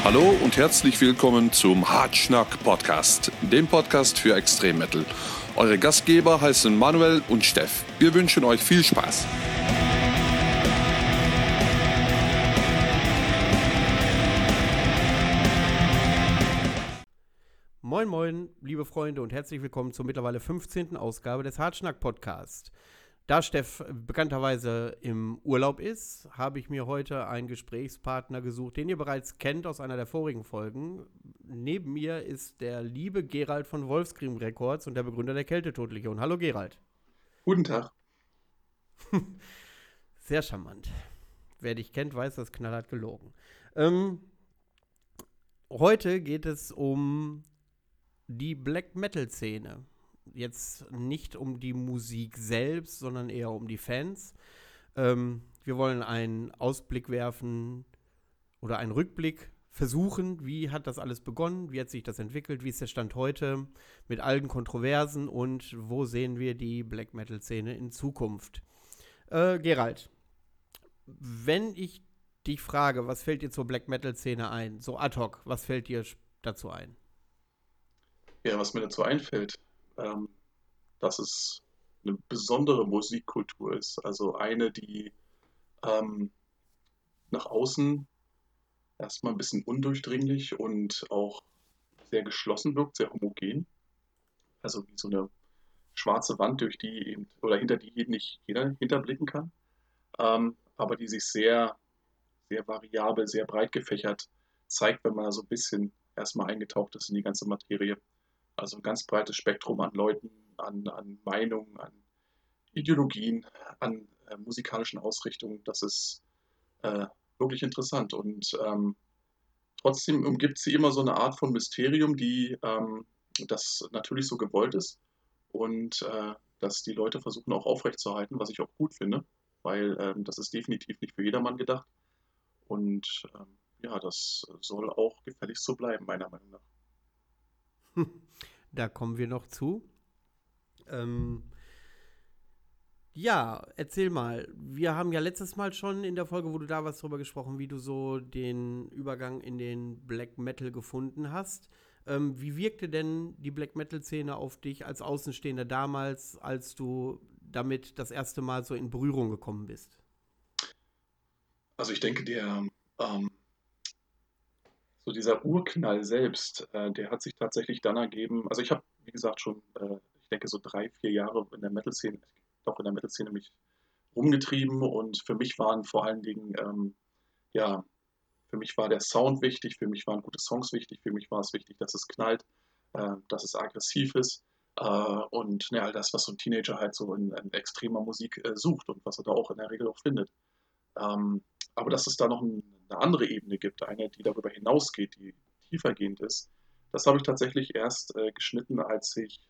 Hallo und herzlich willkommen zum Hartschnack Podcast, dem Podcast für Extremmetal. Eure Gastgeber heißen Manuel und Steff. Wir wünschen euch viel Spaß. Moin moin, liebe Freunde und herzlich willkommen zur mittlerweile 15. Ausgabe des Hartschnack Podcast. Da Steff bekannterweise im Urlaub ist, habe ich mir heute einen Gesprächspartner gesucht, den ihr bereits kennt aus einer der vorigen Folgen. Neben mir ist der liebe Gerald von Wolfscream Records und der Begründer der Kältetodlegion. Hallo Gerald. Guten Tag. Sehr charmant. Wer dich kennt, weiß, das knallhart gelogen. Heute geht es um die Black Metal Szene. Jetzt nicht um die Musik selbst, sondern eher um die Fans. Wir wollen einen Ausblick werfen oder einen Rückblick versuchen. Wie hat das alles begonnen? Wie hat sich das entwickelt? Wie ist der Stand heute mit allen Kontroversen? Und wo sehen wir die Black Metal Szene in Zukunft? Gerald, wenn ich dich frage, was fällt dir zur Black Metal Szene ein? So ad hoc, was fällt dir dazu ein? Ja, was mir dazu einfällt, dass es eine besondere Musikkultur ist. Also eine, die ähm, nach außen erstmal ein bisschen undurchdringlich und auch sehr geschlossen wirkt, sehr homogen. Also wie so eine schwarze Wand, durch die eben oder hinter die nicht jeder hinterblicken kann. Aber die sich sehr, sehr variabel, sehr breit gefächert zeigt, wenn man da so ein bisschen erstmal eingetaucht ist in die ganze Materie. Also ein ganz breites Spektrum an Leuten, an Meinungen, an Ideologien, an musikalischen Ausrichtungen. Das ist äh, wirklich interessant. Und trotzdem umgibt sie immer so eine Art von Mysterium, die das natürlich so gewollt ist und dass die Leute versuchen auch aufrechtzuerhalten, was ich auch gut finde, weil das ist definitiv nicht für jedermann gedacht. Und ja, das soll auch gefälligst so bleiben, meiner Meinung nach. Da kommen wir noch zu. Ja, erzähl mal. Wir haben ja letztes Mal schon in der Folge, wo du da warst, drüber gesprochen, wie du so den Übergang in den Black Metal gefunden hast. Wie wirkte denn die Black Metal-Szene auf dich als Außenstehender damals, als du damit das erste Mal so in Berührung gekommen bist? Also ich denke, ähm, so dieser Urknall selbst, der hat sich tatsächlich dann ergeben. Also ich habe, wie gesagt, schon, ich denke, so 3, 4 Jahre in der Metal-Szene, doch in der Metal-Szene mich rumgetrieben und für mich waren vor allen Dingen, ja, für mich war der Sound wichtig, für mich waren gute Songs wichtig, für mich war es wichtig, dass es knallt, dass es aggressiv ist und ja, all das, was so ein Teenager halt so in extremer Musik sucht und was er da auch in der Regel auch findet. Ähm, aber dass es da noch eine andere Ebene gibt, eine, die darüber hinausgeht, die tiefergehend ist, das habe ich tatsächlich erst geschnitten, als ich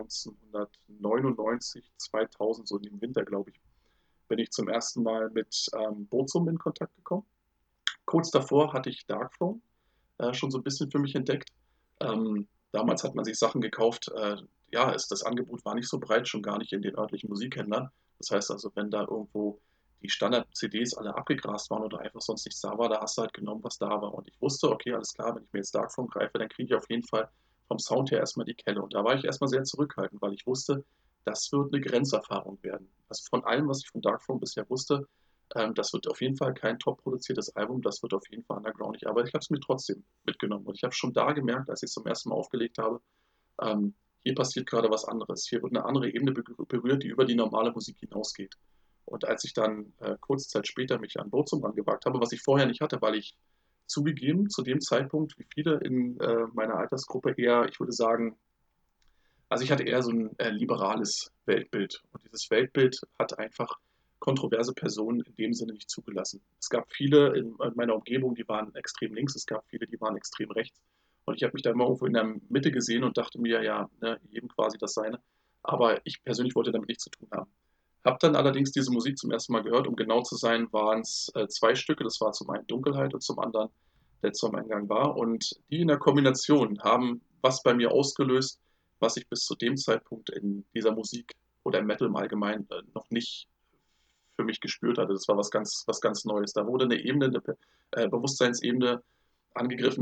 1999, 2000, so in dem Winter, glaube ich, bin ich zum ersten Mal mit Burzum in Kontakt gekommen. Kurz davor hatte ich Darkthrone schon so ein bisschen für mich entdeckt. Damals hat man sich Sachen gekauft, ja, das Angebot war nicht so breit, schon gar nicht in den örtlichen Musikhändlern. Das heißt also, wenn da irgendwo die Standard-CDs alle abgegrast waren oder einfach sonst nichts da war, da hast du halt genommen, was da war. Und ich wusste, okay, alles klar, wenn ich mir jetzt Darkthrone greife, dann kriege ich auf jeden Fall vom Sound her erstmal die Kelle. Und da war ich erstmal sehr zurückhaltend, weil ich wusste, das wird eine Grenzerfahrung werden. Also von allem, was ich von Darkthrone bisher wusste, das wird auf jeden Fall kein top produziertes Album, das wird auf jeden Fall undergroundig, aber ich habe es mir trotzdem mitgenommen und ich habe schon da gemerkt, als ich es zum ersten Mal aufgelegt habe, ähm, hier passiert gerade was anderes, hier wird eine andere Ebene berührt, die über die normale Musik hinausgeht. Und als ich dann kurze Zeit später mich an Burzum rangewagt habe, was ich vorher nicht hatte, weil ich zugegeben zu dem Zeitpunkt, wie viele in meiner Altersgruppe eher, ich würde sagen, also ich hatte eher so ein liberales Weltbild. Und dieses Weltbild hat einfach kontroverse Personen in dem Sinne nicht zugelassen. Es gab viele in meiner Umgebung, die waren extrem links, es gab viele, die waren extrem rechts. Und ich habe mich da immer irgendwo in der Mitte gesehen und dachte mir, ja, ne, jedem quasi das Seine. Aber ich persönlich wollte damit nichts zu tun haben. Habe dann allerdings diese Musik zum ersten Mal gehört. Um genau zu sein, waren es zwei Stücke. Das war zum einen Dunkelheit und zum anderen Letzter am Eingang war. Und die in der Kombination haben was bei mir ausgelöst, was ich bis zu dem Zeitpunkt in dieser Musik oder im Metal im Allgemeinen noch nicht für mich gespürt hatte. Das war was ganz Neues. Da wurde eine Ebene, eine Bewusstseinsebene angegriffen,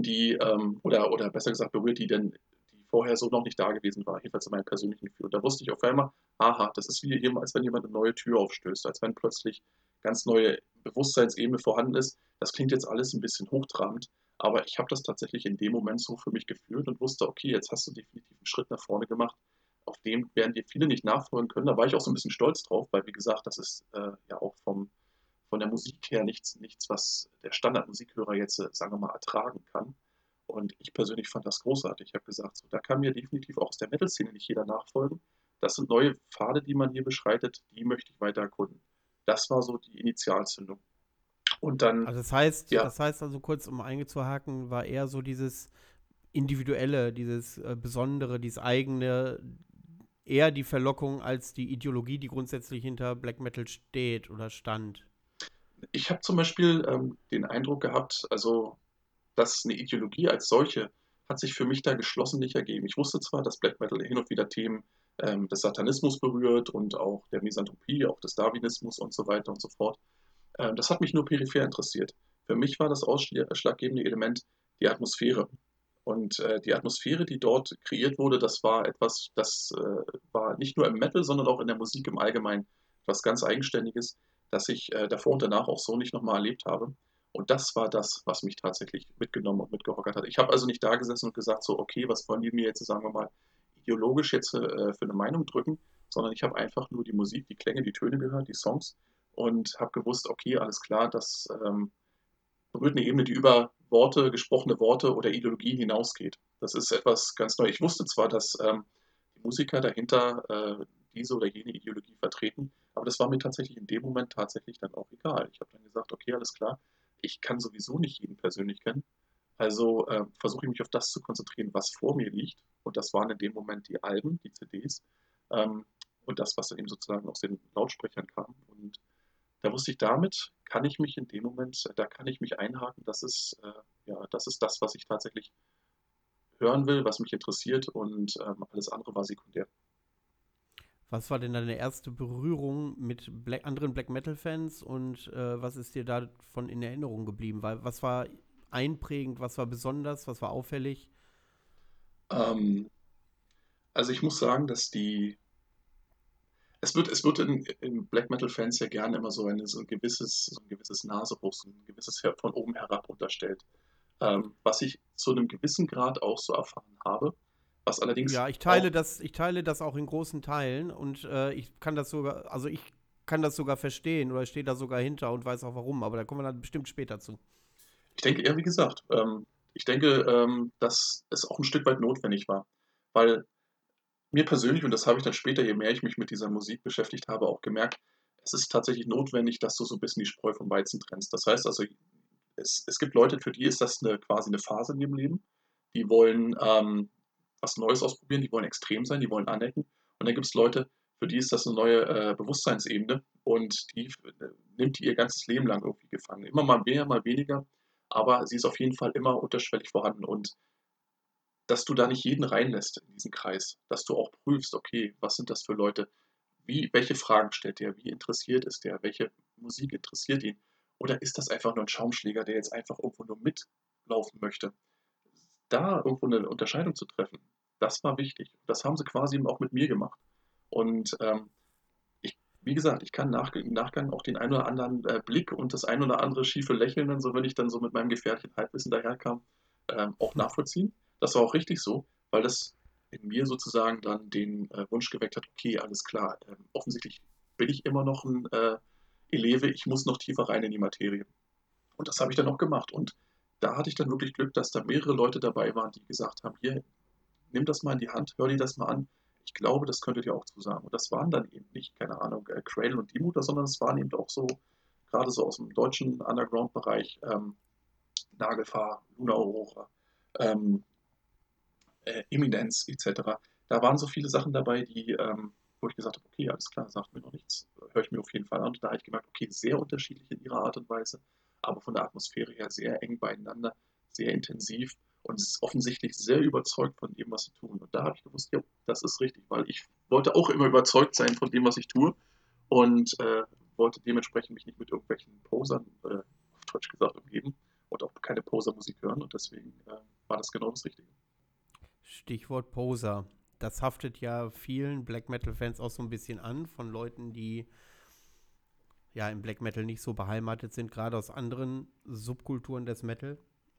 oder besser gesagt berührt, die vorher so noch nicht da gewesen war, jedenfalls in meinem persönlichen Gefühl. Und da wusste ich auf einmal, aha, das ist wie als wenn jemand eine neue Tür aufstößt, als wenn plötzlich ganz neue Bewusstseinsebene vorhanden ist. Das klingt jetzt alles ein bisschen hochtrabend, aber ich habe das tatsächlich in dem Moment so für mich gefühlt und wusste, okay, jetzt hast du definitiv einen Schritt nach vorne gemacht, auf dem werden dir viele nicht nachfolgen können. Da war ich auch so ein bisschen stolz drauf, weil, wie gesagt, das ist ja auch von der Musik her nichts, was der Standardmusikhörer jetzt, sagen wir mal, ertragen kann. Und ich persönlich fand das großartig. Ich habe gesagt, so, da kann mir definitiv auch aus der Metal-Szene nicht jeder nachfolgen. Das sind neue Pfade, die man hier beschreitet, die möchte ich weiter erkunden. Das war so die Initialzündung. Und dann, Also ja, das heißt also kurz, um einzuhaken, war eher so dieses Individuelle, dieses Besondere, dieses eigene, eher die Verlockung als die Ideologie, die grundsätzlich hinter Black Metal steht oder stand. ich habe zum Beispiel den Eindruck gehabt, also dass eine Ideologie als solche hat sich für mich da geschlossen nicht ergeben. Ich wusste zwar, dass Black Metal hin und wieder Themen des Satanismus berührt und auch der Misanthropie, auch des Darwinismus und so weiter und so fort. Das hat mich nur peripher interessiert. Für mich war das ausschlaggebende Element die Atmosphäre. Und die Atmosphäre, die dort kreiert wurde, das war etwas, das war nicht nur im Metal, sondern auch in der Musik im Allgemeinen etwas ganz Eigenständiges, das ich davor und danach auch so nicht nochmal erlebt habe. Und das war das, was mich tatsächlich mitgenommen und mitgehockert hat. Ich habe also nicht da gesessen und gesagt, so, okay, was wollen die mir jetzt, sagen wir mal, ideologisch jetzt für eine Meinung drücken, sondern ich habe einfach nur die Musik, die Klänge, die Töne gehört, die Songs und habe gewusst, okay, alles klar, das berührt eine Ebene, die über Worte, gesprochene Worte oder Ideologien hinausgeht. Das ist etwas ganz Neues. Ich wusste zwar, dass die Musiker dahinter diese oder jene Ideologie vertreten, aber das war mir tatsächlich in dem Moment tatsächlich dann auch egal. Ich habe dann gesagt, okay, alles klar, ich kann sowieso nicht jeden persönlich kennen, also versuche ich mich auf das zu konzentrieren, was vor mir liegt. Und das waren in dem Moment die Alben, die CDs ähm, und das, was dann eben sozusagen aus den Lautsprechern kam. Und da wusste ich, damit kann ich mich in dem Moment, da kann ich mich einhaken, ja, das ist das, was ich tatsächlich hören will, was mich interessiert und alles andere war sekundär. Was war denn deine erste Berührung mit anderen Black Metal-Fans und was ist dir davon in Erinnerung geblieben? Was war einprägend, was war besonders, was war auffällig? Ähm, also ich muss sagen, es wird in Black Metal-Fans ja gerne immer so ein gewisses Nasehoch, so ein gewisses von oben herab unterstellt. Was ich zu einem gewissen Grad auch so erfahren habe, was allerdings Ja, auch, ich teile das auch in großen Teilen und ich kann das sogar verstehen oder stehe da sogar hinter und weiß auch warum, aber da kommen wir dann bestimmt später zu. ich denke, ja, wie gesagt, ich denke, dass es auch ein Stück weit notwendig war, weil mir persönlich, und das habe ich dann später, je mehr ich mich mit dieser Musik beschäftigt habe, auch gemerkt, es ist tatsächlich notwendig, dass du so ein bisschen die Spreu vom Weizen trennst. Das heißt also, es gibt Leute, für die ist das quasi eine Phase in ihrem Leben. Die wollen was Neues ausprobieren, die wollen extrem sein, die wollen anecken. Und dann gibt es Leute, für die ist das eine neue Bewusstseinsebene und die nimmt die ihr ganzes Leben lang irgendwie gefangen. Immer mal mehr, mal weniger, aber sie ist auf jeden Fall immer unterschwellig vorhanden. Und dass du da nicht jeden reinlässt in diesen Kreis, dass du auch prüfst, okay, was sind das für Leute, welche Fragen stellt der, wie interessiert ist der, welche Musik interessiert ihn, oder ist das einfach nur ein Schaumschläger, der jetzt einfach irgendwo nur mitlaufen möchte? Da irgendwo eine Unterscheidung zu treffen, das war wichtig. Das haben sie quasi eben auch mit mir gemacht. Und wie gesagt, ich kann im Nachgang auch den einen oder anderen Blick und das ein oder andere schiefe Lächeln, dann so, wenn ich dann so mit meinem gefährlichen Halbwissen daherkam, auch nachvollziehen. Das war auch richtig so, weil das in mir sozusagen dann den Wunsch geweckt hat, okay, alles klar, offensichtlich bin ich immer noch ein Eleve, ich muss noch tiefer rein in die Materie. Und das habe ich dann auch gemacht. Und da hatte ich dann wirklich Glück, dass da mehrere Leute dabei waren, die gesagt haben, hier, nimm das mal in die Hand, hör dir das mal an. Ich glaube, das könnte dir auch zusagen. Und das waren dann eben nicht, keine Ahnung, Cradle und Demuter, sondern es waren eben auch so, gerade so aus dem deutschen Underground-Bereich, Nagelfahr, Luna Aurora, ähm, Eminenz etc. Da waren so viele Sachen dabei, wo ich gesagt habe, okay, alles klar, sagt mir noch nichts, höre ich mir auf jeden Fall an. Und da habe ich gemerkt, okay, sehr unterschiedlich in ihrer Art und Weise, aber von der Atmosphäre her sehr eng beieinander, sehr intensiv und es ist offensichtlich sehr überzeugt von dem, was sie tun. Und da habe ich gewusst, ja, das ist richtig, weil ich wollte auch immer überzeugt sein von dem, was ich tue und wollte dementsprechend mich nicht mit irgendwelchen Posern, auf Deutsch gesagt, umgeben. und auch keine Poser-Musik hören und deswegen war das genau das Richtige. Stichwort Poser. Das haftet ja vielen Black Metal-Fans auch so ein bisschen an, von Leuten, die ja im Black Metal nicht so beheimatet sind, gerade aus anderen Subkulturen des Metal.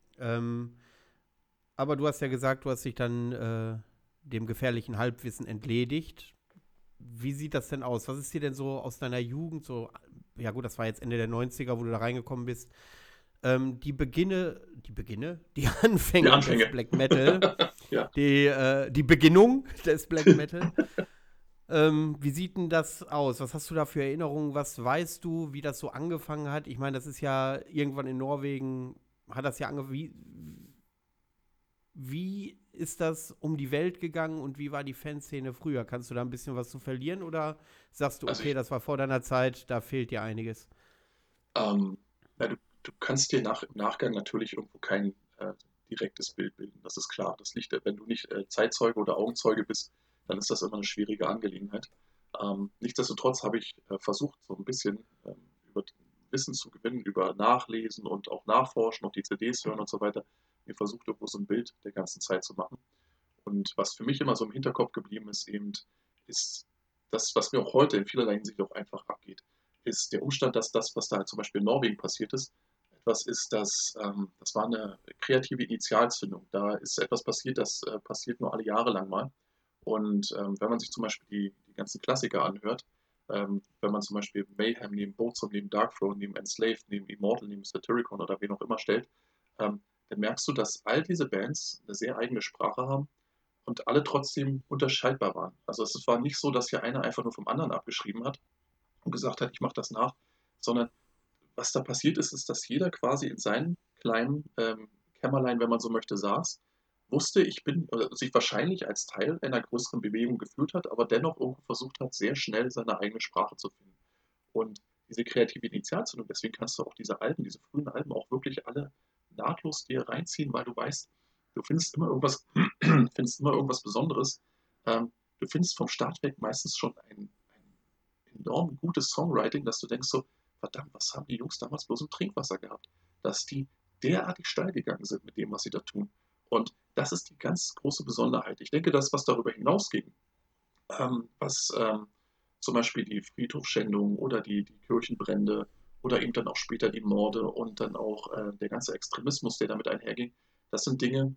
Aber du hast ja gesagt, du hast dich dann dem gefährlichen Halbwissen entledigt. Wie sieht das denn aus? Was ist dir denn so aus deiner Jugend so, ja gut, das war jetzt Ende der 90er, wo du da reingekommen bist, die Anfänge des Black Metal, Ja. die Beginnung des Black Metal. Wie sieht denn das aus? Was hast du da für Erinnerungen? Was weißt du, wie das so angefangen hat? Ich meine, das ist ja irgendwann in Norwegen, hat das ja angefangen. Wie ist das um die Welt gegangen und wie war die Fanszene früher? Kannst du da ein bisschen was zu verlieren oder sagst du, okay, das war vor deiner Zeit, da fehlt dir einiges? Ja, du kannst dir im Nachgang natürlich irgendwo kein direktes Bild bilden, das ist klar. Das liegt, wenn du nicht Zeitzeuge oder Augenzeuge bist, dann ist das immer eine schwierige Angelegenheit. Nichtsdestotrotz habe ich versucht, so ein bisschen über Wissen zu gewinnen, über Nachlesen und auch Nachforschen, auch die CDs hören und so weiter. Mir versucht, irgendwo so ein Bild der ganzen Zeit zu machen. Und was für mich immer so im Hinterkopf geblieben ist, eben, ist das, was mir auch heute in vielerlei Hinsicht auch einfach abgeht, ist der Umstand, dass das, was da halt zum Beispiel in Norwegen passiert ist, etwas ist, das war eine kreative Initialzündung. Da ist etwas passiert, das passiert nur alle Jahre lang mal. Und wenn man sich zum Beispiel die ganzen Klassiker anhört, wenn man zum Beispiel Mayhem neben Boatsum, neben Darkthrone, neben Enslaved, neben Immortal, neben Satyricon oder wen auch immer stellt, dann merkst du, dass all diese Bands eine sehr eigene Sprache haben und alle trotzdem unterscheidbar waren. Also es war nicht so, dass hier einer einfach nur vom anderen abgeschrieben hat und gesagt hat, ich mache das nach, sondern was da passiert ist, ist, dass jeder quasi in seinem kleinen Kämmerlein, wenn man so möchte, saß, wusste, oder sich wahrscheinlich als Teil einer größeren Bewegung gefühlt hat, aber dennoch irgendwo versucht hat, sehr schnell seine eigene Sprache zu finden. Und diese kreative Initialzündung, deswegen kannst du auch diese frühen Alben auch wirklich alle nahtlos dir reinziehen, weil du weißt, du findest immer irgendwas, findest immer irgendwas Besonderes. Du findest vom Start weg meistens schon ein enorm gutes Songwriting, dass du denkst so, verdammt, was haben die Jungs damals bloß im Trinkwasser gehabt, dass die derartig steil gegangen sind mit dem, was sie da tun. Und das ist die ganz große Besonderheit. Ich denke, das, was darüber hinausging, was zum Beispiel die Friedhofschändung oder die Kirchenbrände oder eben dann auch später die Morde und dann auch der ganze Extremismus, der damit einherging, das sind Dinge,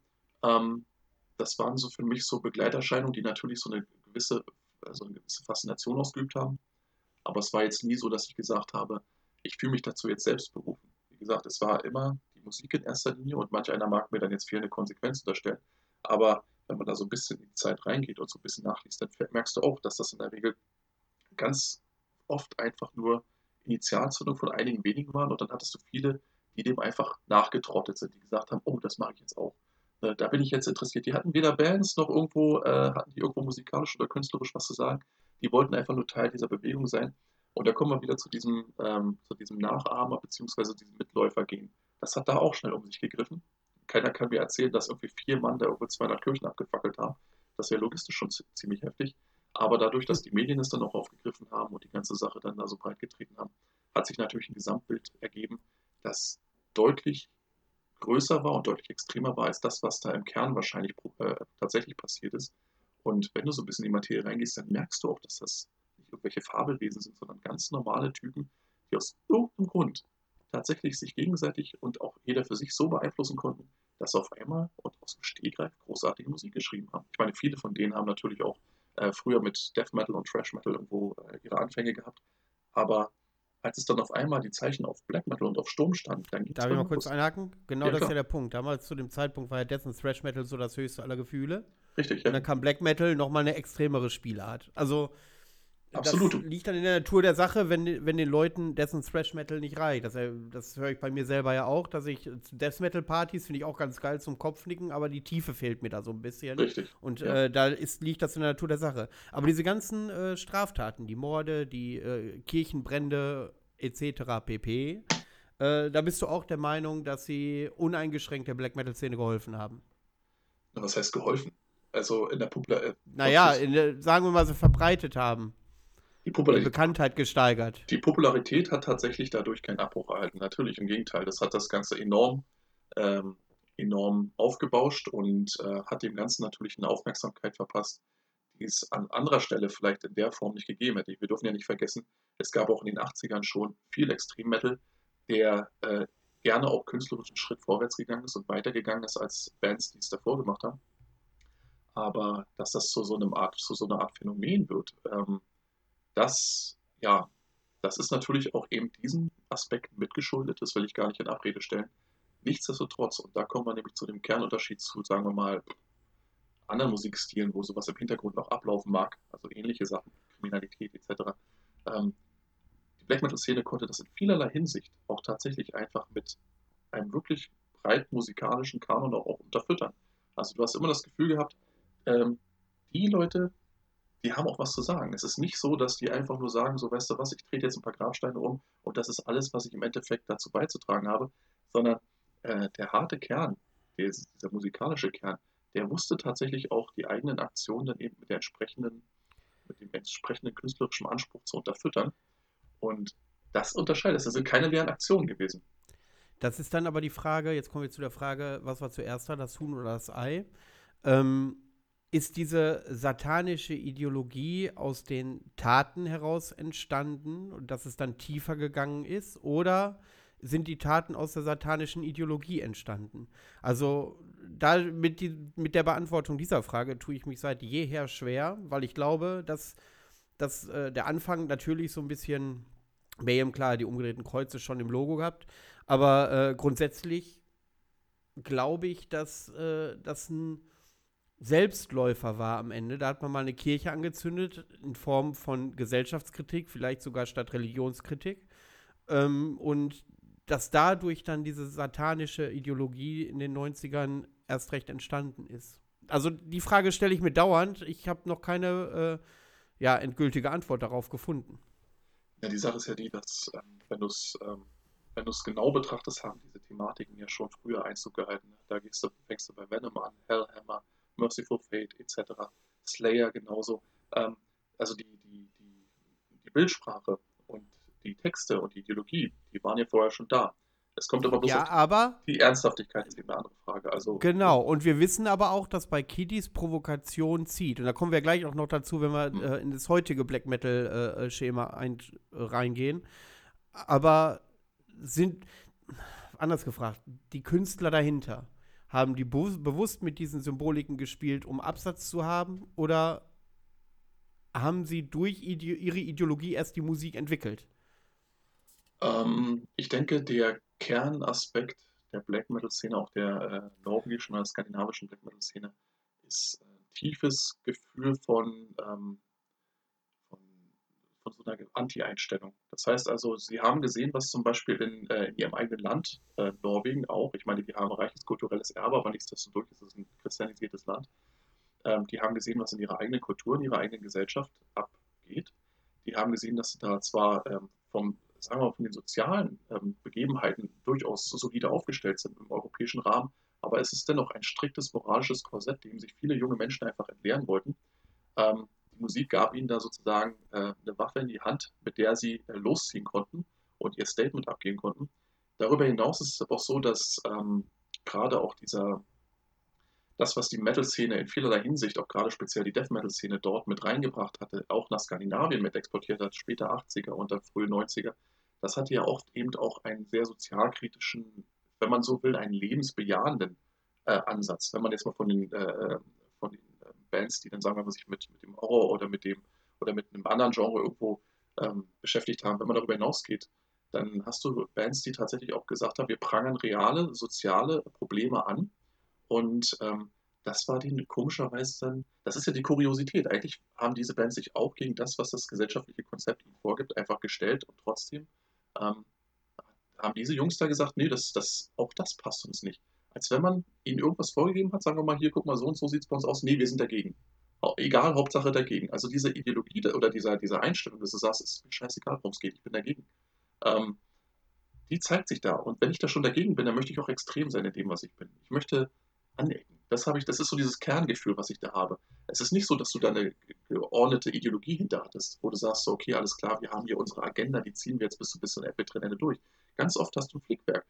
das waren so für mich so Begleiterscheinungen, die natürlich so eine gewisse Faszination ausgeübt haben. Aber es war jetzt nie so, dass ich gesagt habe, ich fühle mich dazu jetzt selbst berufen. Wie gesagt, es war immer die Musik in erster Linie und manch einer mag mir dann jetzt fehlende Konsequenz unterstellen. Aber wenn man da so ein bisschen in die Zeit reingeht und so ein bisschen nachliest, dann merkst du auch, dass das in der Regel ganz oft einfach nur Initialzündung von einigen wenigen waren und dann hattest du viele, die dem einfach nachgetrottet sind, die gesagt haben, oh, das mache ich jetzt auch. Da bin ich jetzt interessiert. Die hatten weder Bands noch hatten die irgendwo musikalisch oder künstlerisch was zu sagen. Die wollten einfach nur Teil dieser Bewegung sein. Und da kommen wir wieder zu diesem Nachahmer bzw. diesem Mitläufer gehen. Das hat da auch schnell um sich gegriffen. Keiner kann mir erzählen, dass irgendwie 4 Mann da irgendwo 200 Kirchen abgefackelt haben. Das wäre logistisch schon ziemlich heftig. Aber dadurch, dass die Medien es dann auch aufgegriffen haben und die ganze Sache dann da so breit getreten haben, hat sich natürlich ein Gesamtbild ergeben, das deutlich größer war und deutlich extremer war als das, was da im Kern wahrscheinlich tatsächlich passiert ist. Und wenn du so ein bisschen in die Materie reingehst, dann merkst du auch, dass das nicht irgendwelche Fabelwesen sind, sondern ganz normale Typen, die aus irgendeinem Grund tatsächlich sich gegenseitig und auch jeder für sich so beeinflussen konnten, dass sie auf einmal und aus dem Stegreif großartige Musik geschrieben haben. Ich meine, viele von denen haben natürlich auch früher mit Death Metal und Thrash Metal irgendwo ihre Anfänge gehabt. Aber als es dann auf einmal die Zeichen auf Black Metal und auf Sturm stand, dann ging es. Darf ich mal kurz einhaken? Genau, ja, das klar. ist ja der Punkt. Damals zu dem Zeitpunkt war ja Death und Thrash Metal so das höchste aller Gefühle. Richtig, ja. Und dann kam Black Metal, nochmal eine extremere Spielart. Also, absolut. Das liegt dann in der Natur der Sache, wenn den Leuten Death und Thrash Metal nicht reicht. Das höre ich bei mir selber ja auch, dass ich Death Metal Partys finde ich auch ganz geil zum Kopfnicken, aber die Tiefe fehlt mir da so ein bisschen. Richtig. Und da liegt das in der Natur der Sache. Aber diese ganzen Straftaten, die Morde, die Kirchenbrände etc. pp., da bist du auch der Meinung, dass sie uneingeschränkt der Black Metal Szene geholfen haben? Na, was heißt geholfen? Also in der sagen wir mal, sie verbreitet haben. Die Bekanntheit gesteigert. Die Popularität hat tatsächlich dadurch keinen Abbruch erhalten. Natürlich, im Gegenteil. Das hat das Ganze enorm enorm aufgebauscht und hat dem Ganzen natürlich eine Aufmerksamkeit verpasst, die es an anderer Stelle vielleicht in der Form nicht gegeben hätte. Wir dürfen ja nicht vergessen, es gab auch in den 80ern schon viel Extrem-Metal, der gerne auch künstlerisch einen Schritt vorwärts gegangen ist und weitergegangen ist als Bands, die es davor gemacht haben. Aber dass das zu so einer Art Phänomen wird, das, ja, das ist natürlich auch eben diesen Aspekten mitgeschuldet, das will ich gar nicht in Abrede stellen. Nichtsdestotrotz, und da kommen wir nämlich zu dem Kernunterschied zu, sagen wir mal, anderen Musikstilen, wo sowas im Hintergrund noch ablaufen mag, also ähnliche Sachen, Kriminalität etc. Ähm, Die Black Metal-Szene konnte das in vielerlei Hinsicht auch tatsächlich einfach mit einem wirklich breit musikalischen Kanon auch unterfüttern. Also du hast immer das Gefühl gehabt, ähm, die Leute, die haben auch was zu sagen. Es ist nicht so, dass die einfach nur sagen, so weißt du was, ich trete jetzt ein paar Grabsteine um und das ist alles, was ich im Endeffekt dazu beizutragen habe, sondern der harte Kern, dieser musikalische Kern, der wusste tatsächlich auch die eigenen Aktionen dann eben mit dem entsprechenden künstlerischen Anspruch zu unterfüttern. Und das unterscheidet es. Das sind keine leeren Aktionen gewesen. Das ist dann aber die Frage, jetzt kommen wir zu der Frage, was war zuerst da, das Huhn oder das Ei? Ähm, Ist diese satanische Ideologie aus den Taten heraus entstanden und dass es dann tiefer gegangen ist? Oder sind die Taten aus der satanischen Ideologie entstanden? Also mit der Beantwortung dieser Frage tue ich mich seit jeher schwer, weil ich glaube, dass der Anfang natürlich so ein bisschen Mayhem, klar, die umgedrehten Kreuze schon im Logo gehabt, aber grundsätzlich glaube ich, dass das ein Selbstläufer war am Ende. Da hat man mal eine Kirche angezündet in Form von Gesellschaftskritik, vielleicht sogar statt Religionskritik. Und dass dadurch dann diese satanische Ideologie in den 90ern erst recht entstanden ist. Also die Frage stelle ich mir dauernd. Ich habe noch keine endgültige Antwort darauf gefunden. Ja, die Sache ist ja die, dass wenn du es genau betrachtest, haben diese Thematiken ja schon früher Einzug gehalten. Da fängst du bei Venom an, Hellhammer, Merciful Fate etc., Slayer genauso. Ähm, also die Bildsprache und die Texte und die Ideologie, die waren ja vorher schon da. Es kommt aber bloß auf Ja, aber die Ernsthaftigkeit, ist eben eine andere Frage. Also, genau, und wir wissen aber auch, dass bei Kiddies Provokation zieht. Und da kommen wir gleich auch noch dazu, wenn wir in das heutige Black Metal-Schema reingehen. Aber anders gefragt, die Künstler dahinter, haben die bewusst mit diesen Symboliken gespielt, um Absatz zu haben? Oder haben sie durch ihre Ideologie erst die Musik entwickelt? Ich denke, der Kernaspekt der Black Metal-Szene, auch der norwegischen oder skandinavischen Black Metal-Szene, ist tiefes Gefühl von, von so einer Anti-Einstellung. Das heißt also, sie haben gesehen, was zum Beispiel in ihrem eigenen Land, Norwegen auch, ich meine, die haben ein reiches kulturelles Erbe, aber nichtsdestotrotz ist es ein christianisiertes Land. Die haben gesehen, was in ihrer eigenen Kultur, in ihrer eigenen Gesellschaft abgeht. Die haben gesehen, dass sie da zwar sagen wir mal, von den sozialen Begebenheiten durchaus so solide aufgestellt sind im europäischen Rahmen, aber es ist dennoch ein striktes moralisches Korsett, dem sich viele junge Menschen einfach entleeren wollten. Die Musik gab ihnen da sozusagen eine Waffe in die Hand, mit der sie losziehen konnten und ihr Statement abgeben konnten. Darüber hinaus ist es aber auch so, dass gerade auch das, was die Metal-Szene in vielerlei Hinsicht, auch gerade speziell die Death-Metal-Szene dort mit reingebracht hatte, auch nach Skandinavien mit exportiert hat, später 80er und dann frühe 90er, das hatte ja oft eben auch einen sehr sozialkritischen, wenn man so will, einen lebensbejahenden Ansatz. Wenn man jetzt mal von den Bands, die dann sagen wir mal sich mit dem Horror oder mit einem anderen Genre irgendwo beschäftigt haben, wenn man darüber hinausgeht, dann hast du Bands, die tatsächlich auch gesagt haben, wir prangern reale soziale Probleme an und das war denen komischerweise dann, das ist ja die Kuriosität. Eigentlich haben diese Bands sich auch gegen das, was das gesellschaftliche Konzept ihnen vorgibt, einfach gestellt und trotzdem ähm, haben diese Jungs da gesagt, nee, auch das passt uns nicht. Als wenn man ihnen irgendwas vorgegeben hat, sagen wir mal, hier, guck mal, so und so sieht es bei uns aus. Nee, wir sind dagegen. Egal, Hauptsache dagegen. Also diese Ideologie oder diese Einstellung, dass du sagst, es ist mir scheißegal, worum es geht, ich bin dagegen. Ähm, Die zeigt sich da. Und wenn ich da schon dagegen bin, dann möchte ich auch extrem sein in dem, was ich bin. Ich möchte anecken. Das ist so dieses Kerngefühl, was ich da habe. Es ist nicht so, dass du da eine geordnete Ideologie hinter hattest, wo du sagst, so, okay, alles klar, wir haben hier unsere Agenda, die ziehen wir jetzt bis zum Ende durch. Ganz oft hast du ein Flickwerk.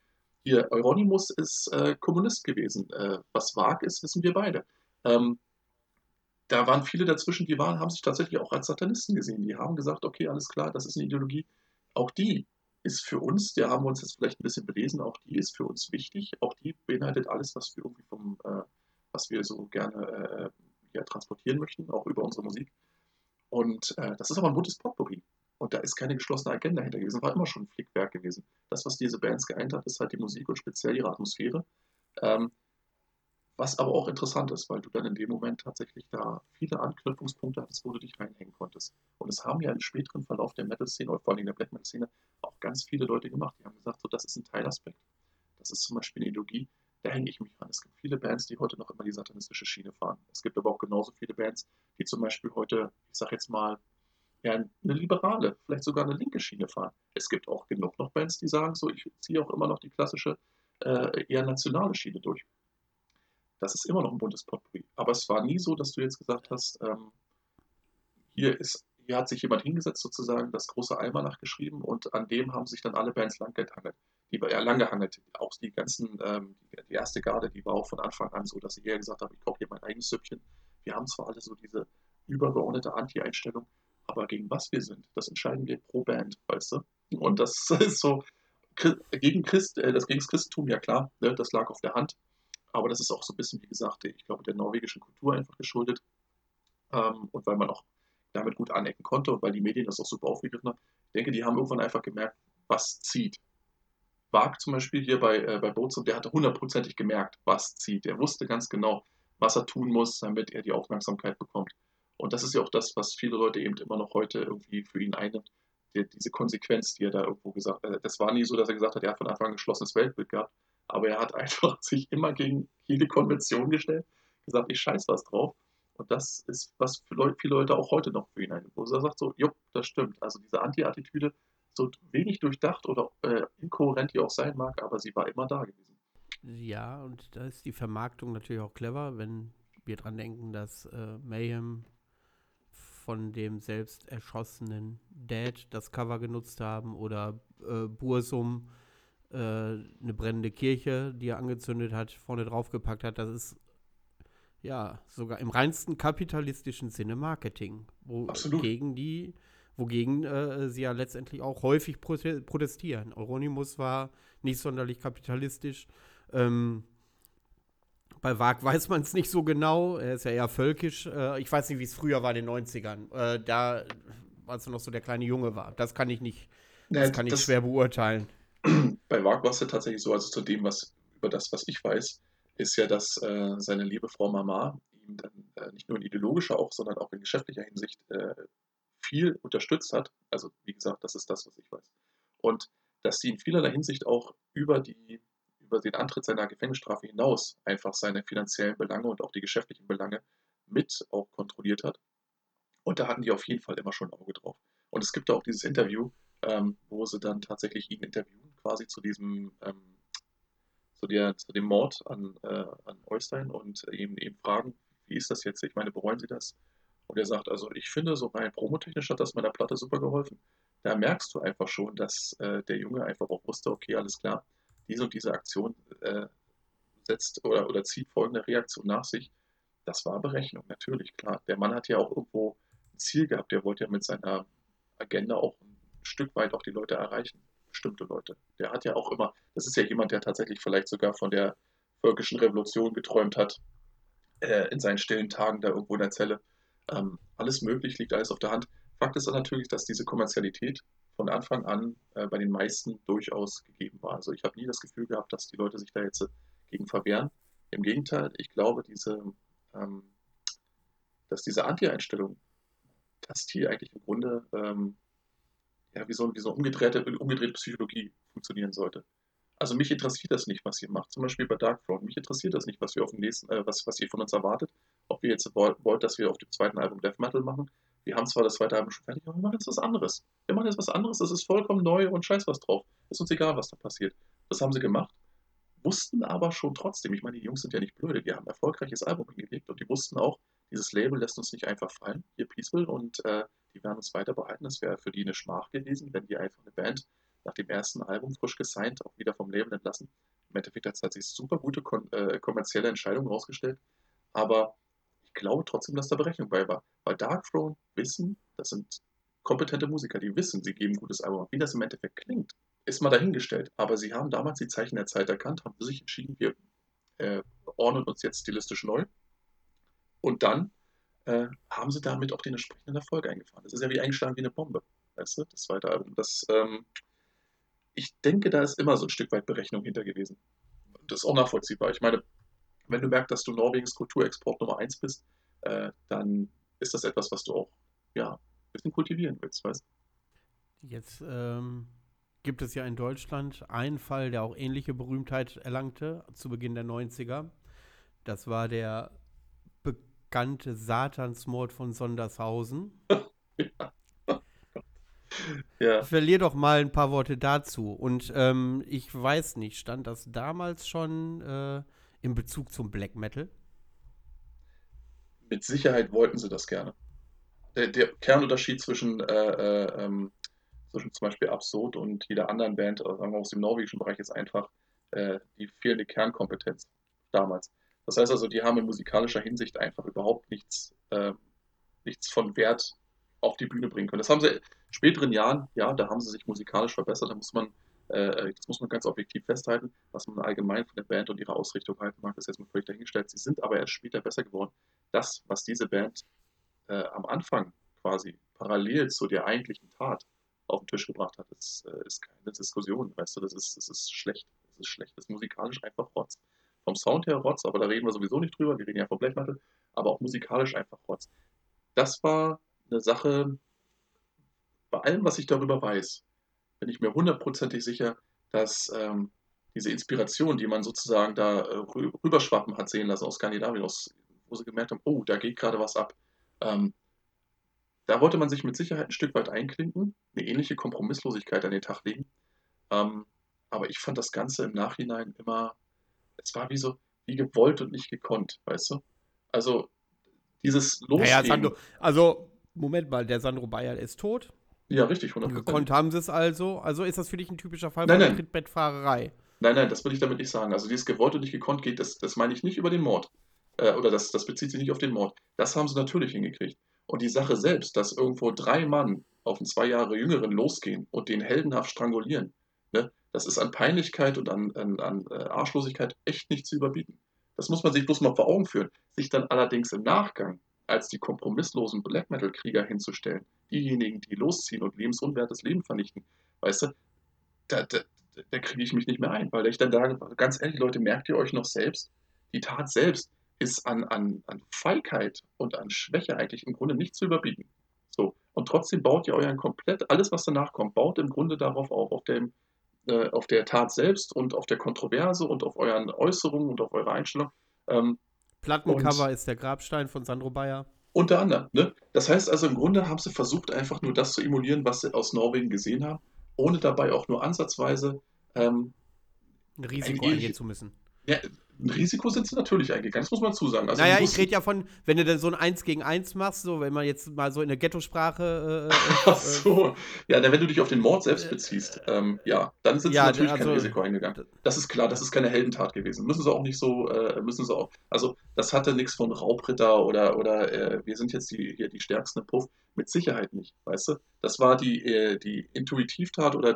Hier, Euronymous ist Kommunist gewesen. Was Waag ist, wissen wir beide. Ähm, Da waren viele dazwischen, haben sich tatsächlich auch als Satanisten gesehen. Die haben gesagt, okay, alles klar, das ist eine Ideologie. Auch die ist für uns, da haben wir uns jetzt vielleicht ein bisschen belesen, auch die ist für uns wichtig. Auch die beinhaltet alles, was wir irgendwie was wir so gerne ja, transportieren möchten, auch über unsere Musik. Und das ist aber ein buntes Potpourri. Und da ist keine geschlossene Agenda hinter gewesen, war immer schon ein Flickwerk gewesen. Das, was diese Bands geeint hat, ist halt die Musik und speziell ihre Atmosphäre. Ähm, Was aber auch interessant ist, weil du dann in dem Moment tatsächlich da viele Anknüpfungspunkte hattest, wo du dich reinhängen konntest. Und es haben ja im späteren Verlauf der Metal-Szene oder vor allem der Black Metal-Szene auch ganz viele Leute gemacht, die haben gesagt, so, das ist ein Teilaspekt. Das ist zum Beispiel eine Ideologie, da hänge ich mich ran. Es gibt viele Bands, die heute noch immer die satanistische Schiene fahren. Es gibt aber auch genauso viele Bands, die zum Beispiel heute, ich sag jetzt mal, ja, eine liberale, vielleicht sogar eine linke Schiene fahren. Es gibt auch genug noch Bands, die sagen, so, ich ziehe auch immer noch die klassische, eher nationale Schiene durch. Das ist immer noch ein buntes Potpourri. Aber es war nie so, dass du jetzt gesagt hast, hier hat sich jemand hingesetzt sozusagen, das große Almanach geschrieben und an dem haben sich dann alle Bands langgehangelt. Langgehangelt. Auch die ganzen, die erste Garde, die war auch von Anfang an so, dass sie eher gesagt haben, ich koche hier mein eigenes Süppchen. Wir haben zwar alle so diese übergeordnete Anti-Einstellung, aber gegen was wir sind, das entscheiden wir pro Band, weißt du? Und das ist so, gegen das Christentum, ja klar, ne, das lag auf der Hand. Aber das ist auch so ein bisschen, wie gesagt, ich glaube, der norwegischen Kultur einfach geschuldet. Und weil man auch damit gut anecken konnte und weil die Medien das auch super aufgegriffen haben. Ich denke, die haben irgendwann einfach gemerkt, was zieht. Wag zum Beispiel hier bei Bozen, der hatte hundertprozentig gemerkt, was zieht. Er wusste ganz genau, was er tun muss, damit er die Aufmerksamkeit bekommt. Und das ist ja auch das, was viele Leute eben immer noch heute irgendwie für ihn einnimmt. Diese Konsequenz, die er da irgendwo gesagt hat. Das war nie so, dass er gesagt hat, er hat von Anfang an ein geschlossenes Weltbild gehabt, aber er hat einfach sich immer gegen jede Konvention gestellt, gesagt, ich scheiß was drauf. Und das ist, was viele Leute auch heute noch für ihn einnimmt, wo er sagt so, jupp, das stimmt. Also diese Anti-Attitüde, so wenig durchdacht oder inkohärent die auch sein mag, aber sie war immer da gewesen. Ja, und da ist die Vermarktung natürlich auch clever, wenn wir dran denken, dass Mayhem von dem selbst erschossenen Dad das Cover genutzt haben oder Bursum eine brennende Kirche, die er angezündet hat, vorne draufgepackt hat. Das ist ja sogar im reinsten kapitalistischen Sinne Marketing, Absolut. wogegen sie ja letztendlich auch häufig protestieren. Euronymous war nicht sonderlich kapitalistisch. Bei Waag weiß man es nicht so genau. Er ist ja eher völkisch. Ich weiß nicht, wie es früher war in den 90ern. Da, als er noch so der kleine Junge war. Ja, Das kann ich schwer beurteilen. bei Mark war es ja tatsächlich so, also zu dem, über das, was ich weiß, ist ja, dass seine liebe Frau Mama ihm dann nicht nur in ideologischer auch, sondern auch in geschäftlicher Hinsicht viel unterstützt hat. Also wie gesagt, das ist das, was ich weiß. Und dass sie in vielerlei Hinsicht auch über den Antritt seiner Gefängnisstrafe hinaus einfach seine finanziellen Belange und auch die geschäftlichen Belange mit auch kontrolliert hat. Und da hatten die auf jeden Fall immer schon ein Auge drauf. Und es gibt auch dieses Interview, wo sie dann tatsächlich ihn interviewen, quasi zu dem Mord an Eustein und eben fragen, wie ist das jetzt? Ich meine, bereuen Sie das? Und er sagt, also ich finde, so rein promotechnisch hat das meiner Platte super geholfen. Da merkst du einfach schon, dass der Junge einfach auch wusste, okay, alles klar, diese und diese Aktion setzt oder zieht folgende Reaktion nach sich. Das war Berechnung, natürlich, klar. Der Mann hat ja auch irgendwo ein Ziel gehabt. Der wollte ja mit seiner Agenda auch ein Stück weit auch die Leute erreichen. Bestimmte Leute. Der hat ja auch immer, das ist ja jemand, der tatsächlich vielleicht sogar von der völkischen Revolution geträumt hat, in seinen stillen Tagen da irgendwo in der Zelle. Alles möglich, liegt alles auf der Hand. Fakt ist dann natürlich, dass diese Kommerzialität von Anfang an bei den meisten durchaus gegeben war. Also ich habe nie das Gefühl gehabt, dass die Leute sich da jetzt gegen verwehren. Im Gegenteil, ich glaube, ähm, dass diese Anti-Einstellung, dass die eigentlich im Grunde ja, wie so eine umgedrehte Psychologie funktionieren sollte. Also mich interessiert das nicht, was ihr macht. Zum Beispiel bei Darkthrone. Mich interessiert das nicht, was wir auf dem nächsten, was ihr von uns erwartet. Ob ihr jetzt wollt, dass wir auf dem zweiten Album Death Metal machen. Wir haben zwar das zweite Album schon fertig, aber wir machen jetzt was anderes. Wir machen jetzt was anderes, das ist vollkommen neu und scheiß was drauf. Ist uns egal, was da passiert. Das haben sie gemacht, wussten aber schon trotzdem, ich meine, die Jungs sind ja nicht blöde, die haben ein erfolgreiches Album hingelegt und die wussten auch, dieses Label lässt uns nicht einfach fallen, hier Peaceful, und die werden uns weiter behalten. Es wäre für die eine Schmach gewesen, wenn die einfach eine Band nach dem ersten Album frisch gesigned auch wieder vom Label entlassen. Im Endeffekt hat sich super gute kommerzielle Entscheidung rausgestellt, aber ich glaube trotzdem, dass da Berechnung bei war. Weil Darkthrone wissen, das sind kompetente Musiker, die wissen, sie geben ein gutes Album ab. Wie das im Endeffekt klingt, ist mal dahingestellt. Aber sie haben damals die Zeichen der Zeit erkannt, haben für sich entschieden, wir ordnen uns jetzt stilistisch neu. Und dann haben sie damit auch den entsprechenden Erfolg eingefahren. Das ist ja wie eingeschlagen wie eine Bombe. Weißt du, das zweite Album. Ich denke, da ist immer so ein Stück weit Berechnung hinter gewesen. Das ist auch nachvollziehbar. Ich meine, wenn du merkst, dass du Norwegens Kulturexport Nummer 1 bist, dann ist das etwas, was du auch ja, ein bisschen kultivieren willst, weißt du? Jetzt gibt es ja in Deutschland einen Fall, der auch ähnliche Berühmtheit erlangte zu Beginn der 90er. Das war der bekannte Satansmord von Sondershausen. Ja. Verlier doch mal ein paar Worte dazu. Und ich weiß nicht, stand das damals schon in Bezug zum Black Metal? Mit Sicherheit wollten sie das gerne. Der Kernunterschied zwischen zum Beispiel Absurd und jeder anderen Band, sagen wir aus dem norwegischen Bereich, ist einfach die fehlende Kernkompetenz damals. Das heißt also, die haben in musikalischer Hinsicht einfach überhaupt nichts von Wert auf die Bühne bringen können. Das haben sie in späteren Jahren, ja, da haben sie sich musikalisch verbessert, das muss man ganz objektiv festhalten, was man allgemein von der Band und ihrer Ausrichtung halten mag, ist jetzt mal völlig dahingestellt. Sie sind aber erst später besser geworden. Das, was diese Band am Anfang quasi parallel zu der eigentlichen Tat auf den Tisch gebracht hat, ist keine Diskussion, weißt du, das ist schlecht. Das ist schlecht, das ist musikalisch einfach Rotz. Vom Sound her Rotz, aber da reden wir sowieso nicht drüber, wir reden ja von Black Metal, aber auch musikalisch einfach Rotz. Das war eine Sache, bei allem, was ich darüber weiß, bin ich mir hundertprozentig sicher, dass diese Inspiration, die man sozusagen da rüberschwappen hat sehen lassen aus Skandinavien, wo sie gemerkt haben, oh, da geht gerade was ab. Ähm, Da wollte man sich mit Sicherheit ein Stück weit einklinken, eine ähnliche Kompromisslosigkeit an den Tag legen. Ähm, aber ich fand das Ganze im Nachhinein immer, es war wie gewollt und nicht gekonnt, weißt du? Also dieses Naja, Losgehen, also, Moment mal, der Sandro Bayer ist tot. ja richtig, Gekonnt 100%. haben sie es also. Also ist das für dich ein typischer Fall Nein, von nein, Trittbettfahrerei. nein, das will ich damit nicht sagen. Also dieses gewollt und nicht gekonnt geht, das meine ich nicht über den Mord. Oder das bezieht sich nicht auf den Mord. Das haben sie natürlich hingekriegt. Und die Sache selbst, dass irgendwo 3 Mann auf einen 2 Jahre Jüngeren losgehen und den heldenhaft strangulieren, ne, das ist an Peinlichkeit und an Arschlosigkeit echt nicht zu überbieten. Das muss man sich bloß mal vor Augen führen. Sich dann allerdings im Nachgang als die kompromisslosen Black Metal-Krieger hinzustellen, diejenigen, die losziehen und lebensunwertes Leben vernichten, weißt du, da kriege ich mich nicht mehr ein, weil ich dann sage, ganz ehrlich, Leute, merkt ihr euch noch selbst, die Tat selbst ist an Feigheit und an Schwäche eigentlich im Grunde nicht zu überbieten. So. Und trotzdem baut ihr euren komplett, alles was danach kommt, baut im Grunde darauf auf, auf der Tat selbst und auf der Kontroverse und auf euren Äußerungen und auf eure Einstellung. Ähm, Plattencover und ist der Grabstein von Sandro Bayer. unter anderem, ne? Das heißt also, im Grunde haben sie versucht, einfach nur das zu emulieren, was sie aus Norwegen gesehen haben, ohne dabei auch nur ansatzweise ähm, Ein ein Risiko eingehen ähnliches. zu müssen. Ja, ein Risiko sind sie natürlich eingegangen, das muss man zusagen. Also, die Naja, ich wussten, rede ja von, wenn du dann so ein 1 gegen 1 machst, so, wenn man jetzt mal so in der Ghetto-Sprache, ach so, ja, wenn du dich auf den Mord selbst beziehst, ja, dann sind sie ja, natürlich kein also, Risiko eingegangen. Das ist klar, das ist keine Heldentat gewesen. Müssen sie auch nicht so, müssen sie auch, also, das hatte nichts von Raubritter oder wir sind jetzt hier die Stärksten im Puff. Mit Sicherheit nicht, weißt du? Das war die Intuitivtat oder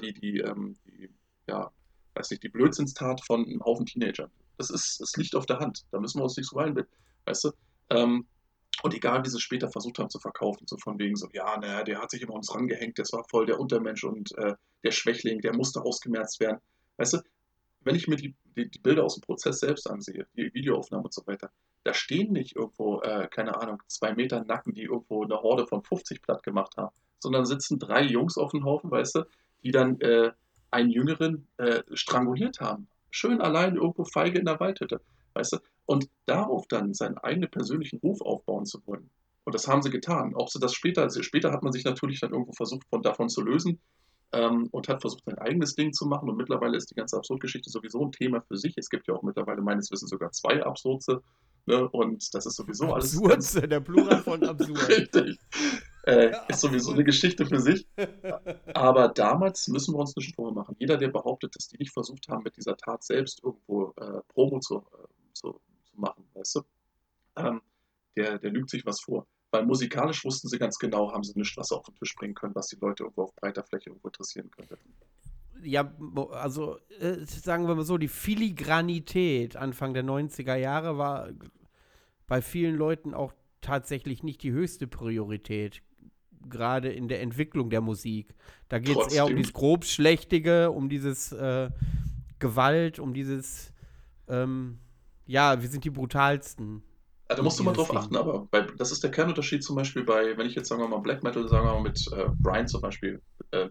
ja, weiß nicht, die Blödsinnstat von einem Haufen Teenagern. Es liegt auf der Hand. Da müssen wir uns nicht so reinbilden, weißt du? Ähm, und egal, wie sie es später versucht haben zu verkaufen, so von wegen so, ja, naja, der hat sich immer uns rangehängt, das war voll der Untermensch und der Schwächling, der musste ausgemerzt werden. Weißt du, wenn ich mir die Bilder aus dem Prozess selbst ansehe, die Videoaufnahmen und so weiter, da stehen nicht irgendwo, keine Ahnung, 2 Meter Nacken, die irgendwo eine Horde von 50 platt gemacht haben, sondern sitzen 3 Jungs auf dem Haufen, weißt du, die dann einen Jüngeren stranguliert haben. Schön allein irgendwo feige in der Waldhütte, weißt du. Und darauf dann seinen eigenen persönlichen Ruf aufbauen zu wollen. Und das haben sie getan. Ob sie das später hat man sich natürlich dann irgendwo versucht, davon zu lösen, und hat versucht, sein eigenes Ding zu machen. Und mittlerweile ist die ganze Absurdgeschichte sowieso ein Thema für sich. Es gibt ja auch mittlerweile meines Wissens sogar 2 Absurze. Ne? Und das ist sowieso alles ganz Absurd, der Plural von absurd. richtig. Ja, ist sowieso eine absolut. Geschichte für sich. Aber damals müssen wir uns nicht vormachen. Jeder, der behauptet, dass die nicht versucht haben, mit dieser Tat selbst irgendwo Promo zu machen, weißt du, ähm, der lügt sich was vor. Weil musikalisch wussten sie ganz genau, haben sie nichts, was sie auf den Tisch bringen können, was die Leute irgendwo auf breiter Fläche irgendwo interessieren könnte. Ja, also sagen wir mal so, die Filigranität Anfang der 90er Jahre war bei vielen Leuten auch tatsächlich nicht die höchste Priorität, gerade in der Entwicklung der Musik. Da geht es eher um Trotzdem, dieses Grobschlächtige, um dieses Gewalt, um dieses, ähm, ja, wir sind die brutalsten, da musst du mal dieses drauf achten, Ding. aber das ist der Kernunterschied zum Beispiel bei, wenn ich jetzt sagen wir mal Black Metal, sagen wir mal mit Brian zum Beispiel äh,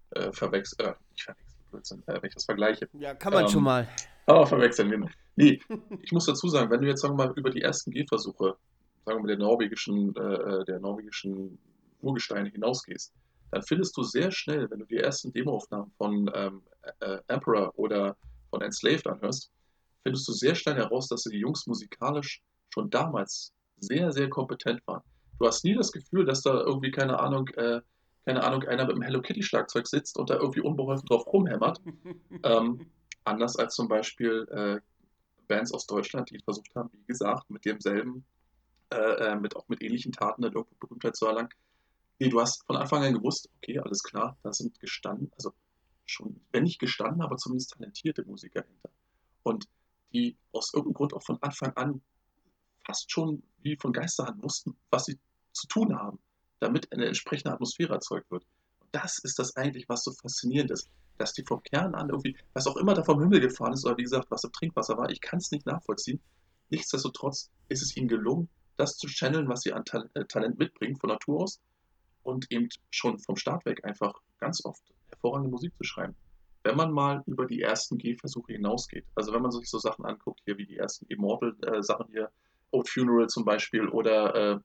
nicht verwechsel, Blödsinn, wenn ich das vergleiche. Ja, kann man schon Ähm, mal. verwechseln wir. Nee, ich muss dazu sagen, wenn du jetzt sagen wir mal über die ersten Gehversuche, sagen wir mal der norwegischen Urgesteine hinausgehst, dann findest du sehr schnell, wenn du die ersten Demoaufnahmen von Emperor oder von Enslaved anhörst, findest du sehr schnell heraus, dass die Jungs musikalisch schon damals sehr, sehr kompetent waren. Du hast nie das Gefühl, dass da irgendwie, keine Ahnung, einer mit einem Hello Kitty Schlagzeug sitzt und da irgendwie unbeholfen drauf rumhämmert. Ähm, Anders als zum Beispiel Bands aus Deutschland, die versucht haben, wie gesagt, mit demselben, auch mit ähnlichen Taten dann irgendwo Berühmtheit zu erlangen. Nee, du hast von Anfang an gewusst, okay, alles klar, da sind gestanden, also schon, wenn nicht gestanden, aber zumindest talentierte Musiker hinter. Und die aus irgendeinem Grund auch von Anfang an fast schon wie von Geisterhand wussten, was sie zu tun haben, damit eine entsprechende Atmosphäre erzeugt wird. Und das ist das eigentlich, was so faszinierend ist, dass die vom Kern an irgendwie, was auch immer da vom Himmel gefahren ist, oder wie gesagt, was im Trinkwasser war, ich kann es nicht nachvollziehen. Nichtsdestotrotz ist es ihnen gelungen, das zu channeln, was sie an Talent mitbringen von Natur aus und eben schon vom Start weg einfach ganz oft hervorragende Musik zu schreiben. Wenn man mal über die ersten Gehversuche hinausgeht, also wenn man sich so Sachen anguckt, hier wie die ersten Immortal-Sachen hier, Old Funeral zum Beispiel oder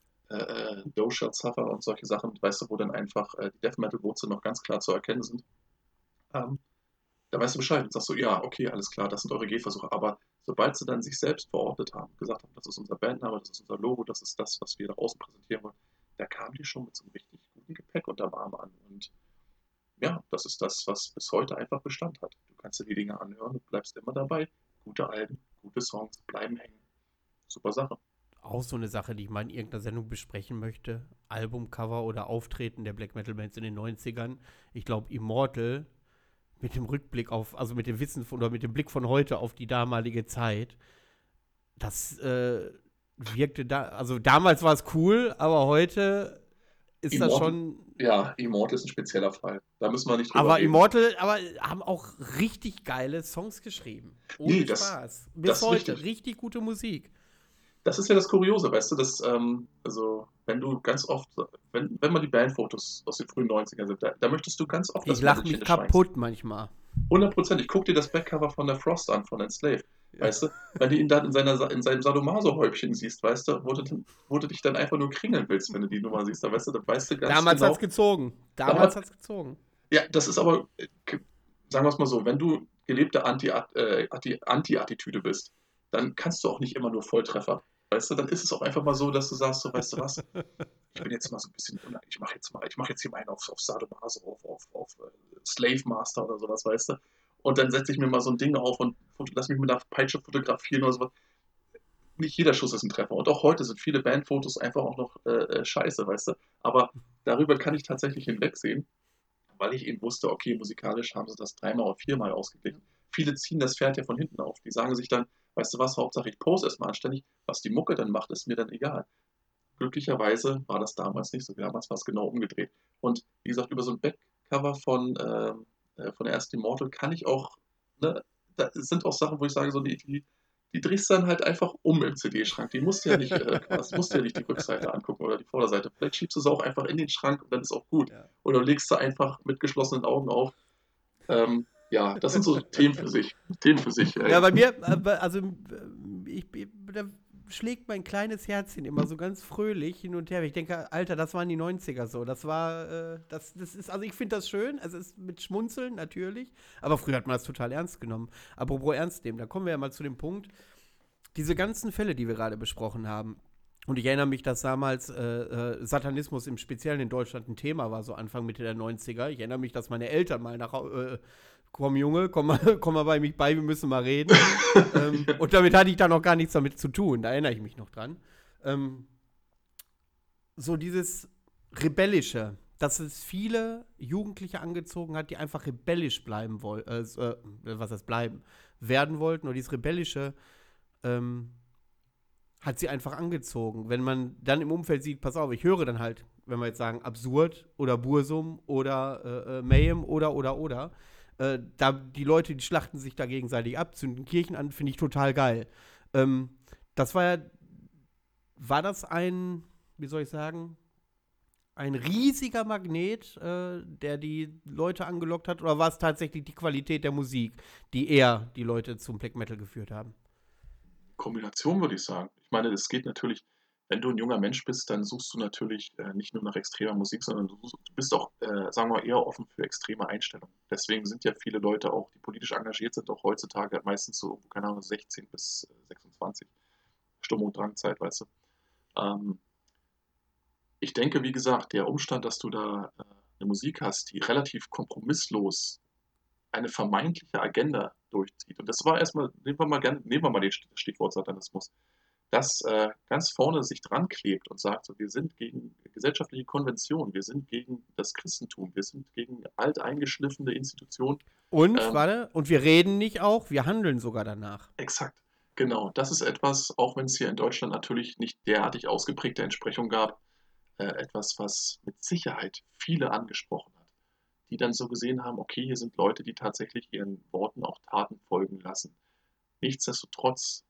Those Shall Suffer und solche Sachen, weißt du, wo dann einfach die Death Metal-Wurzeln noch ganz klar zu erkennen sind, ähm, da weißt du Bescheid und sagst so, ja, okay, alles klar, das sind eure Gehversuche. Aber sobald sie dann sich selbst verortet haben, gesagt haben, das ist unser Bandname, das ist unser Logo, das ist das, was wir da außen präsentieren wollen, da kamen die schon mit so einem richtig guten Gepäck und der Arme an. Und ja, das ist das, was bis heute einfach Bestand hat. Du kannst dir die Dinge anhören und bleibst immer dabei. Gute Alben, gute Songs, bleiben hängen. Super Sache. Auch so eine Sache, die ich mal in irgendeiner Sendung besprechen möchte. Albumcover oder Auftreten der Black Metal Bands in den 90ern. Ich glaube, Immortal mit dem Rückblick auf, also mit dem Wissen von, oder mit dem Blick von heute auf die damalige Zeit, das wirkte da, also damals war es cool, aber heute ist das Immortal, schon, ja, Immortal ist ein spezieller Fall. Da müssen wir nicht drüber aber reden. Immortal, aber haben auch richtig geile Songs geschrieben. Nee, Ohne Spaß. Bis das ist heute. richtig. Richtig gute Musik. Das ist ja das Kuriose, weißt du, also wenn du ganz oft, wenn man die Bandfotos aus den frühen 90ern sind, da möchtest du ganz oft Ich das lache Männchen mich des Schweins sehen. kaputt manchmal. 100%. Guck dir das Backcover von der Frost an, von Enslaved. Ja. Weißt du, wenn du ihn dann in seinem Sadomaso-Häubchen siehst, weißt du, wo du dich dann einfach nur kringeln willst, wenn du die Nummer siehst, dann weißt du, dann weißt du ganz Damals hat's genau, gezogen. da Damals hat, hat's gezogen. ja, das ist aber, sagen wir es mal so, wenn du gelebte Anti-Attitüde bist, dann kannst du auch nicht immer nur Volltreffer. Weißt du, dann ist es auch einfach mal so, dass du sagst, so, weißt du was, ich bin jetzt mal so ein bisschen, ich mache jetzt hier mal einen auf Sadomaso, auf Slave Master oder sowas, weißt du. Und dann setze ich mir mal so ein Ding auf und lass mich mit einer Peitsche fotografieren oder sowas. Nicht jeder Schuss ist ein Treffer. Und auch heute sind viele Bandfotos einfach auch noch scheiße, weißt du. Aber darüber kann ich tatsächlich hinwegsehen, weil ich eben wusste, okay, musikalisch haben sie das dreimal oder viermal ausgeglichen. Viele ziehen das Pferd ja von hinten auf. Die sagen sich dann, weißt du was, Hauptsache ich pose erstmal anständig. Was die Mucke dann macht, ist mir dann egal. Glücklicherweise war das damals nicht so. Damals war es genau umgedreht. Und wie gesagt, über so ein Backcover von der ersten Immortal kann ich auch, ne, da sind auch Sachen, wo ich sage, so, die drehst du dann halt einfach um im CD-Schrank. Die musst du ja nicht, musst du ja nicht die Rückseite angucken oder die Vorderseite. Vielleicht schiebst du sie auch einfach in den Schrank und dann ist auch gut. Ja. Oder legst sie einfach mit geschlossenen Augen auf. Ja, das sind so Themen für sich. Themen für sich, Ja, ey. bei mir, also da schlägt mein kleines Herzchen immer so ganz fröhlich hin und her. Ich denke, Alter, das waren die 90er so. Das war, das ist, also ich finde das schön. Also es ist mit Schmunzeln natürlich. Aber früher hat man das total ernst genommen. Apropos ernst nehmen, da kommen wir ja mal zu dem Punkt. Diese ganzen Fälle, die wir gerade besprochen haben, Und ich erinnere mich, dass damals Satanismus im Speziellen in Deutschland ein Thema war, so Anfang, Mitte der 90er. Ich erinnere mich, dass meine Eltern mal komm Junge, komm mal bei mich bei, wir müssen mal reden. Und damit hatte ich dann noch gar nichts damit zu tun, da erinnere ich mich noch dran. So dieses Rebellische, dass es viele Jugendliche angezogen hat, die einfach rebellisch bleiben wollten, werden wollten. Und dieses Rebellische hat sie einfach angezogen. Wenn man dann im Umfeld sieht, pass auf, ich höre dann halt, wenn wir jetzt sagen, Absurd oder Bursum oder Mayhem oder. Da die Leute, die schlachten sich da gegenseitig ab, zünden Kirchen an, finde ich total geil. Das war das wie soll ich sagen, ein riesiger Magnet, der die Leute angelockt hat, oder war es tatsächlich die Qualität der Musik, die eher die Leute zum Black Metal geführt haben? Kombination, würde ich sagen. Ich meine, es geht natürlich, wenn du ein junger Mensch bist, dann suchst du natürlich nicht nur nach extremer Musik, sondern du bist auch, sagen wir mal, eher offen für extreme Einstellungen. Deswegen sind ja viele Leute auch, die politisch engagiert sind, auch heutzutage meistens so, keine Ahnung, 16 bis 26. Sturm- und Drangzeit, weißt du. Ich denke, wie gesagt, der Umstand, dass du da eine Musik hast, die relativ kompromisslos eine vermeintliche Agenda durchzieht. Und das war erstmal, nehmen wir mal das Stichwort Satanismus, das ganz vorne sich dran klebt und sagt, so, wir sind gegen gesellschaftliche Konventionen, wir sind gegen das Christentum, wir sind gegen alteingeschliffene Institutionen. Und wir reden nicht auch, wir handeln sogar danach. Exakt, genau. Das ist etwas, auch wenn es hier in Deutschland natürlich nicht derartig ausgeprägte Entsprechung gab, etwas, was mit Sicherheit viele angesprochen hat, die dann so gesehen haben, okay, hier sind Leute, die tatsächlich ihren Worten auch Taten folgen lassen. Nichtsdestotrotz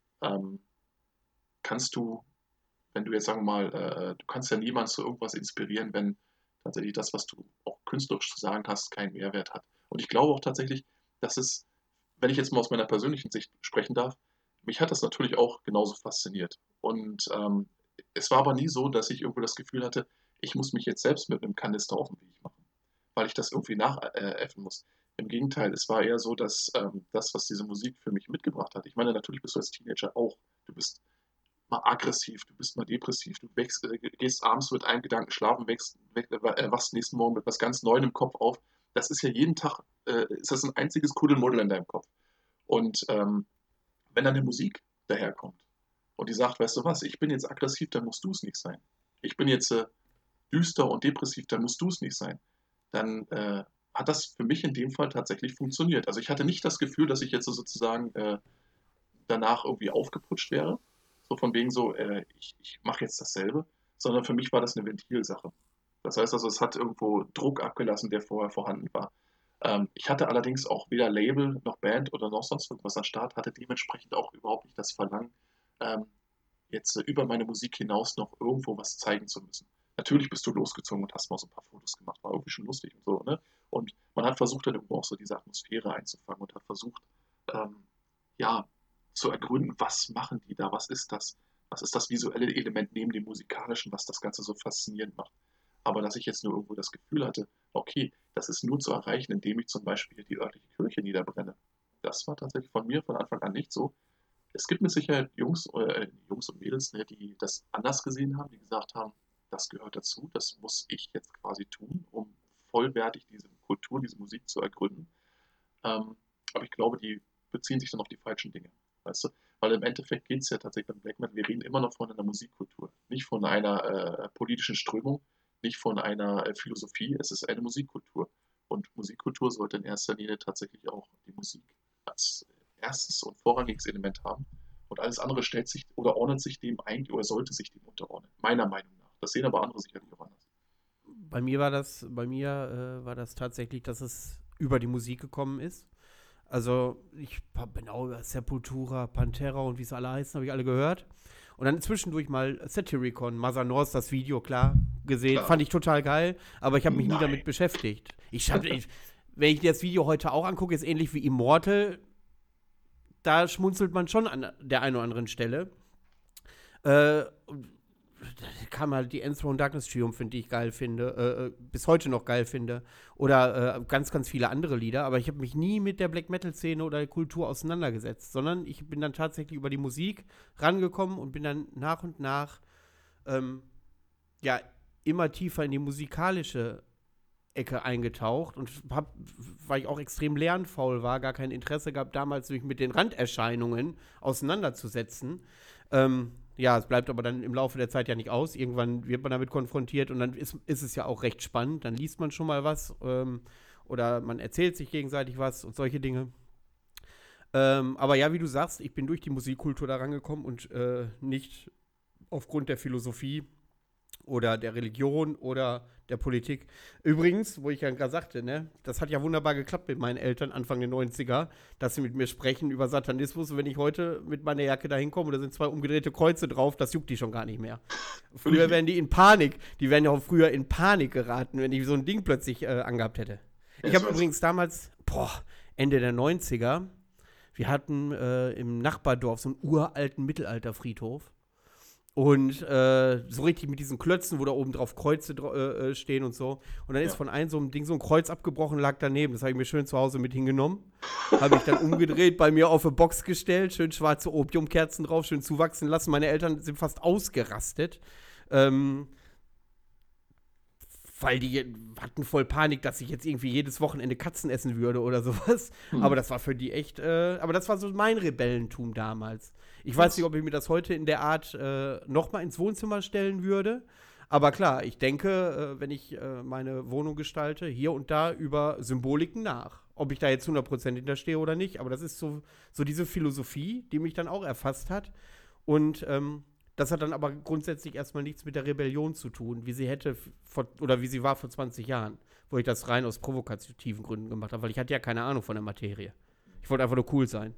kannst du, wenn du jetzt, sagen wir mal, du kannst ja niemanden zu irgendwas inspirieren, wenn tatsächlich das, was du auch künstlerisch zu sagen hast, keinen Mehrwert hat. Und ich glaube auch tatsächlich, dass es, wenn ich jetzt mal aus meiner persönlichen Sicht sprechen darf, mich hat das natürlich auch genauso fasziniert. Und es war aber nie so, dass ich irgendwo das Gefühl hatte, ich muss mich jetzt selbst mit einem Kanister auf den Weg machen, weil ich das irgendwie nachäffen muss. Im Gegenteil, es war eher so, dass das, was diese Musik für mich mitgebracht hat, ich meine, natürlich bist du als Teenager auch, du bist mal aggressiv, du bist mal depressiv, du gehst abends mit einem Gedanken schlafen, wachst nächsten Morgen mit was ganz Neuem im Kopf auf. Das ist ja jeden Tag, ist das ein einziges Kuddelmuddel in deinem Kopf. Und wenn dann eine Musik daherkommt und die sagt, weißt du was, ich bin jetzt aggressiv, dann musst du es nicht sein. Ich bin jetzt düster und depressiv, dann musst du es nicht sein. Dann hat das für mich in dem Fall tatsächlich funktioniert. Also ich hatte nicht das Gefühl, dass ich jetzt sozusagen danach irgendwie aufgeputscht wäre. So von wegen so, ich mache jetzt dasselbe, sondern für mich war das eine Ventilsache. Das heißt also, es hat irgendwo Druck abgelassen, der vorher vorhanden war. Ich hatte allerdings auch weder Label noch Band oder noch sonst irgendwas am Start, hatte dementsprechend auch überhaupt nicht das Verlangen, jetzt über meine Musik hinaus noch irgendwo was zeigen zu müssen. Natürlich bist du losgezogen und hast mal so ein paar Fotos gemacht, war irgendwie schon lustig und so, ne? Und man hat versucht dann irgendwo auch so diese Atmosphäre einzufangen und hat versucht, ja, zu ergründen, was machen die da, was ist das? Was ist das visuelle Element neben dem musikalischen, was das Ganze so faszinierend macht? Aber dass ich jetzt nur irgendwo das Gefühl hatte, okay, das ist nur zu erreichen, indem ich zum Beispiel die örtliche Kirche niederbrenne. Das war tatsächlich von mir von Anfang an nicht so. Es gibt mit Sicherheit Jungs und Mädels, ne, die das anders gesehen haben, die gesagt haben, das gehört dazu, das muss ich jetzt quasi tun, um vollwertig diese Kultur, diese Musik zu ergründen. Aber ich glaube, die beziehen sich dann auf die falschen Dinge. Weißt du? Weil im Endeffekt geht es ja tatsächlich beim Black Metal, wir reden immer noch von einer Musikkultur, nicht von einer politischen Strömung, nicht von einer Philosophie, es ist eine Musikkultur. Und Musikkultur sollte in erster Linie tatsächlich auch die Musik als erstes und vorrangiges Element haben. Und alles andere stellt sich oder ordnet sich dem eigentlich oder sollte sich dem unterordnen, meiner Meinung nach. Das sehen aber andere sicherlich auch anders. Bei mir war das tatsächlich, dass es über die Musik gekommen ist. Also ich bin auch über Sepultura, Pantera und wie sie alle heißen, habe ich alle gehört. Und dann zwischendurch mal Satyricon, Mother North, das Video, klar, gesehen. Klar. Fand ich total geil, aber ich habe mich nie Nein. damit beschäftigt. Wenn ich dir das Video heute auch angucke, ist ähnlich wie Immortal. Da schmunzelt man schon an der einen oder anderen Stelle. Da kam halt die Enthroned Darkness Triumph, die ich geil finde, bis heute noch geil finde. Oder ganz, ganz viele andere Lieder. Aber ich habe mich nie mit der Black Metal-Szene oder der Kultur auseinandergesetzt, sondern ich bin dann tatsächlich über die Musik rangekommen und bin dann nach und nach ja, immer tiefer in die musikalische Ecke eingetaucht und weil ich auch extrem lernfaul war, gar kein Interesse gehabt, damals mich mit den Randerscheinungen auseinanderzusetzen. Ja, es bleibt aber dann im Laufe der Zeit ja nicht aus. Irgendwann wird man damit konfrontiert und dann ist es ja auch recht spannend. Dann liest man schon mal was oder man erzählt sich gegenseitig was und solche Dinge. Aber ja, wie du sagst, ich bin durch die Musikkultur da rangekommen und nicht aufgrund der Philosophie oder der Religion oder der Politik. Übrigens, wo ich ja gerade sagte, ne, das hat ja wunderbar geklappt mit meinen Eltern Anfang der 90er, dass sie mit mir sprechen über Satanismus. Und wenn ich heute mit meiner Jacke da hinkomme und da sind 2 umgedrehte Kreuze drauf, das juckt die schon gar nicht mehr. Früher wären die in Panik. Die wären ja auch früher in Panik geraten, wenn ich so ein Ding plötzlich angehabt hätte. Ich habe übrigens damals, Ende der 90er, wir hatten im Nachbardorf so einen uralten Mittelalterfriedhof. Und so richtig mit diesen Klötzen, wo da oben drauf Kreuze stehen und so. Und dann ist von einem so einem Ding so ein Kreuz abgebrochen, lag daneben. Das habe ich mir schön zu Hause mit hingenommen. Habe ich dann umgedreht, bei mir auf eine Box gestellt, schön schwarze Opiumkerzen drauf, schön zuwachsen lassen. Meine Eltern sind fast ausgerastet. Weil die hatten voll Panik, dass ich jetzt irgendwie jedes Wochenende Katzen essen würde oder sowas. Aber das war für die echt, aber das war so mein Rebellentum damals. Ich weiß nicht, ob ich mir das heute in der Art nochmal ins Wohnzimmer stellen würde. Aber klar, ich denke, wenn ich meine Wohnung gestalte, hier und da über Symboliken nach. Ob ich da jetzt 100% hinterstehe oder nicht. Aber das ist so diese Philosophie, die mich dann auch erfasst hat. Und das hat dann aber grundsätzlich erstmal nichts mit der Rebellion zu tun, wie sie hätte wie sie war vor 20 Jahren, wo ich das rein aus provokativen Gründen gemacht habe, weil ich hatte ja keine Ahnung von der Materie. Ich wollte einfach nur cool sein.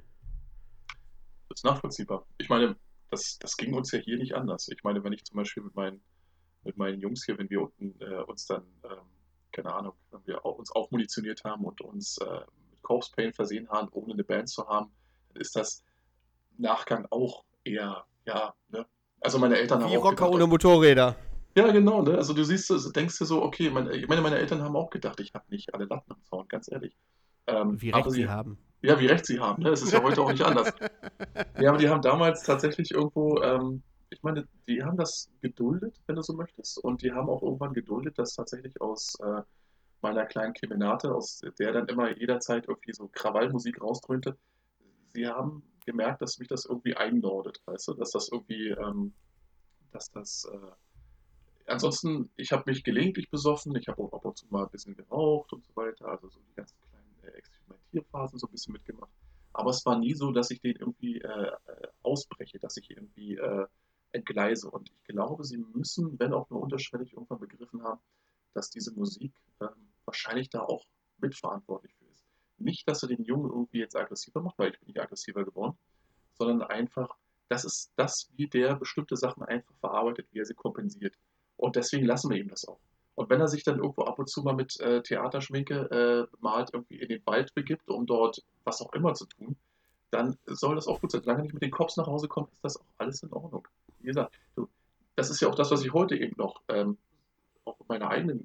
Das ist nachvollziehbar. Ich meine, das ging uns ja hier nicht anders. Ich meine, wenn ich zum Beispiel mit meinen Jungs hier, wenn wir unten uns dann, keine Ahnung, wenn wir uns aufmunitioniert haben und uns mit Corpse Paint versehen haben, ohne eine Band zu haben, dann ist das im Nachgang auch eher, ja, ne? Also meine Eltern haben Wie auch Rocker gedacht, ohne Motorräder. ja genau, ne? Also du siehst, denkst dir so, okay, ich meine, meine Eltern haben auch gedacht, ich habe nicht alle Latten am Zaun, ganz ehrlich. Wie Aber recht sie haben. ja, wie recht sie haben, ne? Es ist ja heute auch nicht anders. Ja, aber die haben damals tatsächlich irgendwo, ich meine, die haben das geduldet, wenn du so möchtest, und die haben auch irgendwann geduldet, dass tatsächlich aus meiner kleinen Kemenate, aus der dann immer jederzeit irgendwie so Krawallmusik rausdröhnte, sie haben gemerkt, dass mich das irgendwie einnordet, weißt du, dass das irgendwie, dass das, ansonsten, ich habe mich gelegentlich besoffen, ich habe auch ab und zu mal ein bisschen geraucht und so weiter, also so die ganzen kleinen Experimentierphasen so ein bisschen mitgemacht. Aber es war nie so, dass ich den irgendwie ausbreche, dass ich irgendwie entgleise. Und ich glaube, sie müssen, wenn auch nur unterschwellig, irgendwann begriffen haben, dass diese Musik wahrscheinlich da auch mitverantwortlich für ist. Nicht, dass er den Jungen irgendwie jetzt aggressiver macht, weil ich bin nicht aggressiver geworden, sondern einfach, das ist das, wie der bestimmte Sachen einfach verarbeitet, wie er sie kompensiert. Und deswegen lassen wir ihm das auch. Und wenn er sich dann irgendwo ab und zu mal mit Theaterschminke malt, irgendwie in den Wald begibt, um dort was auch immer zu tun, dann soll das auch gut sein. Solange er nicht mit den Cops nach Hause kommt, ist das auch alles in Ordnung. Wie gesagt, das ist ja auch das, was ich heute eben noch, auch mit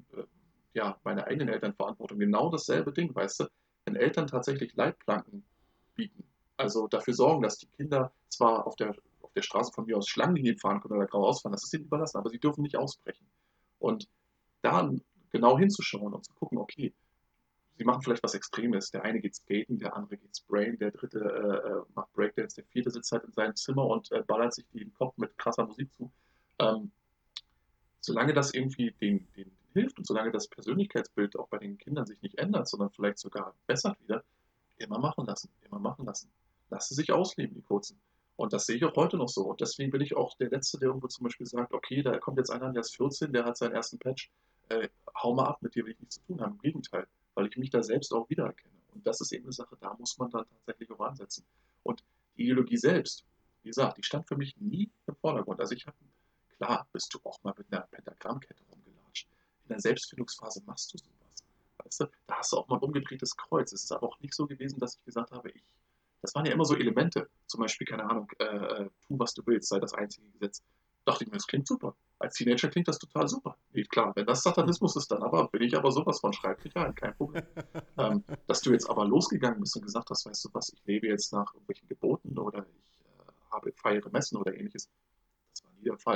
meine eigenen Elternverantwortung, genau dasselbe Ding, weißt du, wenn Eltern tatsächlich Leitplanken bieten, also dafür sorgen, dass die Kinder zwar auf der Straße von mir aus Schlangenlinien fahren können oder geradeaus fahren, das ist ihnen überlassen, aber sie dürfen nicht ausbrechen. Und da genau hinzuschauen und zu gucken, okay, sie machen vielleicht was Extremes. Der eine geht skaten, der andere geht sprayen, der dritte macht Breakdance, der vierte sitzt halt in seinem Zimmer und ballert sich den Kopf mit krasser Musik zu. Ähm, solange das irgendwie denen hilft und solange das Persönlichkeitsbild auch bei den Kindern sich nicht ändert, sondern vielleicht sogar bessert wieder, immer machen lassen, immer machen lassen. Lass sie sich ausleben, die Kurzen. Und das sehe ich auch heute noch so. Und deswegen bin ich auch der Letzte, der irgendwo zum Beispiel sagt, okay, da kommt jetzt einer, der ist 14, der hat seinen ersten Patch, hau mal ab, mit dir will ich nichts zu tun haben. Im Gegenteil, weil ich mich da selbst auch wiedererkenne. Und das ist eben eine Sache, da muss man dann tatsächlich auch ansetzen. Und die Ideologie selbst, wie gesagt, die stand für mich nie im Vordergrund. Also klar, bist du auch mal mit einer Pentagrammkette rumgelatscht. In der Selbstfindungsphase machst du sowas. Weißt du, da hast du auch mal ein umgedrehtes Kreuz. Es ist aber auch nicht so gewesen, dass ich gesagt habe, das waren ja immer so Elemente. Zum Beispiel, keine Ahnung, tu, was du willst, sei das einzige Gesetz. Dachte ich mir, das klingt super. Als Teenager klingt das total super. Nee, klar, wenn das Satanismus ist, dann bin ich aber sowas von schreiblich ein, kein Problem. Dass du jetzt aber losgegangen bist und gesagt hast, weißt du was, ich lebe jetzt nach irgendwelchen Geboten oder ich feiere Messen oder ähnliches, das war nie der Fall.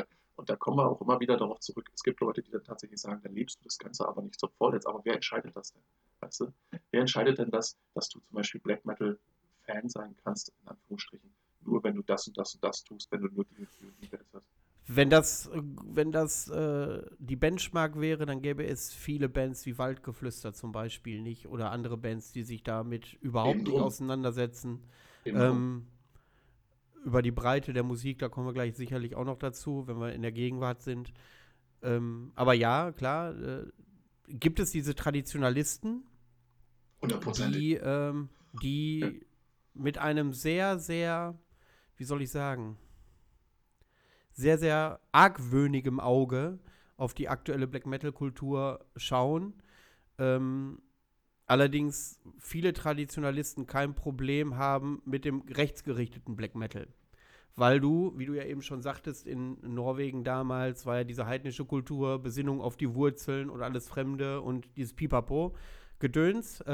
Und da kommen wir auch immer wieder darauf zurück. Es gibt Leute, die dann tatsächlich sagen, dann lebst du das Ganze aber nicht so voll jetzt. Aber wer entscheidet das denn? Weißt du? Wer entscheidet denn das, dass du zum Beispiel Black Metal Fan sein kannst, in Anführungsstrichen, nur wenn du das und das und das tust, wenn du nur die Bands hast? Wenn das die Benchmark wäre, dann gäbe es viele Bands wie Waldgeflüster zum Beispiel nicht oder andere Bands, die sich damit überhaupt Eben nicht drum. auseinandersetzen. Eben drum. Über die Breite der Musik, da kommen wir gleich sicherlich auch noch dazu, wenn wir in der Gegenwart sind. Aber ja, klar, gibt es diese Traditionalisten, 100%. die mit einem sehr, sehr, wie soll ich sagen, sehr, sehr argwöhnigem Auge auf die aktuelle Black-Metal-Kultur schauen. Allerdings viele Traditionalisten kein Problem haben mit dem rechtsgerichteten Black Metal. Weil du, wie du ja eben schon sagtest, in Norwegen damals war ja diese heidnische Kultur, Besinnung auf die Wurzeln und alles Fremde und dieses Pipapo, Gedöns.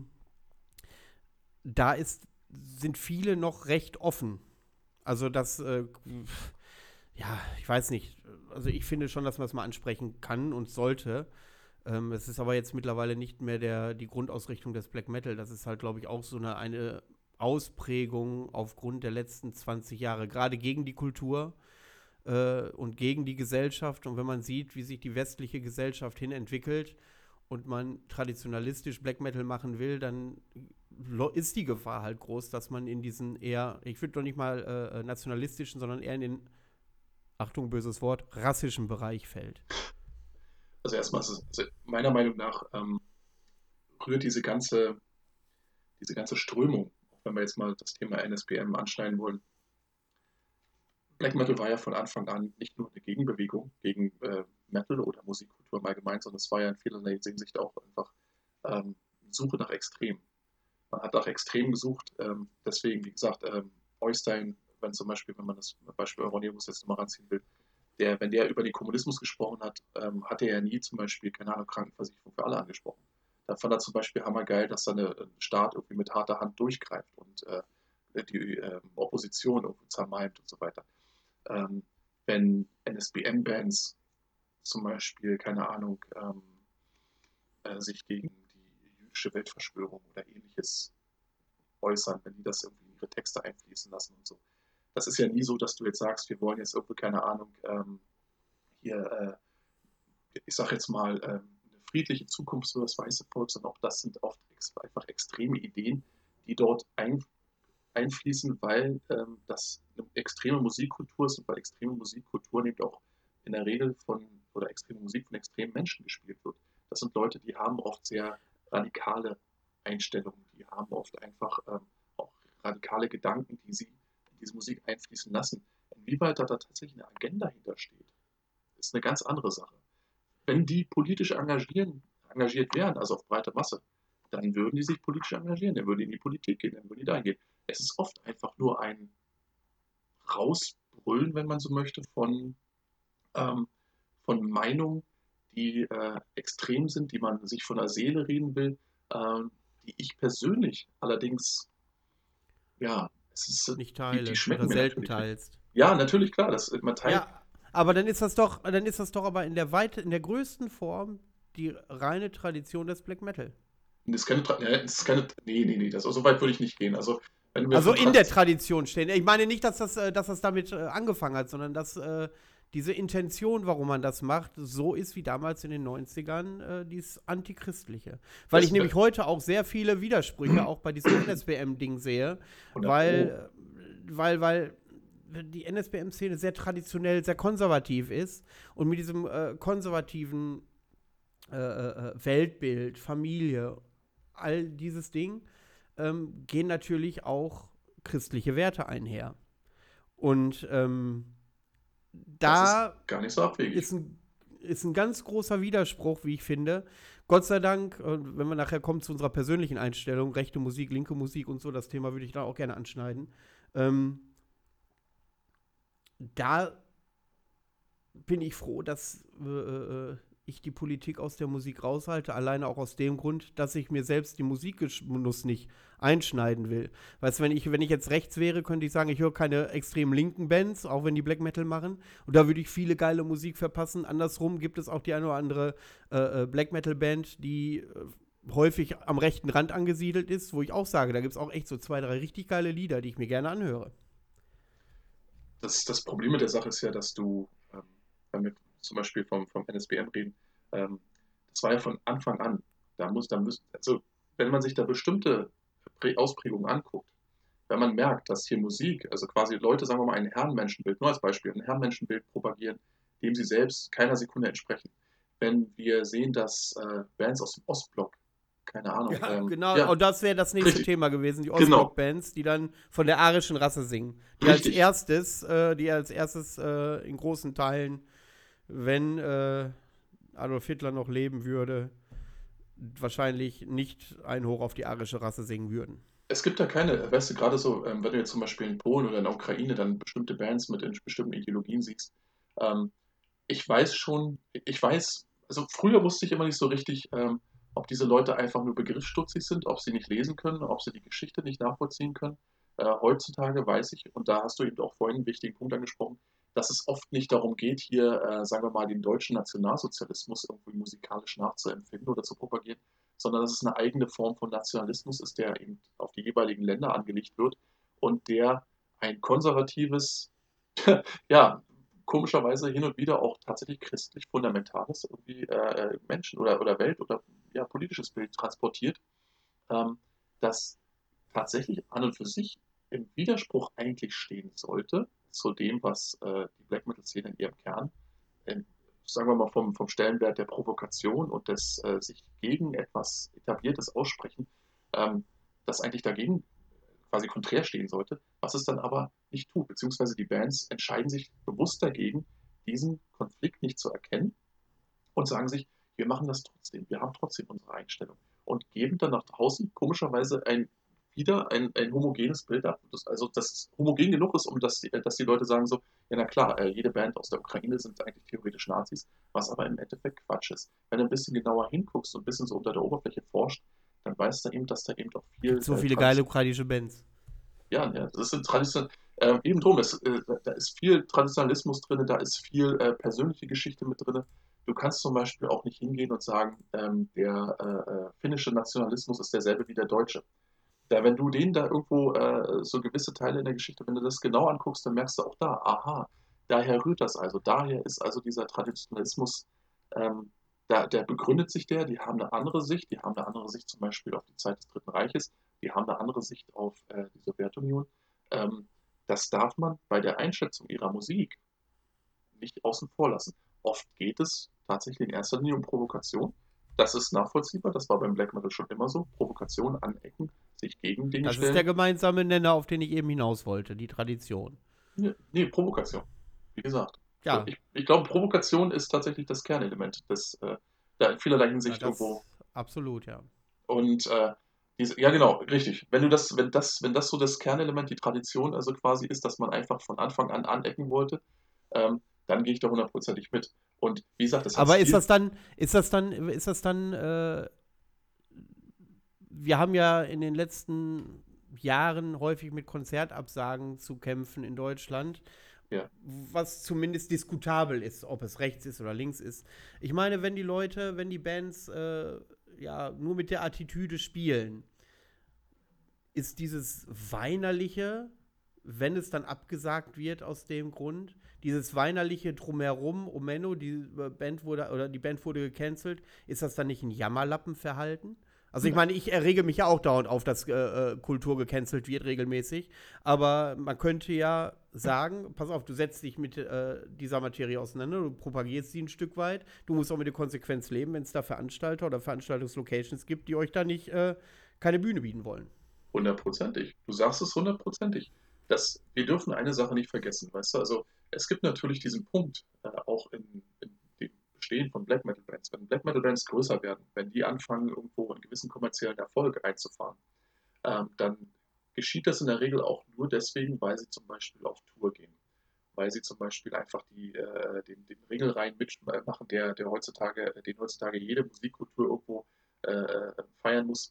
Da sind viele noch recht offen. Also das, ja, ich weiß nicht. Also ich finde schon, dass man es mal ansprechen kann und sollte. Es ist aber jetzt mittlerweile nicht mehr die Grundausrichtung des Black Metal. Das ist halt, glaube ich, auch so eine Ausprägung aufgrund der letzten 20 Jahre, gerade gegen die Kultur und gegen die Gesellschaft. Und wenn man sieht, wie sich die westliche Gesellschaft hin entwickelt und man traditionalistisch Black Metal machen will, dann ist die Gefahr halt groß, dass man in diesen eher, ich würde doch nicht mal nationalistischen, sondern eher in den, Achtung, böses Wort, rassischen Bereich fällt. Also erstmal ist es, also meiner Meinung nach rührt diese ganze Strömung, auch wenn wir jetzt mal das Thema NSBM anschneiden wollen. Black Metal war ja von Anfang an nicht nur eine Gegenbewegung gegen Metal oder Musikkultur im Allgemeinen, sondern es war ja in vielerlei Hinsicht auch einfach Suche nach Extrem. Man hat nach Extrem gesucht, deswegen, wie gesagt, Eystein, wenn man das Beispiel Euronymous jetzt mal ranziehen will, wenn der über den Kommunismus gesprochen hat, hat er ja nie zum Beispiel, keine Ahnung, Krankenversicherung für alle angesprochen. Da fand er zum Beispiel hammergeil, dass da ein Staat irgendwie mit harter Hand durchgreift und die Opposition irgendwie zermalmt und so weiter. Wenn NSBM-Bands zum Beispiel, keine Ahnung, sich gegen die jüdische Weltverschwörung oder ähnliches äußern, wenn die das irgendwie in ihre Texte einfließen lassen und so. Das ist ja nie so, dass du jetzt sagst, wir wollen jetzt irgendwie, keine Ahnung, hier, ich sag jetzt mal, eine friedliche Zukunft für das weiße Volk, sondern auch das sind oft einfach extreme Ideen, die dort einfließen, weil das eine extreme Musikkultur ist und weil extreme Musikkultur eben auch in der Regel oder extreme Musik von extremen Menschen gespielt wird. Das sind Leute, die haben oft sehr radikale Einstellungen, die haben oft einfach auch radikale Gedanken, die sie in diese Musik einfließen lassen. Inwieweit da tatsächlich eine Agenda hintersteht, ist eine ganz andere Sache. Wenn die politisch engagiert wären, also auf breite Masse, dann würden die sich politisch engagieren, dann würden die in die Politik gehen, dann würden die da gehen. Es ist oft einfach nur ein Rausbrüllen, wenn man so möchte, von Meinungen, die extrem sind, die man sich von der Seele reden will, die ich persönlich allerdings, ja, Nicht die teile schmecken oder mir selten natürlich nicht. teilst. Ja, natürlich, klar, man teilt. Ja, aber dann ist das doch aber in der größten Form die reine Tradition des Black Metal. Das ist keine, nee, so weit würde ich nicht gehen. Also, wenn wir Also von in der Tradition stehen. Ich meine nicht, dass das damit angefangen hat, sondern dass diese Intention, warum man das macht, so ist wie damals in den 90ern dieses Antichristliche. Weil Das- ich nämlich heute auch sehr viele Widersprüche auch bei diesem NSBM-Ding sehe, 100 weil die NSBM-Szene sehr traditionell, sehr konservativ ist und mit diesem konservativen Weltbild, Familie, all dieses Ding, gehen natürlich auch christliche Werte einher. Und Das da ist gar nicht so abwegig. ist ein ganz großer Widerspruch, wie ich finde. Gott sei Dank, wenn wir nachher kommen zu unserer persönlichen Einstellung, rechte Musik, linke Musik und so, das Thema würde ich da auch gerne anschneiden. Da bin ich froh, dass ich die Politik aus der Musik raushalte, alleine auch aus dem Grund, dass ich mir selbst die Musikgenuss nicht einschneiden will. Weißt du, wenn ich jetzt rechts wäre, könnte ich sagen, ich höre keine extrem linken Bands, auch wenn die Black Metal machen. Und da würde ich viele geile Musik verpassen. Andersrum gibt es auch die eine oder andere Black Metal Band, die häufig am rechten Rand angesiedelt ist, wo ich auch sage, da gibt es auch echt so 2, 3 richtig geile Lieder, die ich mir gerne anhöre. Das Problem mit der Sache ist ja, dass du, wenn wir zum Beispiel vom NSBM reden, ähm, das war ja von Anfang an, also wenn man sich da bestimmte Ausprägungen anguckt, wenn man merkt, dass hier Musik, also quasi Leute, sagen wir mal, ein Herrenmenschenbild, nur als Beispiel, ein Herrenmenschenbild propagieren, dem sie selbst keiner Sekunde entsprechen. Wenn wir sehen, dass Bands aus dem Ostblock, keine Ahnung, Ja, genau. ja, Und das wäre das nächste richtig, Thema gewesen, die genau, Ostblock-Bands, die dann von der arischen Rasse singen. richtig. Die als erstes in großen Teilen, wenn Adolf Hitler noch leben würde, wahrscheinlich nicht ein Hoch auf die arische Rasse singen würden. Es gibt da keine, weißt du, gerade so, wenn du jetzt zum Beispiel in Polen oder in der Ukraine dann bestimmte Bands mit bestimmten Ideologien siehst, ähm, ich weiß, also früher wusste ich immer nicht so richtig, ob diese Leute einfach nur begriffsstutzig sind, ob sie nicht lesen können, ob sie die Geschichte nicht nachvollziehen können. Heutzutage weiß ich, und da hast du eben auch vorhin einen wichtigen Punkt angesprochen, dass es oft nicht darum geht, hier, sagen wir mal, den deutschen Nationalsozialismus irgendwie musikalisch nachzuempfinden oder zu propagieren, sondern dass es eine eigene Form von Nationalismus ist, der eben auf die jeweiligen Länder angelegt wird und der ein konservatives, ja, komischerweise hin und wieder auch tatsächlich christlich fundamentales irgendwie Menschen oder Welt oder ja, politisches Bild transportiert, ähm, das tatsächlich an und für sich im Widerspruch eigentlich stehen sollte zu dem, was die Black Metal-Szene in ihrem Kern, in, sagen wir mal vom Stellenwert der Provokation und des sich gegen etwas Etabliertes aussprechen, ähm, das eigentlich dagegen quasi konträr stehen sollte, was es dann aber nicht tut, beziehungsweise die Bands entscheiden sich bewusst dagegen, diesen Konflikt nicht zu erkennen und sagen sich, wir machen das trotzdem, wir haben trotzdem unsere Einstellung und geben dann nach draußen komischerweise ein homogenes Bild ab. Also, dass es homogen genug ist, dass die Leute sagen so, ja na klar, jede Band aus der Ukraine sind eigentlich theoretisch Nazis, was aber im Endeffekt Quatsch ist. Wenn du ein bisschen genauer hinguckst und ein bisschen so unter der Oberfläche forscht, dann weißt du eben, dass da eben auch Gibt viel so viele geile Tradition. ukrainische Bands. Ja, ja, das sind Tradition, eben drum, da ist viel Traditionalismus drin, da ist viel persönliche Geschichte mit drin. Du kannst zum Beispiel auch nicht hingehen und sagen, der finnische Nationalismus ist derselbe wie der deutsche. Wenn du den da irgendwo so gewisse Teile in der Geschichte, wenn du das genau anguckst, dann merkst du auch da, aha, daher rührt das also. Daher ist also dieser Traditionalismus, ähm, der begründet sich die haben eine andere Sicht, die haben eine andere Sicht zum Beispiel auf die Zeit des Dritten Reiches, die haben eine andere Sicht auf die Sowjetunion. Ähm, Das darf man bei der Einschätzung ihrer Musik nicht außen vor lassen. Oft geht es tatsächlich in erster Linie um Provokation. Das ist nachvollziehbar, das war beim Black Metal schon immer so. Provokation, Anecken, sich gegen Dinge Das ist der stellen. gemeinsame Nenner, auf den ich eben hinaus wollte, die Tradition. Nee, nee, Provokation, wie gesagt. Ja, Ich glaube, Provokation ist tatsächlich das Kernelement, da in vielerlei ja, Hinsicht irgendwo. das absolut, ja. Und ja genau, richtig. Wenn das so das Kernelement, die Tradition also quasi ist, dass man einfach von Anfang an anecken wollte, dann gehe ich da hundertprozentig mit. Und wie gesagt, das hat Aber viel. wir haben ja in den letzten Jahren häufig mit Konzertabsagen zu kämpfen in Deutschland, Ja, was zumindest diskutabel ist, ob es rechts ist oder links ist. Ich meine, wenn die Bands ja nur mit der Attitüde spielen, ist dieses Weinerliche, wenn es dann abgesagt wird aus dem Grund, dieses Weinerliche drumherum, oh Menno, die Band wurde gecancelt, ist das dann nicht ein Jammerlappenverhalten? Also ich nein. meine, ich errege mich ja auch dauernd auf, dass Kultur gecancelt wird regelmäßig, aber man könnte ja sagen, pass auf, du setzt dich mit dieser Materie auseinander, du propagierst sie ein Stück weit, du musst auch mit der Konsequenz leben, wenn es da Veranstalter oder Veranstaltungslocations gibt, die euch da nicht keine Bühne bieten wollen. Hundertprozentig. Du sagst es hundertprozentig. Wir dürfen eine Sache nicht vergessen, weißt du? Also es gibt natürlich diesen Punkt, auch in dem Bestehen von Black Metal Bands. Wenn Black Metal Bands größer werden, wenn die anfangen, irgendwo einen gewissen kommerziellen Erfolg einzufahren, dann geschieht das in der Regel auch nur deswegen, weil sie zum Beispiel auf Tour gehen. weil sie zum Beispiel einfach den Regelreihen mitmachen, den heutzutage jede Musikkultur irgendwo feiern muss,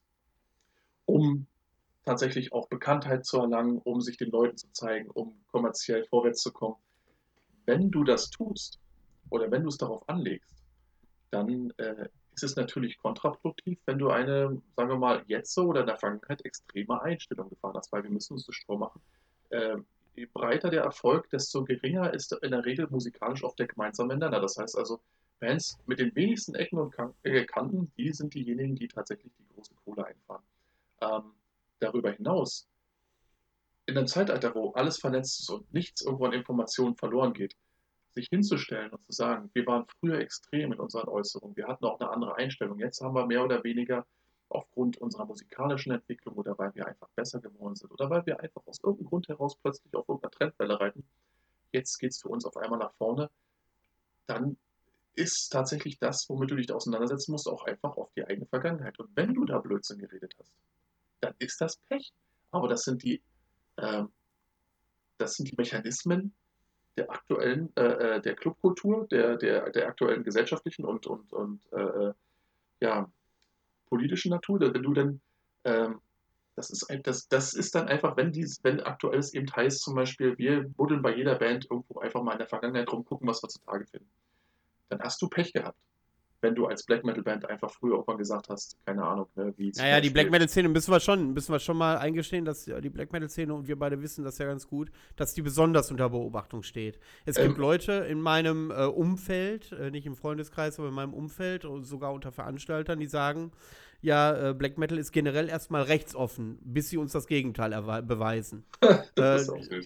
um tatsächlich auch Bekanntheit zu erlangen, um sich den Leuten zu zeigen, um kommerziell vorwärts zu kommen. Wenn du das tust oder wenn du es darauf anlegst, dann ist es natürlich kontraproduktiv, wenn du eine, sagen wir mal, jetzt so oder in der Vergangenheit extreme Einstellung gefahren hast, weil wir müssen uns das schlau machen. Äh, Je breiter der Erfolg, desto geringer ist in der Regel musikalisch auch der gemeinsame Nenner. Das heißt also, Bands mit den wenigsten Ecken und Kanten, die sind diejenigen, die tatsächlich die große Kohle einfahren. Ähm, Darüber hinaus, in einem Zeitalter, wo alles vernetzt ist und nichts irgendwo an Informationen verloren geht, sich hinzustellen und zu sagen, wir waren früher extrem in unseren Äußerungen, wir hatten auch eine andere Einstellung, jetzt haben wir mehr oder weniger aufgrund unserer musikalischen Entwicklung oder weil wir einfach besser geworden sind oder weil wir einfach aus irgendeinem Grund heraus plötzlich auf irgendeiner Trendwelle reiten, jetzt geht es für uns auf einmal nach vorne, dann ist tatsächlich das, womit du dich auseinandersetzen musst, auch einfach auf die eigene Vergangenheit. Und wenn du da Blödsinn geredet hast, dann ist das Pech. Aber ähm, das sind die Mechanismen, der Clubkultur, der aktuellen gesellschaftlichen und ja, politischen Natur. Wenn du dann, ähm, das ist dann einfach, wenn aktuell es eben heißt, zum Beispiel, wir buddeln bei jeder Band irgendwo einfach mal in der Vergangenheit rum, gucken, was wir zutage finden, dann hast du Pech gehabt. Wenn du als Black Metal Band einfach früher irgendwann gesagt hast, keine Ahnung, ne, wie zum Naja, die Black Beispiel, Metal-Szene müssen wir schon mal eingestehen, dass die Black Metal-Szene, und wir beide wissen das ja ganz gut, dass die besonders unter Beobachtung steht. Es gibt ähm, Leute in meinem Umfeld, nicht im Freundeskreis, aber in meinem Umfeld und sogar unter Veranstaltern, die sagen, ja, Black Metal ist generell erstmal rechtsoffen, bis sie uns das Gegenteil beweisen. das Äh, ist auch süß.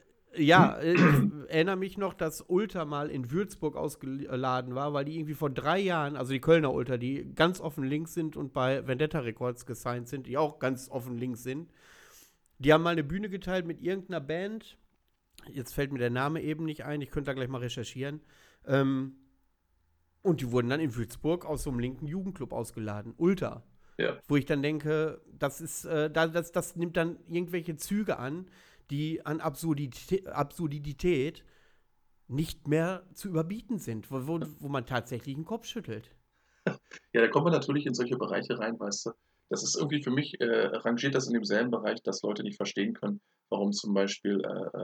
ja, ich erinnere mich noch, dass Ultra mal in Würzburg ausgeladen war, weil die irgendwie vor 3 Jahren, also die Kölner Ultra, die ganz offen links sind und bei Vendetta Records gesigned sind, die auch ganz offen links sind, die haben mal eine Bühne geteilt mit irgendeiner Band. Jetzt fällt mir der Name eben nicht ein, ich könnte da gleich mal recherchieren. Ähm, und die wurden dann in Würzburg aus so einem linken Jugendclub ausgeladen. Ultra. Ja. Wo ich dann denke, das nimmt dann irgendwelche Züge an, die an Absurdität nicht mehr zu überbieten sind, wo man tatsächlich den Kopf schüttelt. Ja, da kommt man natürlich in solche Bereiche rein, weißt du. Das ist irgendwie für mich, rangiert das in demselben Bereich, dass Leute nicht verstehen können, warum zum Beispiel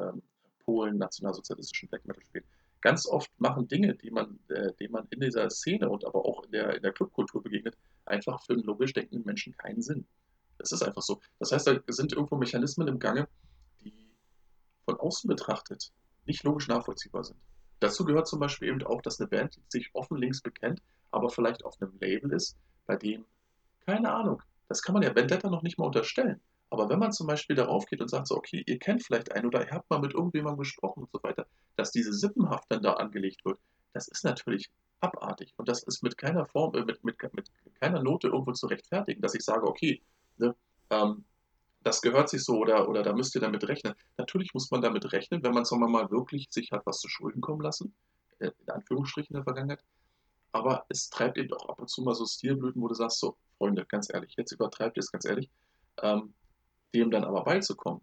Polen nationalsozialistischen Black Metal spielt. Ganz oft machen Dinge, denen man in dieser Szene und aber auch in der Clubkultur begegnet, einfach für einen logisch denkenden Menschen keinen Sinn. Das ist einfach so. Das heißt, da sind irgendwo Mechanismen im Gange, die von außen betrachtet nicht logisch nachvollziehbar sind. Dazu gehört zum Beispiel eben auch, dass eine Band sich offen links bekennt, aber vielleicht auf einem Label ist, bei dem, keine Ahnung, das kann man ja Vendetta noch nicht mal unterstellen. Aber wenn man zum Beispiel darauf geht und sagt so, okay, ihr kennt vielleicht einen oder ihr habt mal mit irgendjemandem gesprochen und so weiter, dass diese Sippenhaft dann da angelegt wird, das ist natürlich abartig. Und das ist mit keiner Form, mit keiner Note irgendwo zu rechtfertigen, dass ich sage, okay, ne, ähm, das gehört sich so oder da müsst ihr damit rechnen. Natürlich muss man damit rechnen, wenn man, sagen wir mal, wirklich sich hat was zu Schulden kommen lassen, in Anführungsstrichen in der Vergangenheit. Aber es treibt eben auch ab und zu mal so Stilblüten, wo du sagst, so, Freunde, ganz ehrlich, jetzt übertreibt ihr es ganz ehrlich, ähm, dem dann aber beizukommen.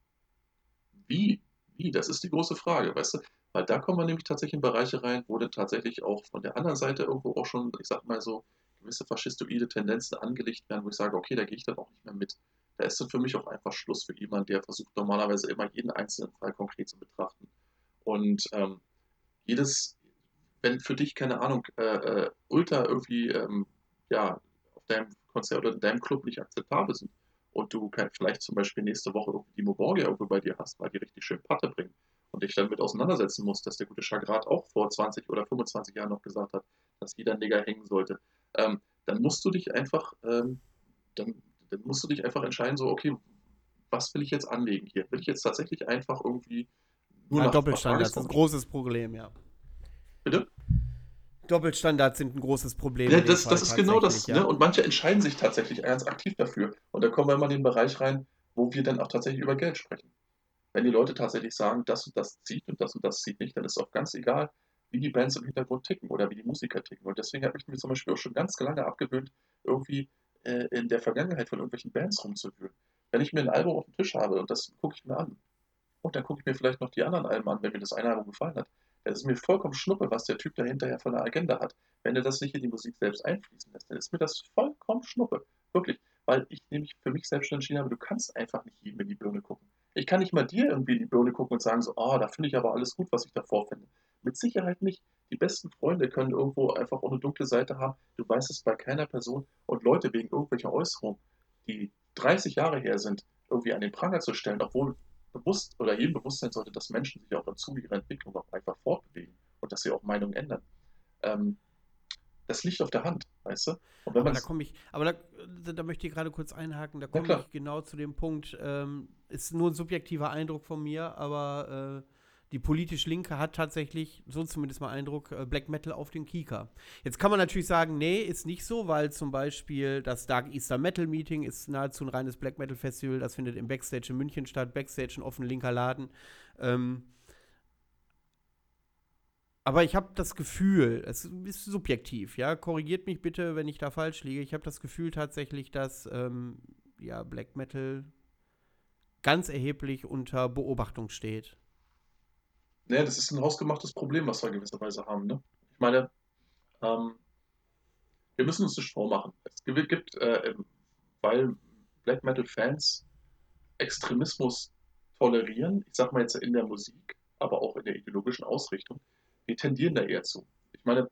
Wie? Wie? Das ist die große Frage, weißt du? Weil da kommen wir nämlich tatsächlich in Bereiche rein, wo dann tatsächlich auch von der anderen Seite irgendwo auch schon, ich sag mal so, gewisse faschistoide Tendenzen angelegt werden, wo ich sage, okay, da gehe ich dann auch nicht mehr mit. Da ist dann für mich auch einfach Schluss für jemanden, der versucht normalerweise immer jeden einzelnen Fall konkret zu betrachten. Und jedes, wenn für dich, keine Ahnung, Ultra irgendwie, ja, auf deinem Konzert oder in deinem Club nicht akzeptabel sind und du vielleicht zum Beispiel nächste Woche irgendwie die Moborgia irgendwo bei dir hast, weil die richtig schön Patte bringen und dich damit auseinandersetzen musst, dass der gute Chagrat auch vor 20 oder 25 Jahren noch gesagt hat, dass jeder Nigger hängen sollte, dann musst du dich einfach, dann, dann musst du dich einfach entscheiden, so, okay, was will ich jetzt anlegen hier? Will ich jetzt tatsächlich einfach irgendwie nur Ja, nach Doppelstandards ist ein Tagesform? großes Problem, ja. Bitte? Doppelstandards sind ein großes Problem Ja, in dem das Fall ist genau tatsächlich, das, ne? ja. Und manche entscheiden sich tatsächlich ganz aktiv dafür. Und da kommen wir immer in den Bereich rein, wo wir dann auch tatsächlich über Geld sprechen. Wenn die Leute tatsächlich sagen, das und das zieht und das zieht nicht, dann ist auch ganz egal, wie die Bands im Hintergrund ticken oder wie die Musiker ticken. Und deswegen habe ich mir zum Beispiel auch schon ganz lange abgewöhnt, irgendwie in der Vergangenheit von irgendwelchen Bands rumzuwühlen. Wenn ich mir ein Album auf dem Tisch habe und das gucke ich mir an und dann gucke ich mir vielleicht noch die anderen Alben an, wenn mir das eine Album gefallen hat. Das ist mir vollkommen Schnuppe, was der Typ da hinterher von der Agenda hat. Wenn er das nicht in die Musik selbst einfließen lässt, dann ist mir das vollkommen Schnuppe. Wirklich. Weil ich nämlich für mich selbst schon entschieden habe, du kannst einfach nicht jedem in die Birne gucken. Ich kann nicht mal dir irgendwie in die Birne gucken und sagen so, ah, da finde ich aber alles gut, was ich davor finde. Mit Sicherheit nicht. Die besten Freunde können irgendwo einfach auch eine dunkle Seite haben. Du weißt es bei keiner Person. Und Leute wegen irgendwelcher Äußerungen, die 30 Jahre her sind, irgendwie an den Pranger zu stellen, obwohl bewusst oder jedem bewusst sein sollte, dass Menschen sich auch im Zuge ihrer Entwicklung auch einfach fortbewegen und dass sie auch Meinungen ändern. Ähm, Das liegt auf der Hand, weißt du? Und wenn Aber man da es, komme ich, aber da möchte ich gerade kurz einhaken, da na komme klar, ich genau zu dem Punkt, ist nur ein subjektiver Eindruck von mir, aber die politisch Linke hat tatsächlich, so zumindest mal Eindruck, Black Metal auf den Kieker. Jetzt kann man natürlich sagen, nee, ist nicht so, weil zum Beispiel das Dark Easter Metal Meeting ist nahezu ein reines Black Metal Festival, das findet im Backstage in München statt, Backstage ein offen linker Laden. Ähm, Aber ich habe das Gefühl, es ist subjektiv, ja, korrigiert mich bitte, wenn ich da falsch liege. Ich habe das Gefühl tatsächlich, dass ja, Black Metal ganz erheblich unter Beobachtung steht. ne, das ist ein hausgemachtes Problem, was wir gewisserweise haben, ne? Ich meine, ähm, wir müssen uns nicht vormachen. Es gibt, weil Black Metal-Fans Extremismus tolerieren, ich sag mal jetzt in der Musik, aber auch in der ideologischen Ausrichtung, wir tendieren da eher zu. Ich meine,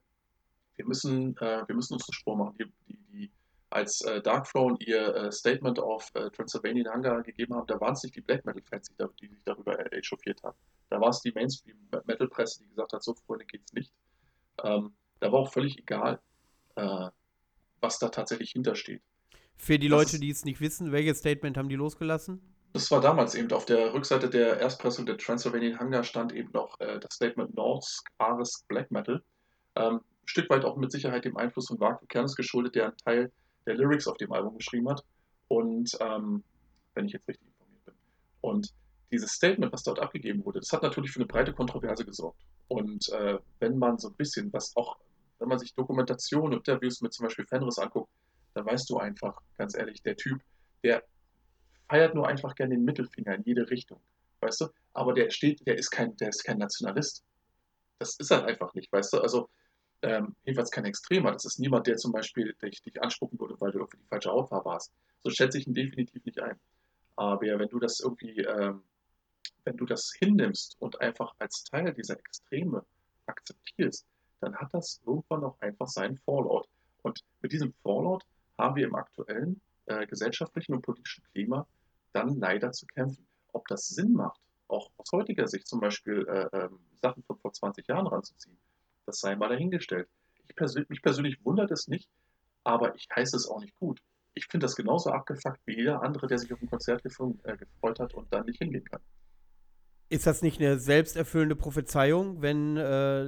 wir müssen uns einen Sprung machen. Als Dark Throne ihr Statement auf Transylvanian Hunger gegeben haben, da waren es nicht die Black Metal Fans, die sich darüber echauffiert haben. Da war es die Mainstream Metal Presse, die gesagt hat, so Freunde geht's nicht. Da war auch völlig egal, äh, was da tatsächlich hintersteht. Für die Das Leute, ist, die es nicht wissen, welches Statement haben die losgelassen? das war damals eben auf der Rückseite der Erstpressung der Transylvanian Hunger stand eben noch das Statement Norsk Ares Black Metal. Ein Stück weit auch mit Sicherheit dem Einfluss von Mark Buchanan geschuldet, der einen Teil der Lyrics auf dem Album geschrieben hat. Und wenn ich jetzt richtig informiert bin. Und dieses Statement, was dort abgegeben wurde, das hat natürlich für eine breite Kontroverse gesorgt. Und wenn man so ein bisschen, was auch, wenn man sich Dokumentationen und Interviews mit zum Beispiel Fenris anguckt, dann weißt du einfach, ganz ehrlich, der Typ, der feiert nur einfach gerne den Mittelfinger in jede Richtung. Weißt du? Aber der ist kein Nationalist. Das ist er einfach nicht, weißt du? Also, jedenfalls kein Extremer. Das ist niemand, der zum Beispiel dich anspucken würde, weil du irgendwie die falsche Hautfarbe hast. So schätze ich ihn definitiv nicht ein. Aber wenn du das irgendwie, wenn du das hinnimmst und einfach als Teil dieser Extreme akzeptierst, dann hat das irgendwann auch einfach seinen Fallout. Und mit diesem Fallout haben wir im aktuellen gesellschaftlichen und politischen Klima dann leider zu kämpfen. Ob das Sinn macht, auch aus heutiger Sicht zum Beispiel Sachen von vor 20 Jahren ranzuziehen, das sei mal dahingestellt. Mich persönlich wundert es nicht, aber ich heiße es auch nicht gut. Ich finde das genauso abgefuckt wie jeder andere, der sich auf ein Konzert gefreut hat und dann nicht hingehen kann. Ist das nicht eine selbsterfüllende Prophezeiung, wenn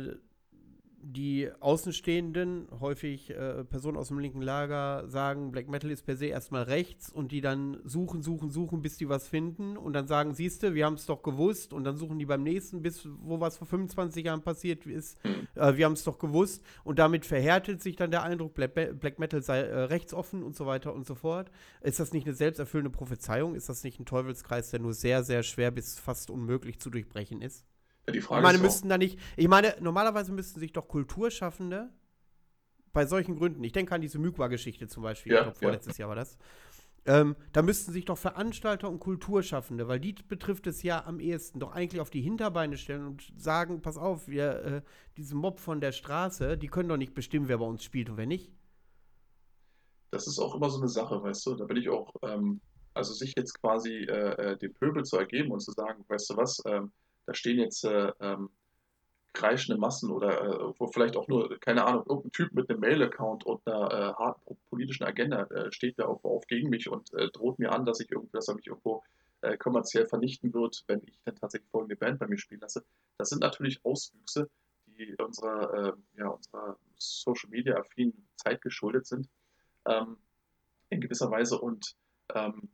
die Außenstehenden, häufig Personen aus dem linken Lager, sagen, Black Metal ist per se erstmal rechts und die dann suchen, bis die was finden und dann sagen, siehste, wir haben es doch gewusst und dann suchen die beim nächsten, bis wo was vor 25 Jahren passiert ist, Hm. wir haben es doch gewusst und damit verhärtet sich dann der Eindruck, Black Metal sei rechtsoffen und so weiter und so fort. Ist das nicht eine selbsterfüllende Prophezeiung? Ist das nicht ein Teufelskreis, der nur sehr, sehr schwer bis fast unmöglich zu durchbrechen ist? Ja, die Ich Frage meine, ist auch, müssten da nicht, ich meine, normalerweise müssten sich doch Kulturschaffende bei solchen Gründen, ich denke an diese Mykwa-Geschichte zum Beispiel, ich ja, glaube ja, vorletztes Jahr war das, da müssten sich doch Veranstalter und Kulturschaffende, weil die betrifft es ja am ehesten, doch eigentlich auf die Hinterbeine stellen und sagen, pass auf, diese Mob von der Straße, die können doch nicht bestimmen, wer bei uns spielt und wer nicht. das ist auch immer so eine Sache, weißt du. Da bin ich auch, also sich jetzt quasi dem Pöbel zu ergeben und zu sagen, weißt du was, da stehen jetzt kreischende Massen oder wo vielleicht auch nur, keine Ahnung, irgendein Typ mit einem Mail-Account und einer harten politischen Agenda steht da auf gegen mich und droht mir an, dass er mich irgendwo kommerziell vernichten wird, wenn ich dann tatsächlich folgende Band bei mir spielen lasse. Das sind natürlich Auswüchse, die unserer Social Media affinen Zeit geschuldet sind, ähm, in gewisser Weise und ähm,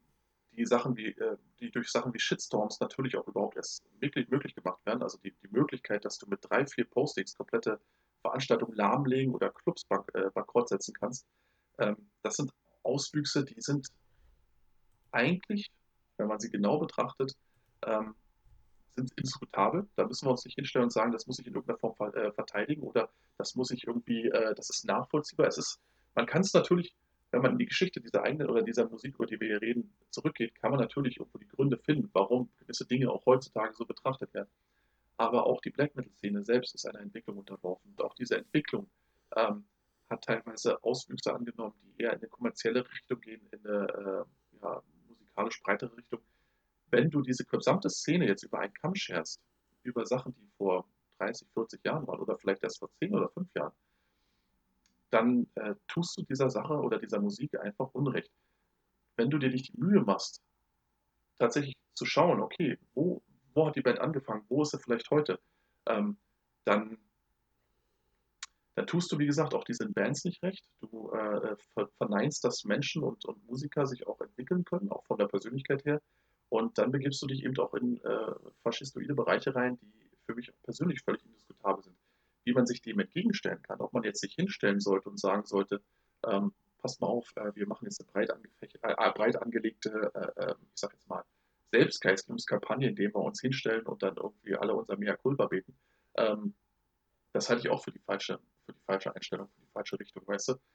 die durch Sachen wie Shitstorms natürlich auch überhaupt erst möglich gemacht werden. Also die Möglichkeit, dass du mit 3, 4 Postings komplette Veranstaltungen lahmlegen oder Clubs bankrott setzen kannst, das sind Auswüchse, die sind eigentlich, wenn man sie genau betrachtet, ähm, sind indiskutabel. Da müssen wir uns nicht hinstellen und sagen, das muss ich in irgendeiner Form verteidigen oder das muss ich irgendwie, das ist nachvollziehbar. Man kann es natürlich, wenn man in die Geschichte dieser eigenen oder dieser Musik, über die wir hier reden, zurückgeht, kann man natürlich irgendwo die Gründe finden, warum gewisse Dinge auch heutzutage so betrachtet werden. Aber auch die Black Metal-Szene selbst ist einer Entwicklung unterworfen. Und auch diese Entwicklung ähm, hat teilweise Auswüchse angenommen, die eher in eine kommerzielle Richtung gehen, in eine musikalisch breitere Richtung. Wenn du diese gesamte Szene jetzt über einen Kamm scherst, über Sachen, die vor 30, 40 Jahren waren oder vielleicht erst vor 10 oder 5 Jahren, dann tust du dieser Sache oder dieser Musik einfach Unrecht. Wenn du dir nicht die Mühe machst, tatsächlich zu schauen, okay, wo hat die Band angefangen, wo ist sie vielleicht heute, ähm, dann, dann tust du, wie gesagt, auch diesen Bands nicht recht. Du verneinst, dass Menschen und Musiker sich auch entwickeln können, auch von der Persönlichkeit her. Und dann begibst du dich eben auch in faschistoide Bereiche rein, die für mich auch persönlich völlig indiskutabel sind. Wie man sich dem entgegenstellen kann, ob man jetzt sich hinstellen sollte und sagen sollte, passt mal auf, wir machen jetzt eine breit angelegte, ich sag jetzt mal, Selbstgeistungskampagne, indem wir uns hinstellen und dann irgendwie alle unser Mea culpa beten. Ähm, Das halte ich auch für die falsche Einstellung, für die falsche Richtung, weißt du.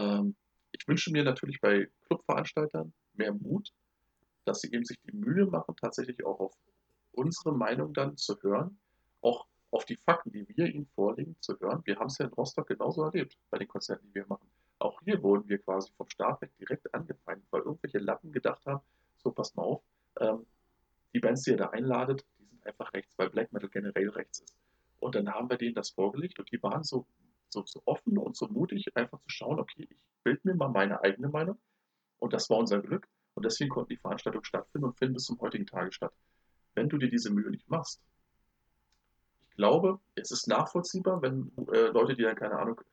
Ich wünsche mir natürlich bei Clubveranstaltern mehr Mut, dass sie eben sich die Mühe machen, tatsächlich auch auf unsere Meinung dann zu hören, auch auf die Fakten, die wir ihnen vorlegen, zu hören. Wir haben es ja in Rostock genauso erlebt bei den Konzerten, die wir machen. Auch hier wurden wir quasi vom Start weg direkt angefeindet, weil irgendwelche Lappen gedacht haben, so passt mal auf, ähm, die Bands, die ihr da einladet, die sind einfach rechts, weil Black Metal generell rechts ist. Und dann haben wir denen das vorgelegt und die waren so offen und so mutig, einfach zu schauen, okay, ich bilde mir mal meine eigene Meinung und das war unser Glück und deswegen konnten die Veranstaltungen stattfinden und finden bis zum heutigen Tage statt. Wenn du dir diese Mühe nicht machst, ich glaube, es ist nachvollziehbar, wenn Leute, die dann, keine Ahnung,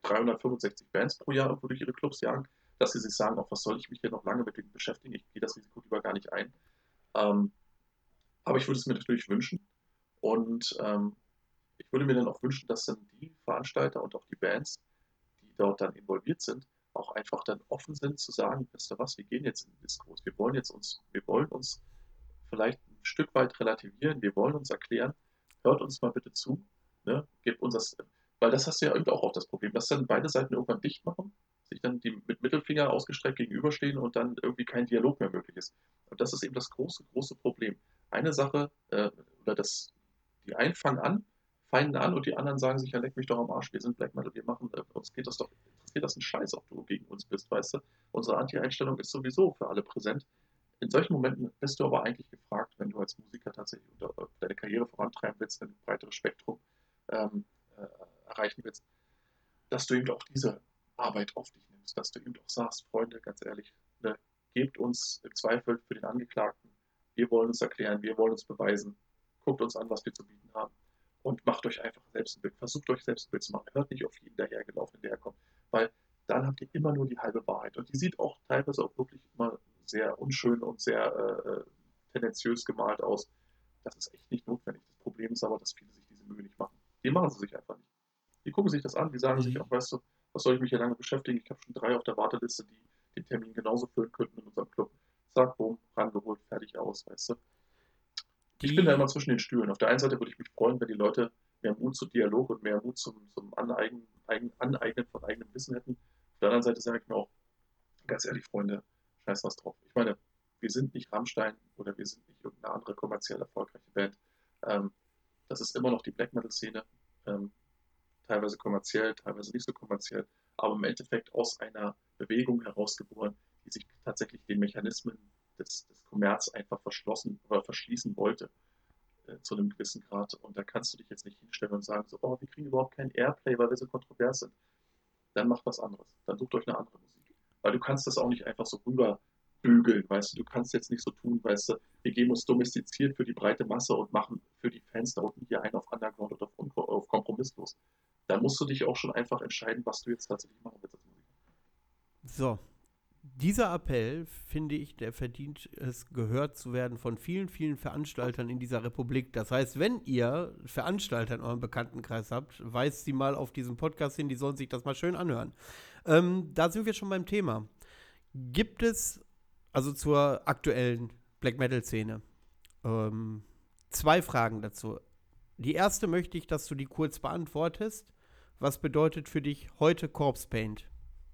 365 Bands pro Jahr irgendwo durch ihre Clubs jagen, dass sie sich sagen, auch was soll ich mich hier noch lange mit dem beschäftigen, ich gehe das Risiko lieber gar nicht ein. Ähm, aber ich würde es mir natürlich wünschen. Und ich würde mir dann auch wünschen, dass dann die Veranstalter und auch die Bands, die dort dann involviert sind, auch einfach dann offen sind zu sagen, wisst ihr was, wir gehen jetzt in den Diskurs, wir wollen uns vielleicht ein Stück weit relativieren, wir wollen uns erklären, hört uns mal bitte zu, ne? Gebt uns das, weil das hast du ja irgendwie auch das Problem, dass dann beide Seiten irgendwann dicht machen, sich dann die mit Mittelfinger ausgestreckt gegenüberstehen und dann irgendwie kein Dialog mehr möglich ist. Und das ist eben das große, große Problem. Eine Sache, oder das, die einen fangen an, feinden an und die anderen sagen sich, ja, leck mich doch am Arsch, wir sind Black Metal, wir machen, uns geht das doch, interessiert das ein Scheiß, ob du gegen uns bist, weißt du? Unsere Anti-Einstellung ist sowieso für alle präsent. In solchen Momenten bist du aber eigentlich gefragt, wenn du als Musiker tatsächlich deine Karriere vorantreiben willst, wenn du ein breiteres Spektrum ähm, äh, erreichen willst, dass du eben auch diese Arbeit auf dich nimmst, dass du eben auch sagst, Freunde, ganz ehrlich, ne, gebt uns im Zweifel für den Angeklagten, wir wollen uns erklären, wir wollen uns beweisen, guckt uns an, was wir zu bieten haben und macht euch einfach selbst ein Bild, versucht euch selbst ein Bild zu machen, hört nicht auf jeden dahergelaufenen, der kommt, weil dann habt ihr immer nur die halbe Wahrheit und die sieht auch teilweise auch wirklich immer sehr unschön und sehr tendenziös gemalt aus. Das ist echt nicht notwendig. Das Problem ist aber, dass viele sich diese Mühe nicht machen. Die machen sie sich einfach nicht. Die gucken sich das an, die sagen sich Mhm. auch, weißt du, was soll ich mich hier lange beschäftigen? Ich habe schon 3 auf der Warteliste, die den Termin genauso füllen könnten in unserem Club. Zack, boom, rangeholt, fertig aus, weißt du. Ich bin da immer Die, zwischen den Stühlen. Auf der einen Seite würde ich mich freuen, wenn die Leute mehr Mut zu Dialog und mehr Mut zum Aneignen von eigenem Wissen hätten. Auf der anderen Seite sage ich mir auch, ganz ehrlich, Freunde, scheiß was drauf. Ich meine, wir sind nicht Rammstein oder wir sind nicht irgendeine andere kommerziell erfolgreiche Band. Ähm, Das ist immer noch die Black Metal-Szene. Ähm, Teilweise kommerziell, teilweise nicht so kommerziell, aber im Endeffekt aus einer Bewegung herausgeboren, die sich tatsächlich den Mechanismen des Kommerz einfach verschlossen oder verschließen wollte, zu einem gewissen Grad. Und da kannst du dich jetzt nicht hinstellen und sagen, so, oh, wir kriegen überhaupt keinen Airplay, weil wir so kontrovers sind. Dann macht was anderes. Dann sucht euch eine andere Musik. Weil du kannst das auch nicht einfach so rüber bügeln, weißt du, du kannst jetzt nicht so tun, weißt du, wir geben uns domestiziert für die breite Masse und machen für die Fans da unten hier einen auf Underground oder auf kompromisslos. Da musst du dich auch schon einfach entscheiden, was du jetzt tatsächlich machen willst als Musiker. so, dieser Appell, finde ich, der verdient es, gehört zu werden von vielen, vielen Veranstaltern in dieser Republik. Das heißt, wenn ihr Veranstalter in eurem Bekanntenkreis habt, weist sie mal auf diesen Podcast hin, die sollen sich das mal schön anhören. Da sind wir schon beim Thema. Gibt es, also zur aktuellen Black Metal-Szene, ähm, 2 Fragen dazu. Die erste möchte ich, dass du die kurz beantwortest. Was bedeutet für dich heute Corpse Paint?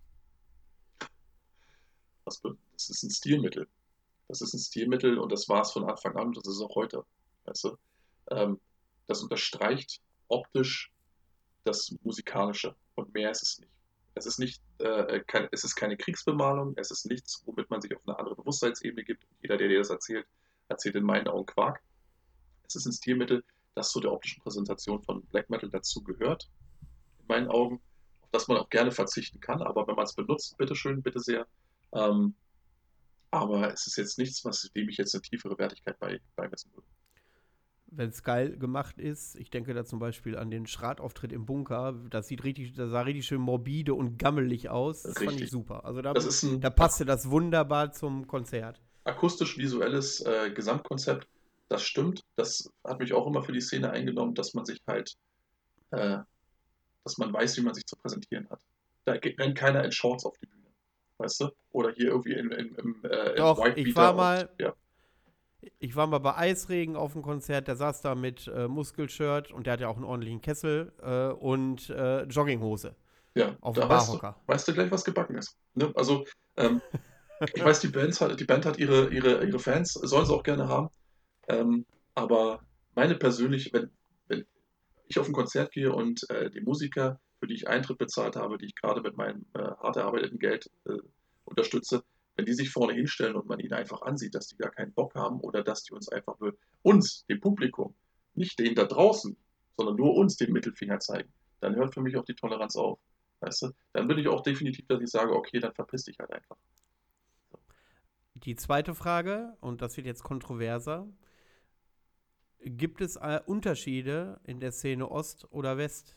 Das ist ein Stilmittel. Das ist ein Stilmittel und das war es von Anfang an und das ist auch heute. Weißt du? Ähm, Das unterstreicht optisch das Musikalische und mehr ist es nicht. Es ist keine Kriegsbemalung, es ist nichts, womit man sich auf eine andere Bewusstseinsebene gibt. Jeder, der dir das erzählt, erzählt in meinen Augen Quark. Es ist ein Stilmittel, das zu der optischen Präsentation von Black Metal dazu gehört, in meinen Augen, auf das man auch gerne verzichten kann, aber wenn man es benutzt, bitteschön, bitte sehr. Ähm, aber es ist jetzt nichts, dem ich jetzt eine tiefere Wertigkeit beimessen würde. Wenn es geil gemacht ist, ich denke da zum Beispiel an den Schrat-Auftritt im Bunker, das sah richtig schön morbide und gammelig aus. Das fand ich Richtig. super. Also Das ist da ein passte das wunderbar zum Konzert. akustisch-visuelles Gesamtkonzept. Das stimmt. Das hat mich auch immer für die Szene eingenommen, dass man sich halt, äh, dass man weiß, wie man sich zu präsentieren hat. Rennt keiner in Shorts auf die Bühne, weißt du? Oder hier irgendwie im Doch, Whitebeater und ja. ich war mal bei Eisregen auf dem Konzert, der saß da mit Muskelshirt und der hat ja auch einen ordentlichen Kessel und Jogginghose Ja, auf dem da Barhocker. weißt du gleich, was gebacken ist. Ne? Also, ich weiß, die Band hat ihre Fans, sollen sie auch gerne haben. Ähm, aber wenn ich auf ein Konzert gehe und die Musiker, für die ich Eintritt bezahlt habe, die ich gerade mit meinem hart erarbeiteten Geld unterstütze, wenn die sich vorne hinstellen und man ihnen einfach ansieht, dass die gar keinen Bock haben oder dass die uns einfach nur uns, dem Publikum, nicht denen da draußen, sondern nur uns den Mittelfinger zeigen, dann hört für mich auch die Toleranz auf. Weißt du? Dann bin ich auch definitiv, dass ich sage, okay, dann verpiss dich halt einfach. Die zweite Frage, und das wird jetzt kontroverser, gibt es Unterschiede in der Szene Ost oder West?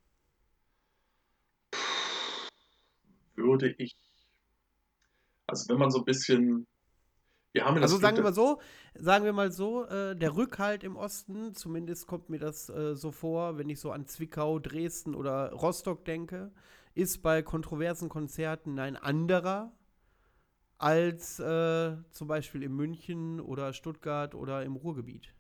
Würde ich, also wenn man so ein bisschen, wir haben ja das Also Glück, sagen wir mal so, der Rückhalt im Osten, zumindest kommt mir das so vor, wenn ich so an Zwickau, Dresden oder Rostock denke, ist bei kontroversen Konzerten ein anderer als zum Beispiel in München oder Stuttgart oder im Ruhrgebiet.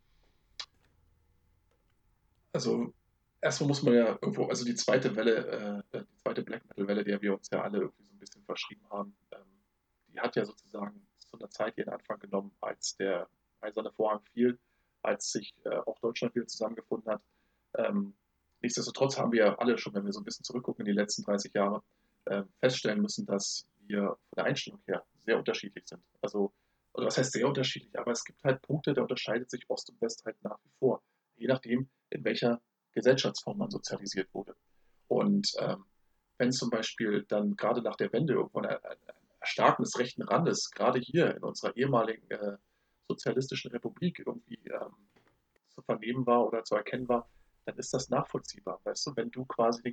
also erstmal muss man ja irgendwo, also die zweite Welle, die zweite Black Metal Welle, der wir uns ja alle irgendwie so ein bisschen verschrieben haben, die hat ja sozusagen zu einer Zeit ihren Anfang genommen, als der Eiserne Vorhang fiel, als sich auch Deutschland wieder zusammengefunden hat. Ähm, Nichtsdestotrotz haben wir ja alle schon, wenn wir so ein bisschen zurückgucken in die letzten 30 Jahre, feststellen müssen, dass wir von der Einstellung her sehr unterschiedlich sind. Also, oder was heißt sehr unterschiedlich, aber es gibt halt Punkte, da unterscheidet sich Ost und West halt nach wie vor, je nachdem, in welcher Gesellschaftsform man sozialisiert wurde. Und wenn zum Beispiel dann gerade nach der Wende irgendwann ein Erstarken des rechten Randes, gerade hier in unserer ehemaligen sozialistischen Republik irgendwie zu vernehmen war oder zu erkennen war, dann ist das nachvollziehbar. Weißt du, wenn du quasi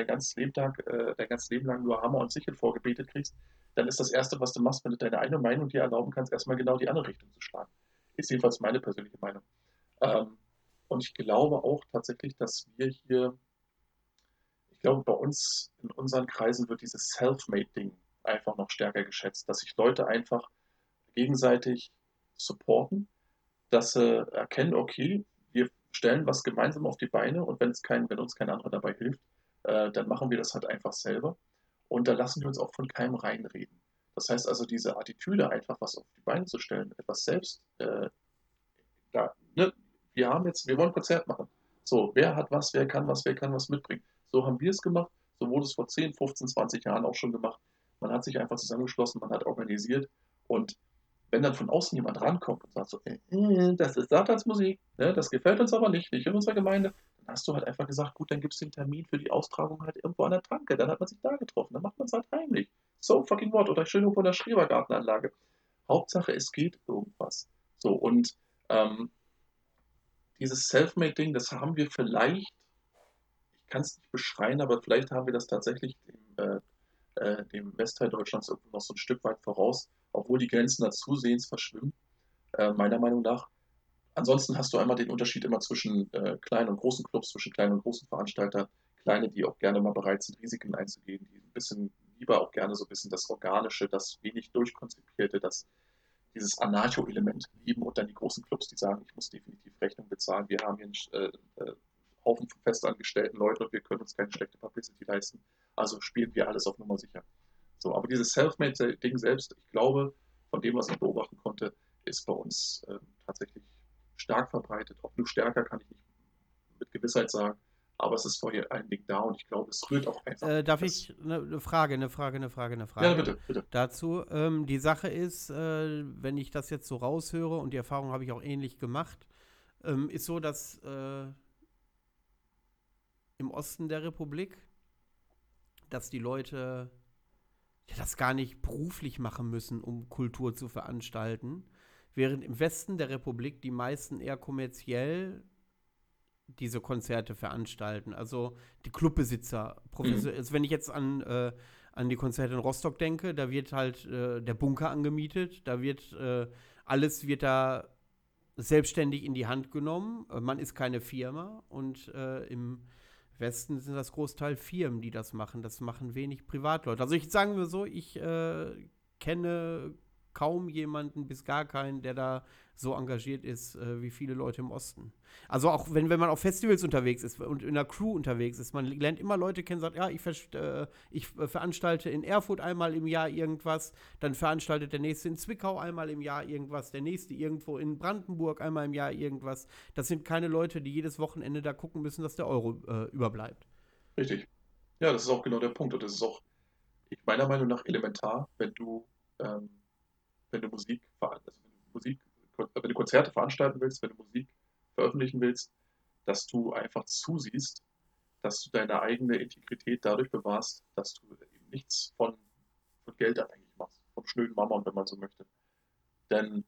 dein ganzes Leben lang nur Hammer und Sichel vorgebetet kriegst, dann ist das Erste, was du machst, wenn du deine eine Meinung dir erlauben kannst, erstmal genau die andere Richtung zu schlagen. Ist jedenfalls meine persönliche Meinung. Ähm, und ich glaube auch tatsächlich, dass wir hier, ich glaube, bei uns in unseren Kreisen wird dieses Self-Made-Ding einfach noch stärker geschätzt, dass sich Leute einfach gegenseitig supporten, dass sie erkennen, okay, wir stellen was gemeinsam auf die Beine und wenn uns kein anderer dabei hilft, dann machen wir das halt einfach selber. Und da lassen wir uns auch von keinem reinreden. Das heißt also, diese Attitüde, einfach was auf die Beine zu stellen, etwas selbst, da, ne, wir wollen ein Konzert machen. So, wer hat was, wer kann was mitbringen. So haben wir es gemacht, so wurde es vor 10, 15, 20 Jahren auch schon gemacht. Man hat sich einfach zusammengeschlossen, man hat organisiert und wenn dann von außen jemand rankommt und sagt so, das ist Satansmusik, ne, das gefällt uns aber nicht in unserer Gemeinde, dann hast du halt einfach gesagt, gut, dann gibt es den Termin für die Austragung halt irgendwo an der Tanke, dann hat man sich da getroffen, dann macht man es halt heimlich. So fucking what? Oder schön irgendwo in der Schrebergartenanlage. Hauptsache, es geht irgendwas. So, und ähm, dieses Selfmade-Ding, das haben wir vielleicht, ich kann es nicht beschreien, aber vielleicht haben wir das tatsächlich dem Westteil Deutschlands irgendwie noch so ein Stück weit voraus, obwohl die Grenzen da zusehends verschwimmen, meiner Meinung nach. Ansonsten hast du einmal den Unterschied immer zwischen kleinen und großen Clubs, zwischen kleinen und großen Veranstaltern. Kleine, die auch gerne mal bereit sind, Risiken einzugehen, die ein bisschen lieber auch gerne so ein bisschen das Organische, das wenig durchkonzipierte, dieses Anarcho-Element lieben und dann die großen Clubs, die sagen, ich muss definitiv Rechnung bezahlen, wir haben hier einen Haufen von festangestellten Leuten und wir können uns keine schlechte Publicity leisten, also spielen wir alles auf Nummer sicher. So, aber dieses Selfmade-Ding selbst, ich glaube, von dem, was ich beobachten konnte, ist bei uns tatsächlich stark verbreitet. Ob nur stärker, kann ich nicht mit Gewissheit sagen, aber es ist vor allen Dingen da und ich glaube, es rührt auch einfach. Darf ich eine Frage Ja, bitte, bitte. dazu? Die Sache ist, wenn ich das jetzt so raushöre, und die Erfahrung habe ich auch ähnlich gemacht, ist so, dass im Osten der Republik, dass die Leute das gar nicht beruflich machen müssen, um Kultur zu veranstalten, während im Westen der Republik die meisten eher kommerziell diese Konzerte veranstalten. Also die Clubbesitzer, also wenn ich jetzt an die Konzerte in Rostock denke, da wird halt der Bunker angemietet, alles wird da selbstständig in die Hand genommen. Man ist keine Firma und im Westen sind das Großteil Firmen, die das machen. Das machen wenig Privatleute. Also sagen wir so, ich kenne kaum jemanden, bis gar keinen, der da so engagiert ist, wie viele Leute im Osten. Also auch wenn man auf Festivals unterwegs ist und in einer Crew unterwegs ist, man lernt immer Leute kennen, sagt, ja, ich veranstalte in Erfurt einmal im Jahr irgendwas, dann veranstaltet der nächste in Zwickau einmal im Jahr irgendwas, der nächste irgendwo in Brandenburg einmal im Jahr irgendwas. Das sind keine Leute, die jedes Wochenende da gucken müssen, dass der Euro überbleibt. Richtig. Ja, das ist auch genau der Punkt und das ist auch meiner Meinung nach elementar, ähm, wenn du wenn du Konzerte veranstalten willst, wenn du Musik veröffentlichen willst, dass du einfach zusiehst, dass du deine eigene Integrität dadurch bewahrst, dass du eben nichts von Geld abhängig machst, vom schnöden Mammon, wenn man so möchte. Denn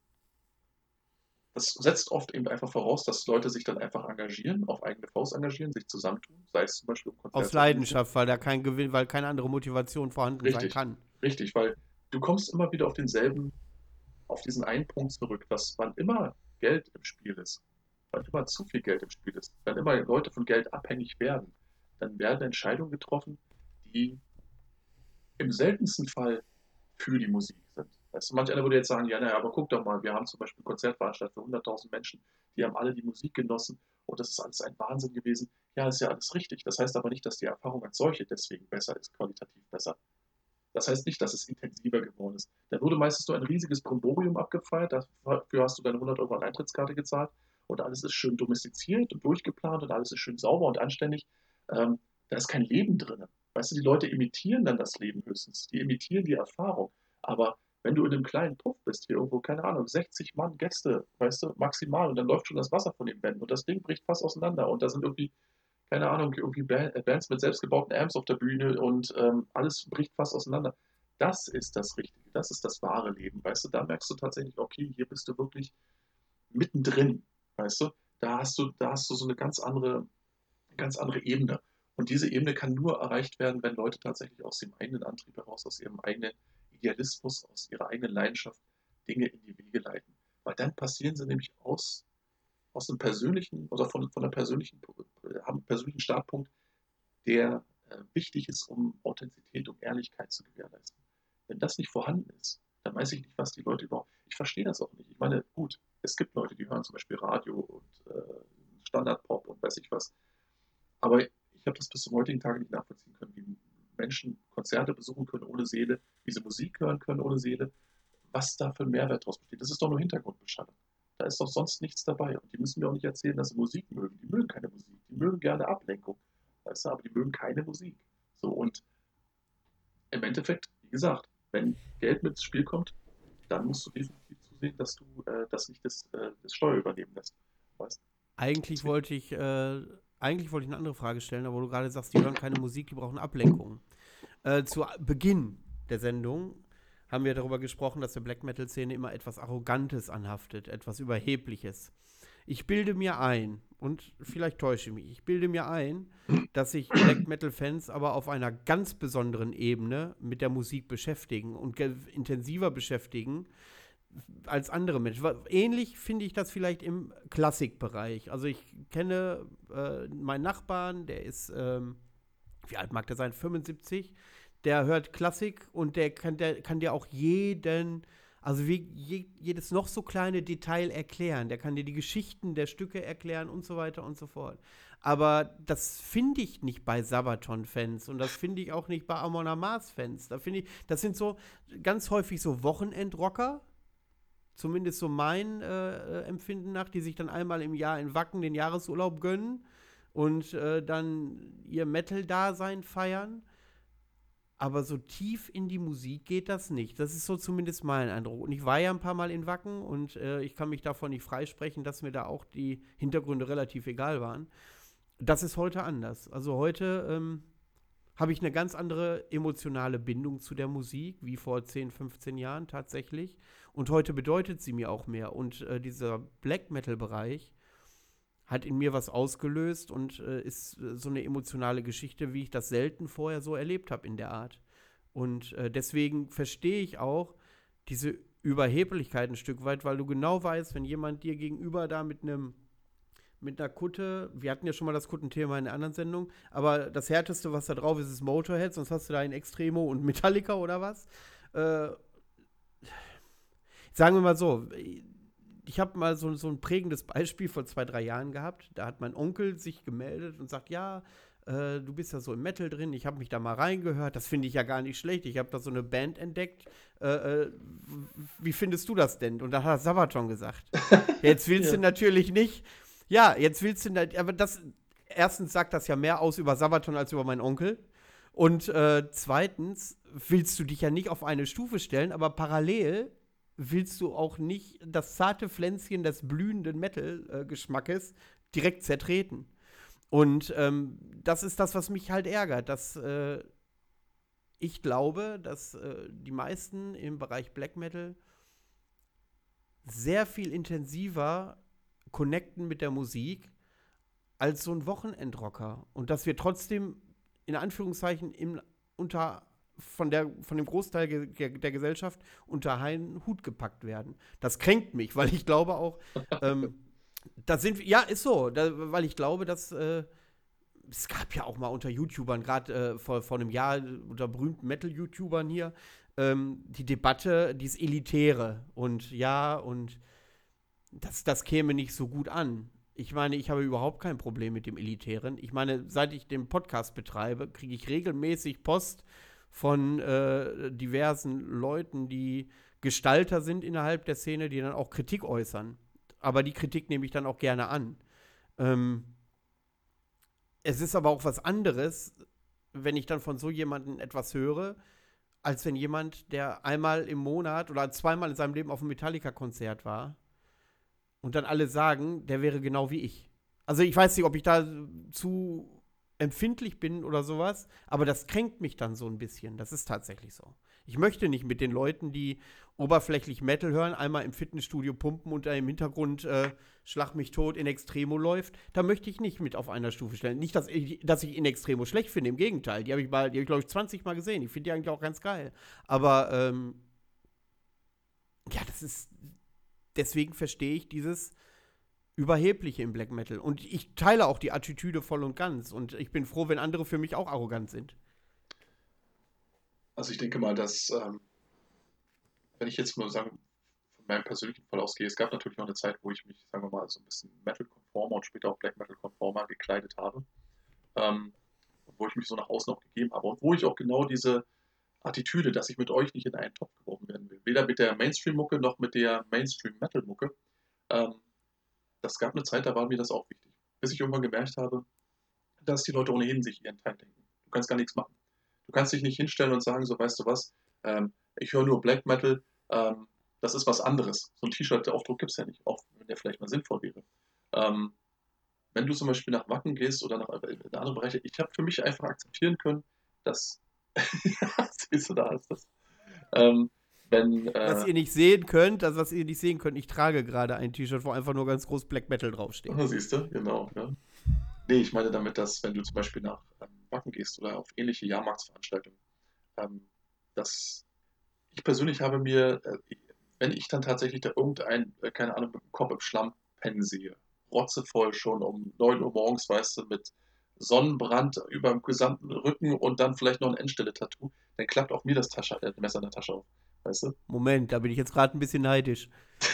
das setzt oft eben einfach voraus, dass Leute sich dann einfach engagieren, auf eigene Faust engagieren, sich zusammentun, sei es zum Beispiel um Aus Konzerte. Leidenschaft, weil da kein Gewinn, weil keine andere Motivation vorhanden sein Richtig, kann. richtig, weil du kommst immer wieder auf diesen einen Punkt zurück, dass wann immer Geld im Spiel ist, wann immer zu viel Geld im Spiel ist, wann immer Leute von Geld abhängig werden, dann werden Entscheidungen getroffen, die im seltensten Fall für die Musik sind. Weißt du, manch einer würde jetzt sagen, ja, naja, aber guck doch mal, wir haben zum Beispiel ein Konzert veranstaltet für 100.000 Menschen, die haben alle die Musik genossen und das ist alles ein Wahnsinn gewesen. Ja, ist ja alles richtig. Das heißt aber nicht, dass die Erfahrung als solche deswegen besser ist, qualitativ besser. Das heißt nicht, dass es intensiver geworden ist. Da wurde meistens nur ein riesiges Brimborium abgefeiert, dafür hast du deine 100 Euro an Eintrittskarte gezahlt und alles ist schön domestiziert und durchgeplant und alles ist schön sauber und anständig. Da ist kein Leben drin. Weißt du, die Leute imitieren dann das Leben höchstens. Die imitieren die Erfahrung. Aber wenn du in einem kleinen Puff bist, hier irgendwo, keine Ahnung, 60 Mann Gäste, weißt du, maximal, und dann läuft schon das Wasser von den Wänden und das Ding bricht fast auseinander und da sind irgendwie, keine Ahnung, irgendwie Bands mit selbstgebauten Amps auf der Bühne und alles bricht fast auseinander. Das ist das Richtige, das ist das wahre Leben, weißt du, da merkst du tatsächlich, okay, hier bist du wirklich mittendrin, weißt du, da hast du so eine ganz andere Ebene. Und diese Ebene kann nur erreicht werden, wenn Leute tatsächlich aus dem eigenen Antrieb heraus, aus ihrem eigenen Idealismus, aus ihrer eigenen Leidenschaft Dinge in die Wege leiten. Weil dann passieren sie nämlich aus einem persönlichen oder von einem haben einen persönlichen Startpunkt, der wichtig ist, um Authentizität und Ehrlichkeit zu gewährleisten. Wenn das nicht vorhanden ist, dann weiß ich nicht, was die Leute überhaupt. Ich verstehe das auch nicht. Ich meine, gut, es gibt Leute, die hören zum Beispiel Radio und Standardpop und weiß ich was. Aber ich habe das bis zum heutigen Tage nicht nachvollziehen können, wie Menschen Konzerte besuchen können ohne Seele, wie sie Musik hören können ohne Seele, was da für ein Mehrwert daraus besteht. Das ist doch nur Hintergrundbeschallung. Da ist doch sonst nichts dabei. Und die müssen mir auch nicht erzählen, dass sie Musik mögen. Die mögen keine Musik. Die mögen gerne Ablenkung. Weißt du, aber die mögen keine Musik. So, und im Endeffekt, wie gesagt, wenn Geld mit ins Spiel kommt, dann musst du definitiv zusehen, dass du das Steuer übernehmen lässt. Weißt? Eigentlich wollte ich eine andere Frage stellen, aber wo du gerade sagst, die hören keine Musik, die brauchen Ablenkung. Zu Beginn der Sendung haben wir darüber gesprochen, dass der Black Metal-Szene immer etwas Arrogantes anhaftet, etwas Überhebliches. Ich bilde mir ein, und vielleicht täusche ich mich, dass sich Black Metal-Fans aber auf einer ganz besonderen Ebene mit der Musik beschäftigen und intensiver beschäftigen als andere Menschen. Ähnlich finde ich das vielleicht im Klassikbereich. Also ich kenne meinen Nachbarn, der ist, wie alt mag der sein, 75, der hört Klassik und der kann dir auch jeden Also wie jedes noch so kleine Detail erklären. Der kann dir die Geschichten der Stücke erklären und so weiter und so fort. Aber das finde ich nicht bei Sabaton-Fans und das finde ich auch nicht bei Amon Amarth-Fans. Da finde ich, das sind so ganz häufig so Wochenendrocker, zumindest so mein Empfinden nach, die sich dann einmal im Jahr in Wacken den Jahresurlaub gönnen und dann ihr Metal-Dasein feiern. Aber so tief in die Musik geht das nicht. Das ist so zumindest mein Eindruck. Und ich war ja ein paar Mal in Wacken und ich kann mich davon nicht freisprechen, dass mir da auch die Hintergründe relativ egal waren. Das ist heute anders. Also heute habe ich eine ganz andere emotionale Bindung zu der Musik, wie vor 10, 15 Jahren tatsächlich. Und heute bedeutet sie mir auch mehr. Und dieser Black-Metal-Bereich hat in mir was ausgelöst und ist so eine emotionale Geschichte, wie ich das selten vorher so erlebt habe in der Art. Und deswegen verstehe ich auch diese Überheblichkeit ein Stück weit, weil du genau weißt, wenn jemand dir gegenüber da mit einer Kutte, wir hatten ja schon mal das Kuttenthema in einer anderen Sendung, aber das Härteste, was da drauf ist, ist Motorhead, sonst hast du da ein Extremo und Metallica oder was. Sagen wir mal so, ich habe mal so ein prägendes Beispiel vor 2, 3 Jahren gehabt. Da hat mein Onkel sich gemeldet und sagt, ja, du bist ja so im Metal drin, ich habe mich da mal reingehört, das finde ich ja gar nicht schlecht, ich habe da so eine Band entdeckt, wie findest du das denn? Und da hat Sabaton gesagt. Jetzt willst du natürlich nicht, jetzt willst du, aber das, erstens sagt das ja mehr aus über Sabaton als über meinen Onkel und zweitens willst du dich ja nicht auf eine Stufe stellen, aber parallel willst du auch nicht das zarte Pflänzchen des blühenden Metal-Geschmackes direkt zertreten. Und das ist das, was mich halt ärgert, dass ich glaube, dass die meisten im Bereich Black Metal sehr viel intensiver connecten mit der Musik als so ein Wochenendrocker. Und dass wir trotzdem, in Anführungszeichen, von dem Großteil der Gesellschaft unter einen Hut gepackt werden. Das kränkt mich, weil ich glaube auch, da sind wir, ja, ist so, weil ich glaube, dass es gab ja auch mal unter YouTubern, gerade vor einem Jahr, unter berühmten Metal-YouTubern hier, die Debatte, dieses Elitäre und das käme nicht so gut an. Ich meine, ich habe überhaupt kein Problem mit dem Elitären. Ich meine, seit ich den Podcast betreibe, kriege ich regelmäßig Post von diversen Leuten, die Gestalter sind innerhalb der Szene, die dann auch Kritik äußern. Aber die Kritik nehme ich dann auch gerne an. Es ist aber auch was anderes, wenn ich dann von so jemandem etwas höre, als wenn jemand, der einmal im Monat oder zweimal in seinem Leben auf einem Metallica-Konzert war und dann alle sagen, der wäre genau wie ich. Also ich weiß nicht, ob ich da zu empfindlich bin oder sowas, aber das kränkt mich dann so ein bisschen. Das ist tatsächlich so. Ich möchte nicht mit den Leuten, die oberflächlich Metal hören, einmal im Fitnessstudio pumpen und da im Hintergrund Schlag mich tot in Extremo läuft. Da möchte ich nicht mit auf einer Stufe stellen. Nicht, dass ich in Extremo schlecht finde, im Gegenteil. Die habe ich, glaube ich, 20 Mal gesehen. Ich finde die eigentlich auch ganz geil. Aber deswegen verstehe ich dieses Überhebliche im Black Metal. Und ich teile auch die Attitüde voll und ganz. Und ich bin froh, wenn andere für mich auch arrogant sind. Also ich denke mal, dass, wenn ich jetzt mal sagen, von meinem persönlichen Fall ausgehe, es gab natürlich auch eine Zeit, wo ich mich, sagen wir mal, so ein bisschen Metal-konformer und später auch Black Metal-konformer gekleidet habe. Wo ich mich so nach außen auch gegeben habe. Und wo ich auch genau diese Attitüde, dass ich mit euch nicht in einen Topf geworfen werden will. Weder mit der Mainstream-Mucke noch mit der Mainstream-Metal-Mucke. Das gab eine Zeit, da war mir das auch wichtig. Bis ich irgendwann gemerkt habe, dass die Leute ohnehin sich ihren Teil denken. Du kannst gar nichts machen. Du kannst dich nicht hinstellen und sagen, so, weißt du was, ich höre nur Black Metal, das ist was anderes. So ein T-Shirt-Aufdruck gibt es ja nicht, auch wenn der vielleicht mal sinnvoll wäre. Wenn du zum Beispiel nach Wacken gehst oder nach andere Bereiche, ich habe für mich einfach akzeptieren können, dass, ja, siehst du, da ist das. Was ihr nicht sehen könnt, ich trage gerade ein T-Shirt, wo einfach nur ganz groß Black Metal draufsteht. Siehst du, genau. Ja. Nee, ich meine damit, dass wenn du zum Beispiel nach Wacken gehst oder auf ähnliche Jahrmarktsveranstaltungen, dass ich persönlich habe mir, wenn ich dann tatsächlich da keine Ahnung, mit dem Kopf im Schlamm pennen sehe, rotzevoll schon um 9 Uhr morgens, weißt du, mit Sonnenbrand über dem gesamten Rücken und dann vielleicht noch ein Endstelle-Tattoo, dann klappt auch mir das Messer in der Tasche auf. weißt du? Moment, da bin ich jetzt gerade ein bisschen neidisch.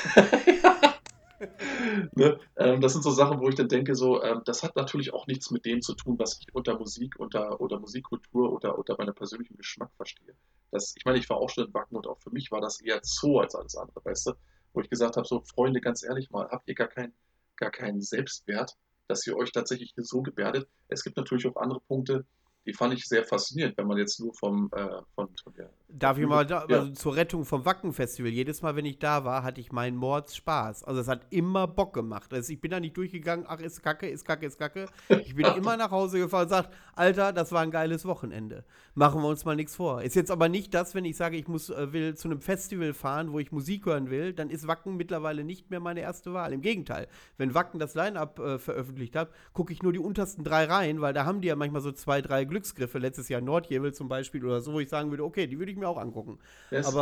Ne? Das sind so Sachen, wo ich dann denke, so, das hat natürlich auch nichts mit dem zu tun, was ich unter Musik oder Musikkultur oder meinem persönlichen Geschmack verstehe. Ich meine, ich war auch schon in Wacken und auch für mich war das eher Zoo als alles andere, weißt du? Wo ich gesagt habe, so, Freunde, ganz ehrlich mal, habt ihr gar keinen Selbstwert, dass ihr euch tatsächlich hier so gebärdet? Es gibt natürlich auch andere Punkte, die fand ich sehr faszinierend, wenn man jetzt nur von der Darf ich mal, ja, also zur Rettung vom Wacken-Festival, jedes Mal, wenn ich da war, hatte ich meinen Mordspaß. Also es hat immer Bock gemacht. Also ich bin da nicht durchgegangen, ach, ist Kacke, ist Kacke, ist Kacke. Ich bin immer nach Hause gefahren und gesagt, Alter, das war ein geiles Wochenende. Machen wir uns mal nichts vor. Ist jetzt aber nicht das, wenn ich sage, will zu einem Festival fahren, wo ich Musik hören will, dann ist Wacken mittlerweile nicht mehr meine erste Wahl. Im Gegenteil, wenn Wacken das Line-Up veröffentlicht hat, gucke ich nur die untersten 3 Reihen, weil da haben die ja manchmal so 2, 3 Glücksgriffe. Letztes Jahr Nordjebel zum Beispiel oder so, wo ich sagen würde, okay, die würde ich mir auch angucken. yes.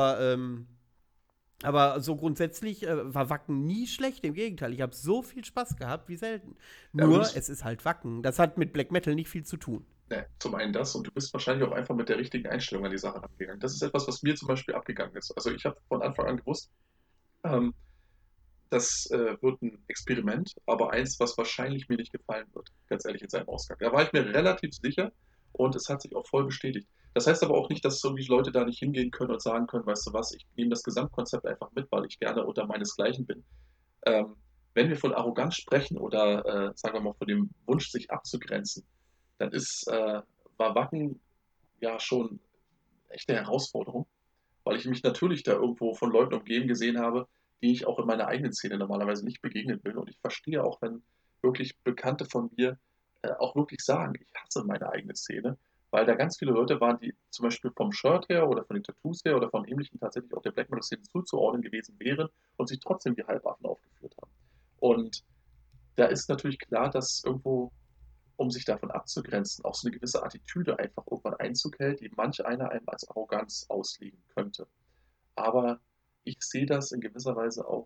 Aber so grundsätzlich war Wacken nie schlecht, im Gegenteil. Ich habe so viel Spaß gehabt wie selten. Ja, aber du Nur, bist, es ist halt Wacken. Das hat mit Black Metal nicht viel zu tun. ne, zum einen das und du bist wahrscheinlich auch einfach mit der richtigen Einstellung an die Sache rangegangen. Das ist etwas, was mir zum Beispiel abgegangen ist. Also ich habe von Anfang an gewusst, ähm, das wird ein Experiment, aber eins, was wahrscheinlich mir nicht gefallen wird, ganz ehrlich in seinem Ausgang. Da war ich mir relativ sicher und es hat sich auch voll bestätigt. Das heißt aber auch nicht, dass irgendwie Leute da nicht hingehen können und sagen können, weißt du was, ich nehme das Gesamtkonzept einfach mit, weil ich gerne unter meinesgleichen bin. Ähm, Wenn wir von Arroganz sprechen oder sagen wir mal von dem Wunsch, sich abzugrenzen, dann war Wacken ja schon echt eine Herausforderung, weil ich mich natürlich da irgendwo von Leuten umgeben gesehen habe, die ich auch in meiner eigenen Szene normalerweise nicht begegnen will. Und ich verstehe auch, wenn wirklich Bekannte von mir auch wirklich sagen, ich hasse meine eigene Szene, weil da ganz viele Leute waren, die zum Beispiel vom Shirt her oder von den Tattoos her oder von ähnlichen tatsächlich auch der Black Metal Szene zuzuordnen gewesen wären und sich trotzdem wie Halbaffen aufgeführt haben. Und da ist natürlich klar, dass irgendwo, um sich davon abzugrenzen, auch so eine gewisse Attitüde einfach irgendwann Einzug hält, die manch einer einem als Arroganz auslegen könnte. Aber ich sehe das in gewisser Weise auch,